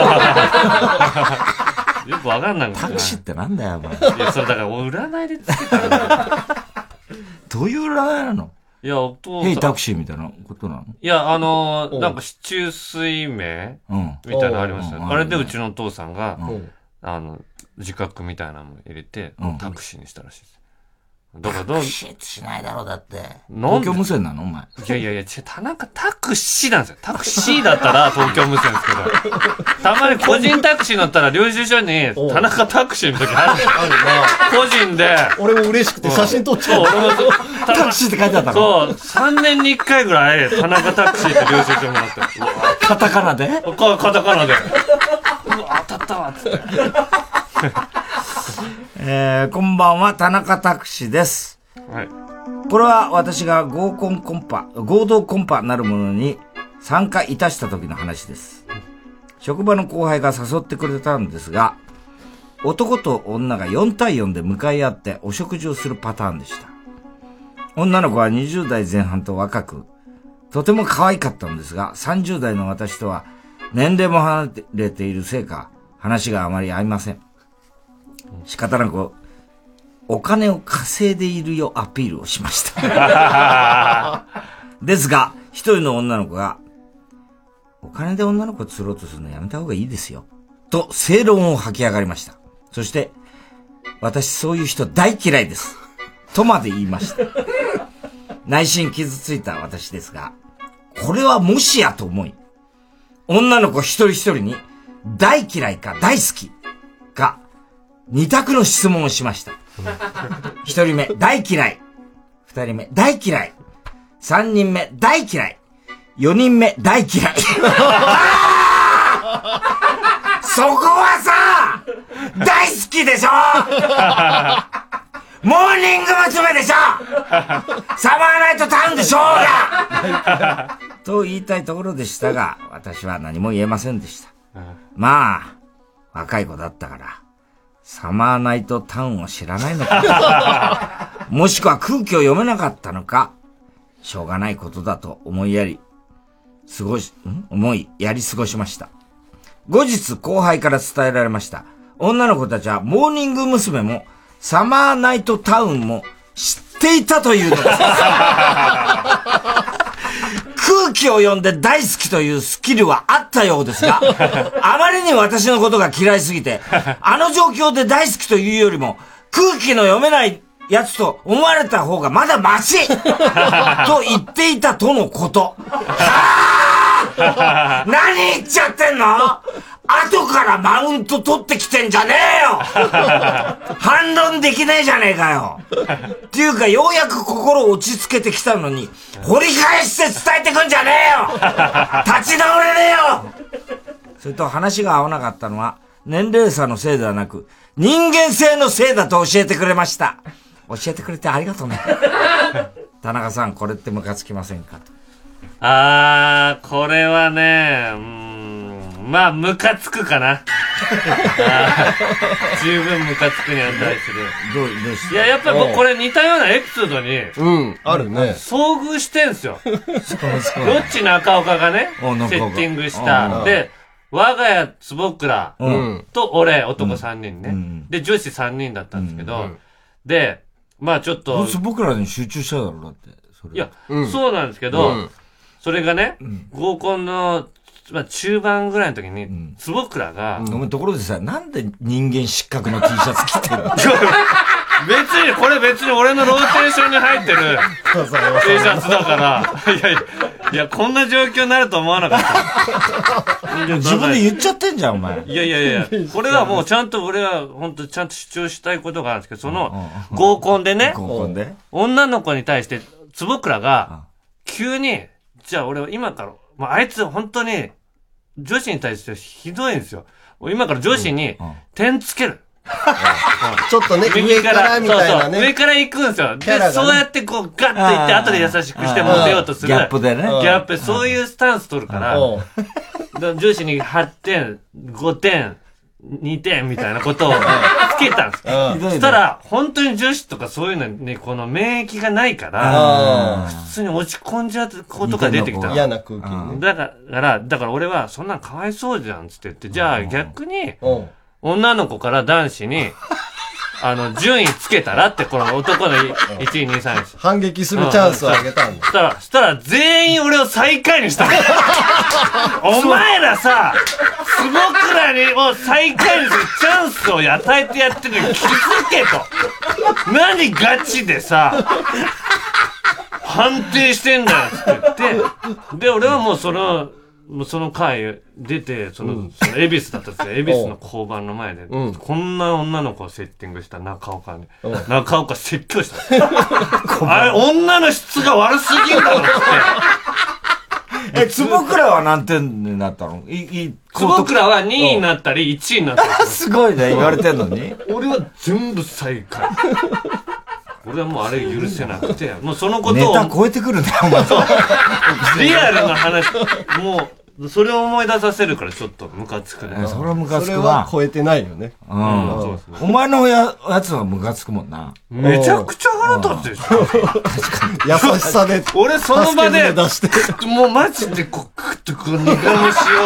Speaker 4: よくわかんないもんね。
Speaker 3: タクシーってなんだよ、お前。
Speaker 4: いや、それだから占いでつけたんだよ。
Speaker 3: どういう占いなの？
Speaker 4: いや、お父さん。
Speaker 3: ヘイタクシーみたいなことなの？
Speaker 4: いや、あのー、なんか、市中水明みたいなのありましたよ。あれでうちのお父さんが、あの、自覚みたいなのも入れて、タクシーにしたらしいです。だからどう
Speaker 3: タクシーってしないだろう、だって。
Speaker 4: 東
Speaker 3: 京無線なのお前。
Speaker 4: いやいやいや、田中タクシーなんですよ。タクシーだったら東京無線ですけど。たまに個人タクシー乗ったら領収書に田中タクシーの時あるんですよ。個人で。
Speaker 5: 俺も嬉しくて写真撮っちゃう。
Speaker 3: 俺もタクシーって書いてあったの？
Speaker 4: そう。さんねんにいっかいぐらい田中タクシーって領収書もらって。
Speaker 3: カタカナで？
Speaker 4: カタカナで。うわ、当たったわ、つって。
Speaker 3: えー、こんばんは、田中拓司です。はい。これは私が合コンコンパ、合同コンパなるものに参加いたした時の話です。職場の後輩が誘ってくれたんですが、男と女がよん対よんで向かい合ってお食事をするパターンでした。女の子はにじゅう代前半と若く、とても可愛かったんですが、さんじゅう代の私とは年齢も離れているせいか、話があまり合いません。仕方なく、お金を稼いでいるよアピールをしました。ですが、一人の女の子が、お金で女の子を釣ろうとするのやめた方がいいですよ。と、正論を吐き上がりました。そして、私そういう人大嫌いです。とまで言いました。内心傷ついた私ですが、これはもしやと思い、女の子一人一人に、大嫌いか大好きか、二択の質問をしました。一人目、大嫌い。二人目、大嫌い。三人目、大嫌い。四人目、大嫌い。そこはさ、大好きでしょモーニング娘。でしょサマーナイトタウンでしょうがと言いたいところでしたが、私は何も言えませんでした。まあ、若い子だったから、サマーナイトタウンを知らないのか、もしくは空気を読めなかったのか、しょうがないことだと思いやり、過ごし、ん思い、やり過ごしました。後日後輩から伝えられました。女の子たちはモーニング娘。もサマーナイトタウンも知っていたというのです。空気を読んで大好きというスキルはあったようですが、あまりに私のことが嫌いすぎて、あの状況で大好きというよりも、空気の読めないやつと思われた方がまだマシと言っていたとのこと。はぁ何言っちゃってんの？後からマウント取ってきてんじゃねえよ反論できねえじゃねえかよっていうか、ようやく心を落ち着けてきたのに、掘り返して伝えてくんじゃねえよ立ち直れねえよそれと話が合わなかったのは、年齢差のせいではなく、人間性のせいだと教えてくれました。 教えてくれてありがとうね。田中さん、これってムカつきませんか？
Speaker 4: あー、これはね、うーん、まあ、ムカつくかな。十分ムカつくに値する。
Speaker 3: どう、どうして？
Speaker 4: いや、やっぱり僕これ似たようなエピソードに、
Speaker 5: うん、あるね。
Speaker 4: 遭遇してんすよ。
Speaker 3: そうそう。
Speaker 4: どっち中岡がね、
Speaker 3: お中岡
Speaker 4: セッティングした。で、我が家坪倉と俺、男さんにんね。で、女子さんにんだったんですけど、で、まあちょっと。
Speaker 3: 坪倉に集中しただろう、だって。
Speaker 4: いや、そうなんですけど、それがね、合コンの、まあ、中盤ぐらいの時に、坪倉が、
Speaker 3: ごめん、ところでさ、なんで人間失格の T シャツ着てるの？
Speaker 4: 別に、これ別に俺のローテーションに入ってる T シャツだから、いやいや、いや、こんな状況になると思わなかった。
Speaker 3: 自分で言っちゃってんじゃん、お前。
Speaker 4: いやいやいや、これはもうちゃんと俺は、本当ちゃんと主張したいことがあるんですけど、その、合コンでね、
Speaker 3: 合コンで
Speaker 4: 女の子に対して、坪倉が、急に、じゃあ俺は今から、まあ、あいつ本当に、女子に対してひどいんですよ。今から女子に、点つける。
Speaker 5: ちょっとね、上からみたいなね。
Speaker 4: そうそう、上から行くんですよ。で、そうやってこう、ガッと行って、後で優しくしてモテようとする。
Speaker 3: ギャップでね。
Speaker 4: ギャップ、そういうスタンス取るから、女子にはってん、ごてん、にてんみたいなことをつけたんですよ。そしたら、本当に女子とかそういうのに、この免疫がないから、普通に落ち込んじゃうことが出てきた。
Speaker 5: 嫌な空気ね。
Speaker 4: だから、だから俺は、そんなんかわいそうじゃんつって言って、じゃあ逆に、女の子から男子に、あの、順位つけたらって、この男のいちい、にい、さんい。
Speaker 5: 反撃するチャンスをあげたんだ。
Speaker 4: そしたら、そしたら全員俺を最下位にしたの。お前らさ、坪倉にを最下位にするチャンスを与えてやってるのに気づけと。何ガチでさ、判定してんだよって言って、で、俺はもうその、もうその回出て、その、うん、その恵比寿だったんですよ。恵比寿の交番の前で、うん、こんな女の子をセッティングした中岡に、中岡説教した。あれ、女の質が悪すぎるだろって。
Speaker 3: え、坪倉は何点になったの？い、い、
Speaker 4: 坪倉はにいになったりいちいになったり。
Speaker 3: すごいね、言われてんのに。
Speaker 4: 俺は全部最下位。俺はもうあれ許せなくて、もうそのことを。
Speaker 3: ネタ超えてくるんだよ、お前。
Speaker 4: リアルな話、もう、それを思い出させるからちょっとムカつくね。
Speaker 3: それはムカつくわ。
Speaker 5: それは超えてないよね。
Speaker 3: うん。そうですね。お前のや、やつはムカつくもんな。
Speaker 4: めちゃくちゃ腹立つでしょ。確
Speaker 5: かに。優しさで。
Speaker 4: 俺その場で、もうマジでこう、クッとこう、苦虫を。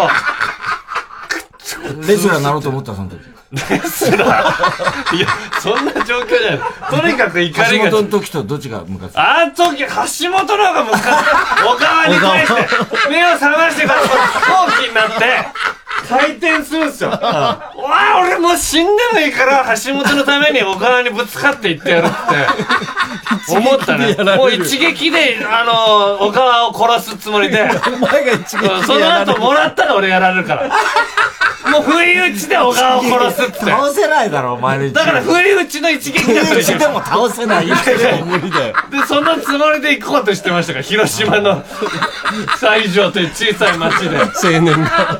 Speaker 3: レスラーになろうと思ったその時。
Speaker 4: レスラーいや、そんな状況じゃない。とにかく怒りが。
Speaker 3: 橋本の時とどっちがムカつく？
Speaker 4: あの時、橋本の方がムカつく。小川に対して、目を覚ましてから、飛行機になって、回転するんすよ。わあ、俺もう死んでもいいから、橋本のために小川にぶつかっていってやるって思ったね。もう一撃で、あの、小川を殺すつもりで。
Speaker 5: お前が一撃で。
Speaker 4: その後もらったら俺やられるから。もう不意打ちで小川を殺すって。
Speaker 3: 倒せないだろ、お前の一撃。
Speaker 4: だから不意打ちの一撃だった
Speaker 3: 不意打ちでも倒せない。
Speaker 5: 無理だよ。
Speaker 4: で、そのつもりで行こうとしてましたから、広島の西条という小さい町で。
Speaker 5: 青年が。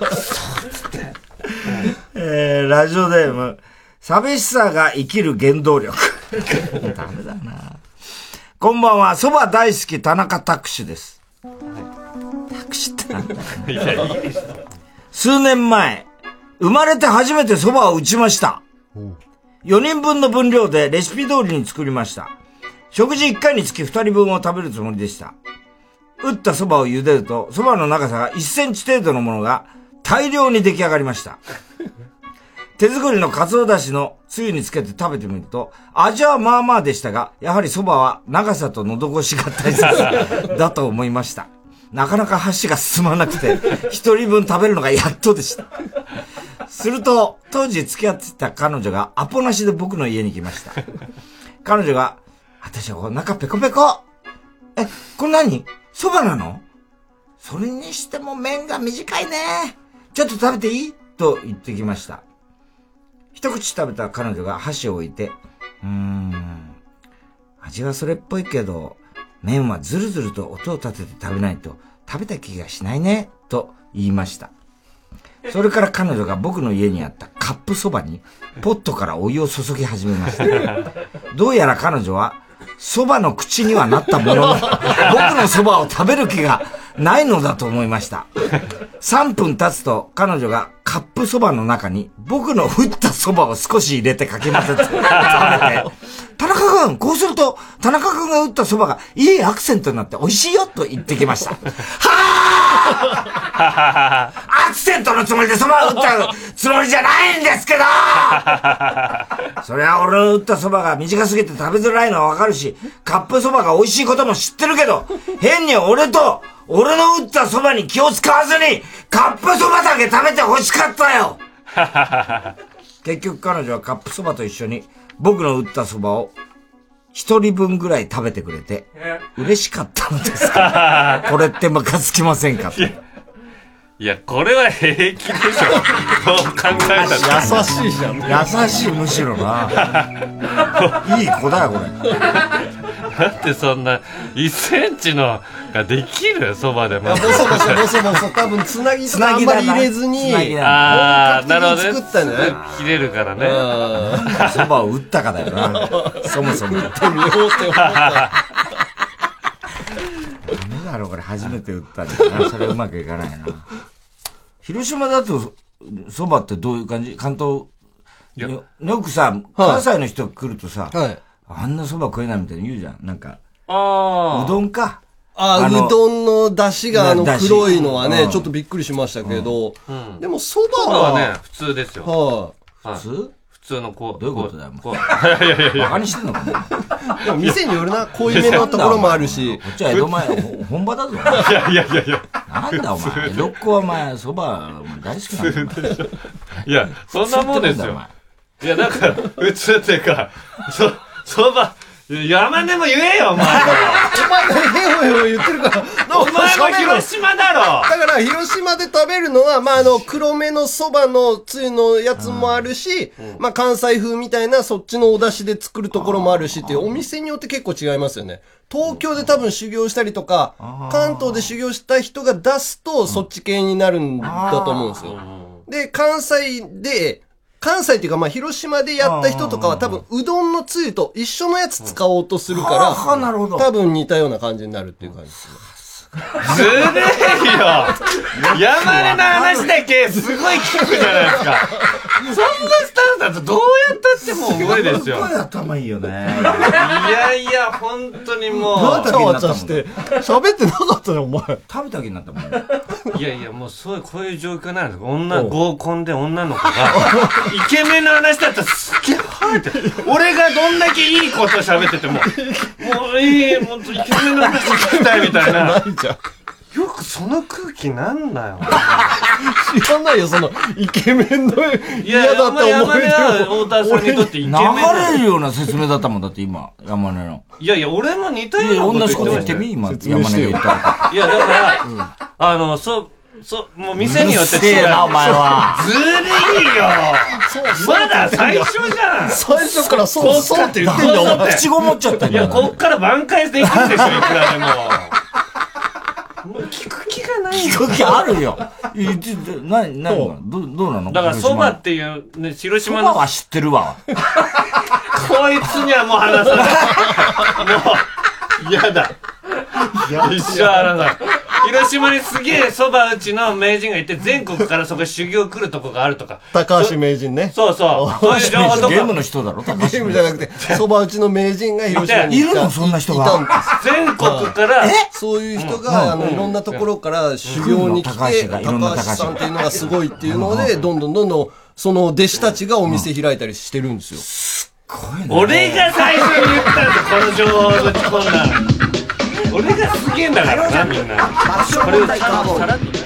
Speaker 3: えー、ラジオネーム、寂しさが生きる原動力。ダメだな。こんばんは、蕎麦大好き田中拓司です。はい、拓司ってなんだいや、いいです。数年前、生まれて初めて蕎麦を打ちました。よにんぶんの分量でレシピ通りに作りました。食事いっかいにつきふたりぶんを食べるつもりでした。打った蕎麦を茹でると、蕎麦の長さがいっセンチ程度のものが大量に出来上がりました。手作りの鰹だしのつゆにつけて食べてみると、味はまあまあでしたが、やはり蕎麦は長さと喉越しが大切だと思いました。なかなか箸が進まなくて、一人分食べるのがやっとでした。すると、当時付き合ってた彼女がアポなしで僕の家に来ました。彼女が、私はお腹ペコペコ。え、これ何？蕎麦なの？それにしても麺が短いね。ちょっと食べていい？と言ってきました。一口食べた彼女が箸を置いて、うーん、味はそれっぽいけど、麺はずるずると音を立てて食べないと食べた気がしないね、と言いました。 それから彼女が僕の家にあったカップそばにポットからお湯を注ぎ始めました。どうやら彼女はそばの口にはなったものの僕のそばを食べる気がないのだと思いました。さんぷん経つと彼女がカップそばの中に僕の打ったそばを少し入れてかき混ぜて食べて、田中君、こうすると田中君が打ったそばがいいアクセントになって美味しいよと言ってきました。はぁアクセントのつもりでそばを打ったつもりじゃないんですけどそれは俺の打ったそばが短すぎて食べづらいのはわかるし、カップそばが美味しいことも知ってるけど、変に俺と俺の打ったそばに気を使わずにカップそばだけ食べて欲しかったよ結局彼女はカップそばと一緒に僕の打ったそばを一人分ぐらい食べてくれて嬉しかったのですかこれってムカつきませんか？
Speaker 4: いや、これは平気でしょ。どう考えたら。
Speaker 3: 優しいじゃん。優しい、むしろな。いい子だよ、これ。
Speaker 4: だってそんな、いっセンチのができるそばでも。
Speaker 5: ボソボソボソボソ、多分つなぎとかあんまり入れずに、
Speaker 4: ああ、なるほどね。
Speaker 5: 作ったんじゃない？
Speaker 4: 切れるからね。
Speaker 3: そばを打ったかだよな。そもそも。
Speaker 5: 打ってみようって思った。
Speaker 3: ダメだろ、これ初めて打ったんだな。それうまくいかないな。広島だと、そばってどういう感じ？関東、よくさ、関西の人来るとさ、はい、あんなそば食えないみたいに言うじゃん。なんか、
Speaker 4: あ
Speaker 3: うどんか。
Speaker 5: ああ、うどんの出汁があの黒いのはね、ちょっとびっくりしましたけど、うん、でもそばは、
Speaker 4: はね、普通ですよ。
Speaker 5: はい、
Speaker 3: 普通
Speaker 4: 普通のこう。
Speaker 3: どういうことだよ、
Speaker 4: こう。いやいやいや。
Speaker 3: バカにしてんのかな
Speaker 5: でも店によるな、濃いめのところもあるし。
Speaker 3: こっちは江戸前、本場だぞ。
Speaker 4: いやいやいやいや。
Speaker 3: なんだお前、江戸っ子はお前、蕎麦大好きなんだよ。
Speaker 4: いや、そんなもんですよ。いや、なんか、普通っていうか、そ、蕎麦、山根も言えよ、お前。お
Speaker 5: 前がヘホヘホ言ってるから。
Speaker 4: お前も広島だろ。
Speaker 5: だから、広島で食べるのは、まあ、あの、黒めの蕎麦のつゆのやつもあるし、まあ、関西風みたいなそっちのお出汁で作るところもあるしっていう、お店によって結構違いますよね。東京で多分修行したりとか、関東で修行した人が出すと、そっち系になるんだと思うんですよ。で、関西で、関西っていうか、まあ、広島でやった人とかは多分、うどんのつゆと一緒のやつ使おうとするから、
Speaker 3: なるほど。
Speaker 5: 多分似たような感じになるっていう感じですね。
Speaker 4: ずるいよ。山根の話だけすごい聞くじゃないですか。そんなスタンスだとどうやったってもう無理ですよ。
Speaker 3: すごい頭いいよね。
Speaker 4: いやいや、本当にもう。
Speaker 5: わちゃわちゃして、喋ってなかったね、お前。
Speaker 3: 食べた気になったもん。
Speaker 4: いやいや、もうそういう、こういう状況なんですか。女、合コンで女の子が、イケメンの話だったらすっげえはって。俺がどんだけいいこと喋ってても、もういい、もうイケメンの話聞きたいみたいな。よくその空気なんだよ。
Speaker 5: 知らないよ、その、イケメンの嫌だった思い出を。
Speaker 4: 山根は太田さんにとってイケメン
Speaker 3: 流れるような説明だったもんだって今、山根の。
Speaker 4: いやいや、俺も似たようなこと言ってましたよ。
Speaker 3: 同じこと言ってみ今、山根が言った
Speaker 4: いや、だから、あの、そう、そう、もう店によって
Speaker 3: 違う。な、お前は。
Speaker 4: ずるいよ。まだ最初じゃん。
Speaker 5: 最初からそうそうって言ってんだよ、
Speaker 3: 口ごもっちゃったんだよ。
Speaker 4: いや、こっから挽回していくんでしょ、いくらでも。もう聞く気がない
Speaker 3: 聞く気あるよ。な、な、ど、どうなの？
Speaker 4: だから蕎麦っていう、ね、広島の。
Speaker 3: 蕎麦は知ってるわ。
Speaker 4: こいつにはもう話さない。もう、嫌だ。一生話さない。広島にすげえ蕎麦打ちの名人がいて、全国からそこ修行来るとこがあるとか。
Speaker 5: 高橋名人ね。
Speaker 4: そうそう。そういう情報とか。
Speaker 3: ゲームの人だろ、高橋名人。
Speaker 5: ゲームじゃなくて、蕎麦打ちの名人が広島に
Speaker 3: いるのそんな人が。
Speaker 4: 全国から。
Speaker 5: そういう人が、あの、いろんなところから修行に来て、高橋さんっていうのがすごいっていうので、どんどんどんどん、その弟子たちがお店開いたりしてるんですよ。
Speaker 3: すっごいね。
Speaker 4: 俺が最初に言ったんだ、この情報をぶち込んだ。俺がすげえんだからな、みんな。これをさらっと。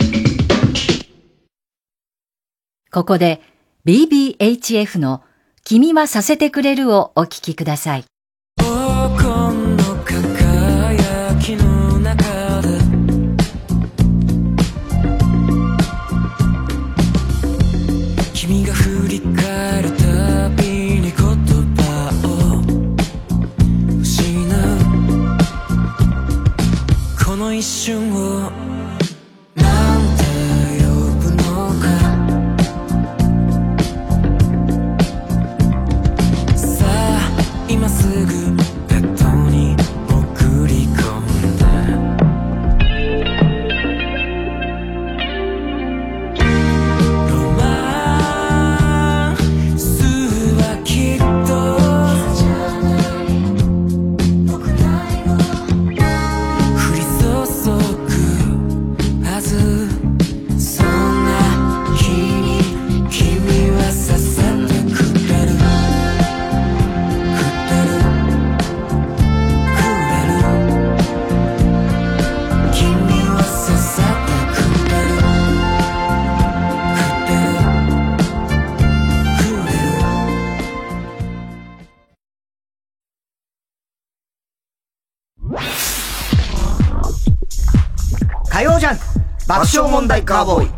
Speaker 15: ここで ビービーエイチエフ の君はさせてくれるをお聞きください。
Speaker 17: 黄金の輝きの中で君が振り返るたびに言葉を失うこの一瞬をなんて呼ぶのか
Speaker 14: 火曜ジャンク爆笑問題カーボーイ。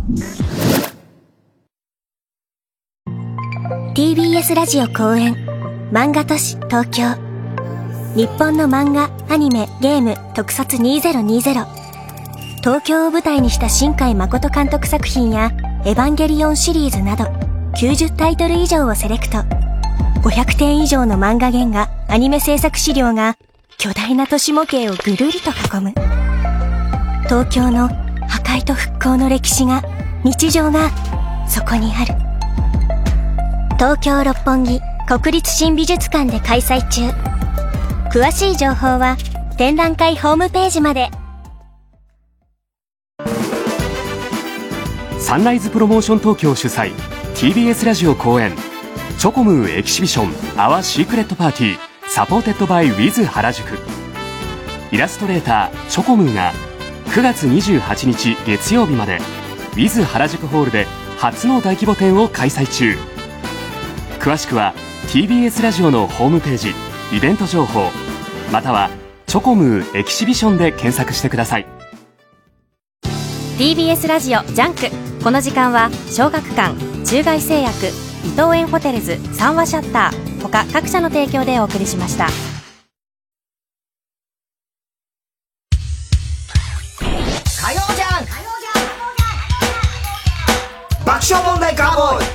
Speaker 13: ティービーエス ラジオ公演漫画都市東京。日本の漫画、アニメ、ゲーム特撮にせんにじゅう。東京を舞台にした新海誠監督作品やエヴァンゲリオンシリーズなどきゅうじゅうタイトル以上をセレクト。ごひゃくてん以上の漫画原画、アニメ制作資料が巨大な都市模型をぐるりと囲む。東京の破壊と復興の歴史が、日常がそこにある。東京六本木国立新美術館で開催中。詳しい情報は展覧会ホームページまで。
Speaker 18: サンライズプロモーション東京主催 ティービーエス ラジオ公演チョコムーエキシビションアワーシークレットパーティーサポーテッドバイウィズ原宿。イラストレーターチョコムーがくがつにじゅうはちにち月曜日までウィズ原宿ホールで初の大規模展を開催中。詳しくは ティービーエス ラジオのホームページイベント情報またはチョコムーエキシビションで検索してください。
Speaker 6: ティービーエス ラジオジャンク。この時間は小学館、中外製薬、伊藤園ホテルズ、三和シャッター他各社の提供でお送りしました。
Speaker 14: 火曜ジャンク爆笑問題カーボーイ。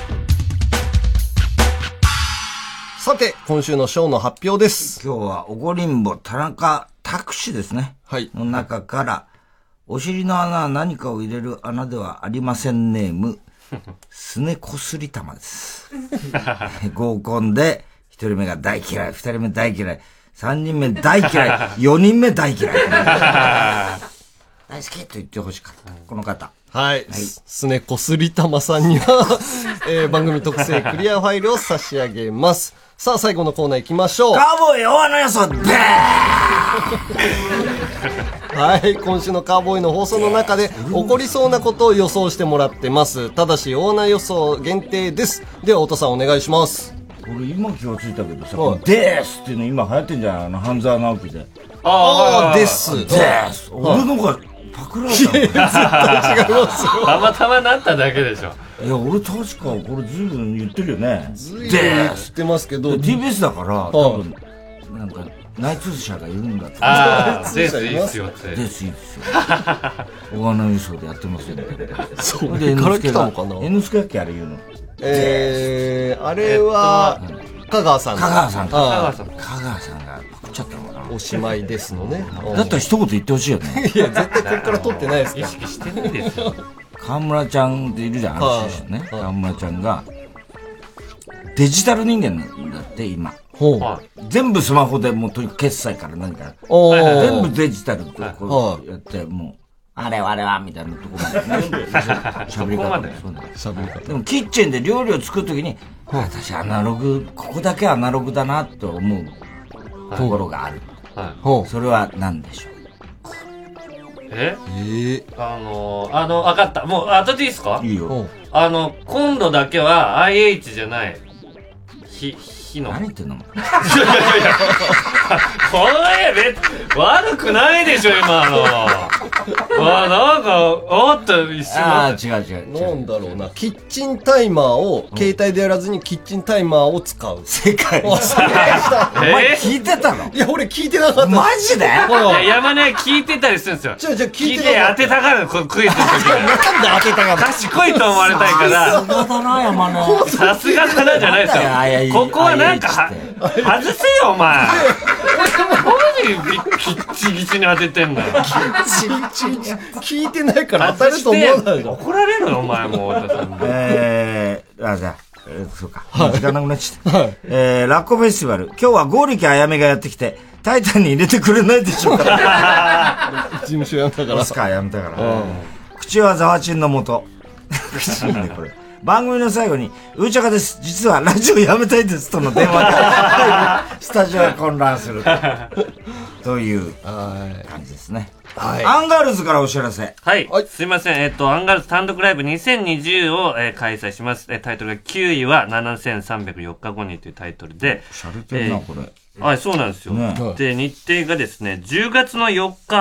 Speaker 5: さて、今週のショーの発表です。
Speaker 3: 今日は、おごりんぼ田中拓司ですね。
Speaker 5: はい。
Speaker 3: の中から、お尻の穴は何かを入れる穴ではありませんネーム、すねこすり玉です。合コンで、一人目が大嫌い、二人目大嫌い、三人目大嫌い、四人目大嫌い。大好きと言ってほしかった。この方。
Speaker 5: はい。はい、すねこすりたまさんには、えー、番組特製クリアファイルを差し上げます。さあ、最後のコーナー行きましょう。
Speaker 3: カーボーイ大穴予想でー
Speaker 5: はい。今週のカーボーイの放送の中で起こりそうなことを予想してもらってます。ただし、大穴予想限定です。では、太田さんお願いします。
Speaker 3: 俺今気がついたけどさ、でーすっていうの今流行ってんじゃないの半沢直樹で。
Speaker 5: ああ、です。
Speaker 3: でーす。俺のがパクられたの。いや、絶対違い
Speaker 5: ますよ。
Speaker 4: たまたまなっただけでしょ。
Speaker 3: いや、俺確かこれずいぶん言ってるよね。
Speaker 5: ずいぶん言ってますけど。
Speaker 3: ティービーエス だから、多分、なんか、内通者がいるんだと。
Speaker 4: ああ、ですいいっすよって。
Speaker 3: ですいいっすよ。大穴予想でやってますよね。
Speaker 5: そうで、から来たのかな
Speaker 3: ?N スケだっけあれ言うの。
Speaker 5: えー、あれは、香川さん。
Speaker 3: 香川さん。
Speaker 4: 香川さん。
Speaker 3: 香川さんがパクっちゃったのかな。
Speaker 5: おしまいですのね。
Speaker 3: だったら一言言ってほしいよね。
Speaker 5: いや、絶対こっから取ってないですから。
Speaker 4: 意識してないですよ。
Speaker 3: 河村ちゃんっているじゃん、あの選手ね。河村ちゃんが、デジタル人間なんだって、今。
Speaker 5: ほう。
Speaker 3: 全部スマホでもうとにかく決済から何から。全部デジタルとこうやって、もう、あれはあれはみたいなところまで。喋り方。
Speaker 5: 喋り方。
Speaker 3: でもキッチンで料理を作るときに、私アナログ、ここだけアナログだなと思うところがある。それは何でしょう？
Speaker 4: ええあのー、あの、わかった。もう、後でいいですか？
Speaker 3: いいよ。
Speaker 4: あの、今度だけは アイエイチ じゃない。ひ、ひの。
Speaker 3: 何言ってんの？いやい
Speaker 4: やいや、これ、悪くないでしょ、今の。あ、なんか、おっと、一瞬。
Speaker 3: ああ、違う違う。
Speaker 5: なんだろうな。キッチンタイマーを、携帯でやらずにキッチンタイマーを使う。
Speaker 3: 正解。お前聞いてたの？
Speaker 5: いや、俺聞いてなかった。
Speaker 3: マジで？い
Speaker 4: や、山根聞いてたりするんですよ。
Speaker 5: じゃあ、じゃあ聞いて
Speaker 4: 聞いて当てたがる、このクイズの時は。
Speaker 5: なんで当てたがる？
Speaker 4: 賢いと思われたいから。
Speaker 3: さすがだな、山根。
Speaker 4: さすがだなじゃないですよ。ここはなんか、外せよ、お前。何キッチギチに当ててんだよ。
Speaker 5: 聞いてないから当たると思わないの。
Speaker 4: 怒られるのお前も。
Speaker 3: えー、あ、じゃあ、えー、そうか。時間なくなっちゃった。はい、えー、ラッコフェスティバル。今日は剛力あやめがやってきて、タイタンに入れてくれないでしょうか。
Speaker 5: 事務所やめたから。
Speaker 3: オスカーやめたから。口はザワチンのもと。口いいね、これ。番組の最後に、うーちゃかです。実はラジオやめたいです。との電話が、スタジオが混乱する。という感じですね。はい。アンガールズからお知らせ。
Speaker 4: はい。はい、すいません。えっと、アンガールズ単独ライブにせんにじゅうを、えー、開催します。えー、タイトルがきゅういはななせんさんびゃくよっかごにというタイトルで。
Speaker 3: しゃれてるな、えー、これ。
Speaker 4: はい、そうなんですよ。ね、で、日程がですね、じゅうがつのよっか、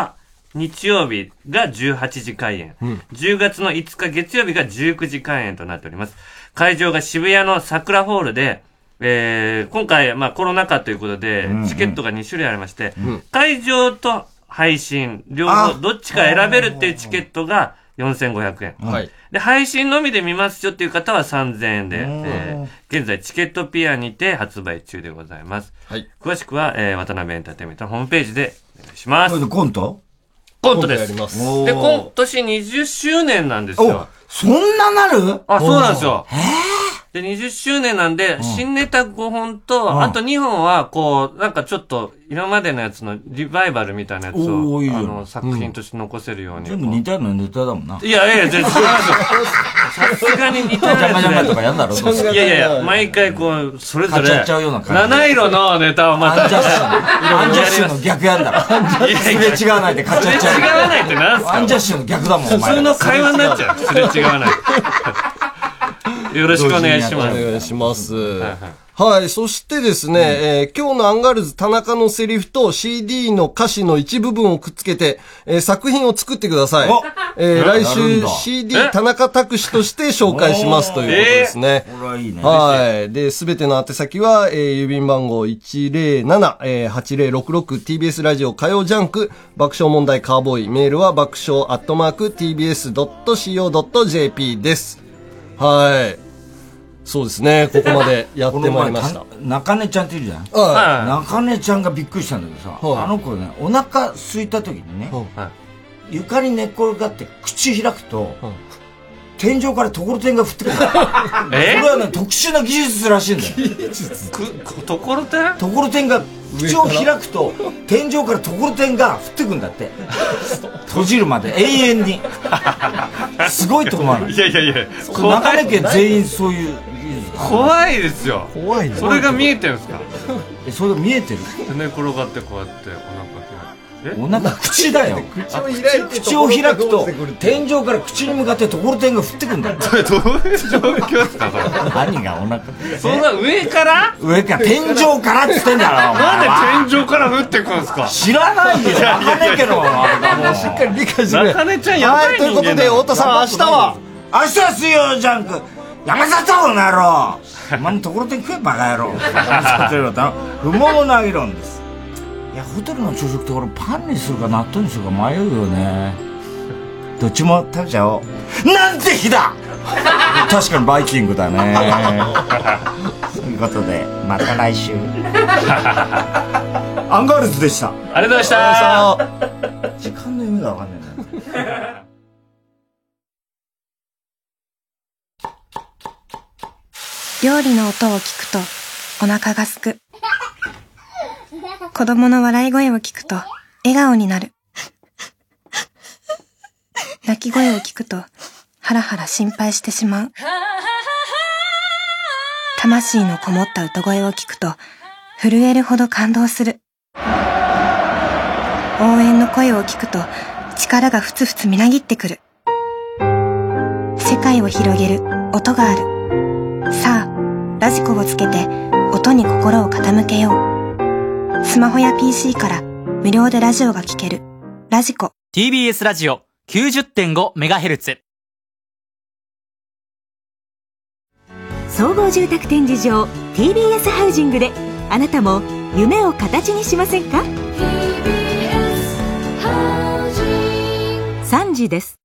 Speaker 4: 日曜日がじゅうはちじ開演、うん、じゅうがつのいつか月曜日がじゅうくじ開演となっております。会場が渋谷の桜ホールで、えー、今回、まあコロナ禍ということで、うんうん、チケットがに種類ありまして、うん、会場と配信、両方、どっちか選べるっていうチケットがよんせんごひゃくえん。はい。で、配信のみで見ますよっていう方はさんぜんえんで、えー、現在チケットピアにて発売中でございます。はい。詳しくは、えー、渡辺エンターテインメントのホームページでお願いします。
Speaker 3: これでコント
Speaker 4: コントです。で、今年にじゅっしゅうねんなんですよ。
Speaker 3: そんななる？
Speaker 4: あ、そうなんですよ。へー。で、にじゅっしゅうねんなんで、新ネタごほんと、あとにほんは、こう、なんかちょっと、今までのやつのリバイバルみたいなやつを、あの、作品として残せるように。
Speaker 3: 全部似たようなネタだもんな。
Speaker 4: いやいやいや、全然違いますよ。さすがに似たようなやつ。
Speaker 3: ジャマジャマとかやんだろ？
Speaker 4: いやいやいや、毎回こう、それぞれ、
Speaker 3: っちゃうような感じ。
Speaker 4: 七色のネタをまた、
Speaker 3: アンジャッシュ。アンジャッシュの逆やんだろ。すれ違わないで買っちゃっちゃう。
Speaker 4: すれ違わないってなんすか？
Speaker 3: アンジャッシュの逆だもん、お前。
Speaker 4: 普通の会話になっちゃう。すれ違わない。よろしくお願いします。
Speaker 5: お願いします。はい。そしてですね、うんえー、今日のアンガールズ田中のセリフと シーディー の歌詞の一部分をくっつけて、えー、作品を作ってください。えー、来週 シーディー 田中拓司として紹介しますということですね。
Speaker 3: これはいいね。
Speaker 5: はい。で、すべての宛先は、えー、郵便番号 いちぜろなな はちぜろろくろく ティービーエス ラジオ火曜ジャンク爆笑問題カーボーイ。メールは爆笑アットマーク ティービーエスドットシーオードットジェーピー です。はい。そうですね。ここまでやってまいりました。
Speaker 3: 中根ちゃんっているじゃん。はい。中根ちゃんがびっくりしたんだけどさ、はい、あの子ね、お腹空いた時にね、はい、床に寝っ転がって口開くと、はい、天井からところてんが降ってくる。えこれはね、特殊な技術らしいんだよ。技術
Speaker 4: ところてん
Speaker 3: ところてんが、口を開くと、天井からところてんが降ってくんだって。閉じるまで、永遠に。すごいと思わない。
Speaker 4: いやいやいや、
Speaker 3: 中根家全員そういう。
Speaker 4: 怖いですよ。
Speaker 3: 怖いね。
Speaker 4: それが見えてるんですか？
Speaker 3: え、それが見えてる？
Speaker 4: 寝転がってこうやって
Speaker 3: お腹開いて。お腹、口だよ。
Speaker 5: 口を開いて。
Speaker 3: 口を開くと、天井から口に向かってところてんが降ってくんだよ。
Speaker 4: それどういう状況ですか？
Speaker 3: 何がお腹
Speaker 4: そんな上から
Speaker 3: 上から、天井からって言ってんだろ。
Speaker 4: なんで天井から降ってくるんですか？
Speaker 3: 知らないよ。中根家のあれだもん。
Speaker 5: しっかり理解してくれ。
Speaker 4: 中根ちゃんやばい人間だ。
Speaker 5: はい、ということで、太田さん、明日は
Speaker 3: 明日は水曜ジャンク山里この野郎お前のところてん食えバカ野郎不毛な議論です。いやホテルの朝食ってこれパンにするか納豆にするか迷うよね。どっちも食べちゃおう。なんて日だ確かにバイキングだねということでまた来週アンガールズでした。
Speaker 4: ありがとうございま
Speaker 3: した時間の意味が分かんないんだ
Speaker 13: 料理の音を聞くとお腹がすく。子供の笑い声を聞くと笑顔になる。泣き声を聞くとハラハラ心配してしまう。魂のこもった歌声を聞くと震えるほど感動する。応援の声を聞くと力がふつふつみなぎってくる。世界を広げる音がある。さあラジコをつけて音に心を傾けよう。スマホや ピーシー から無料でラジオが聴けるラジコ。
Speaker 19: ティービーエス ラジオ きゅうじゅってんごメガヘルツ。
Speaker 20: 総合住宅展示場 ティービーエス ハウジングであなたも夢を形にしませんか？さんじです。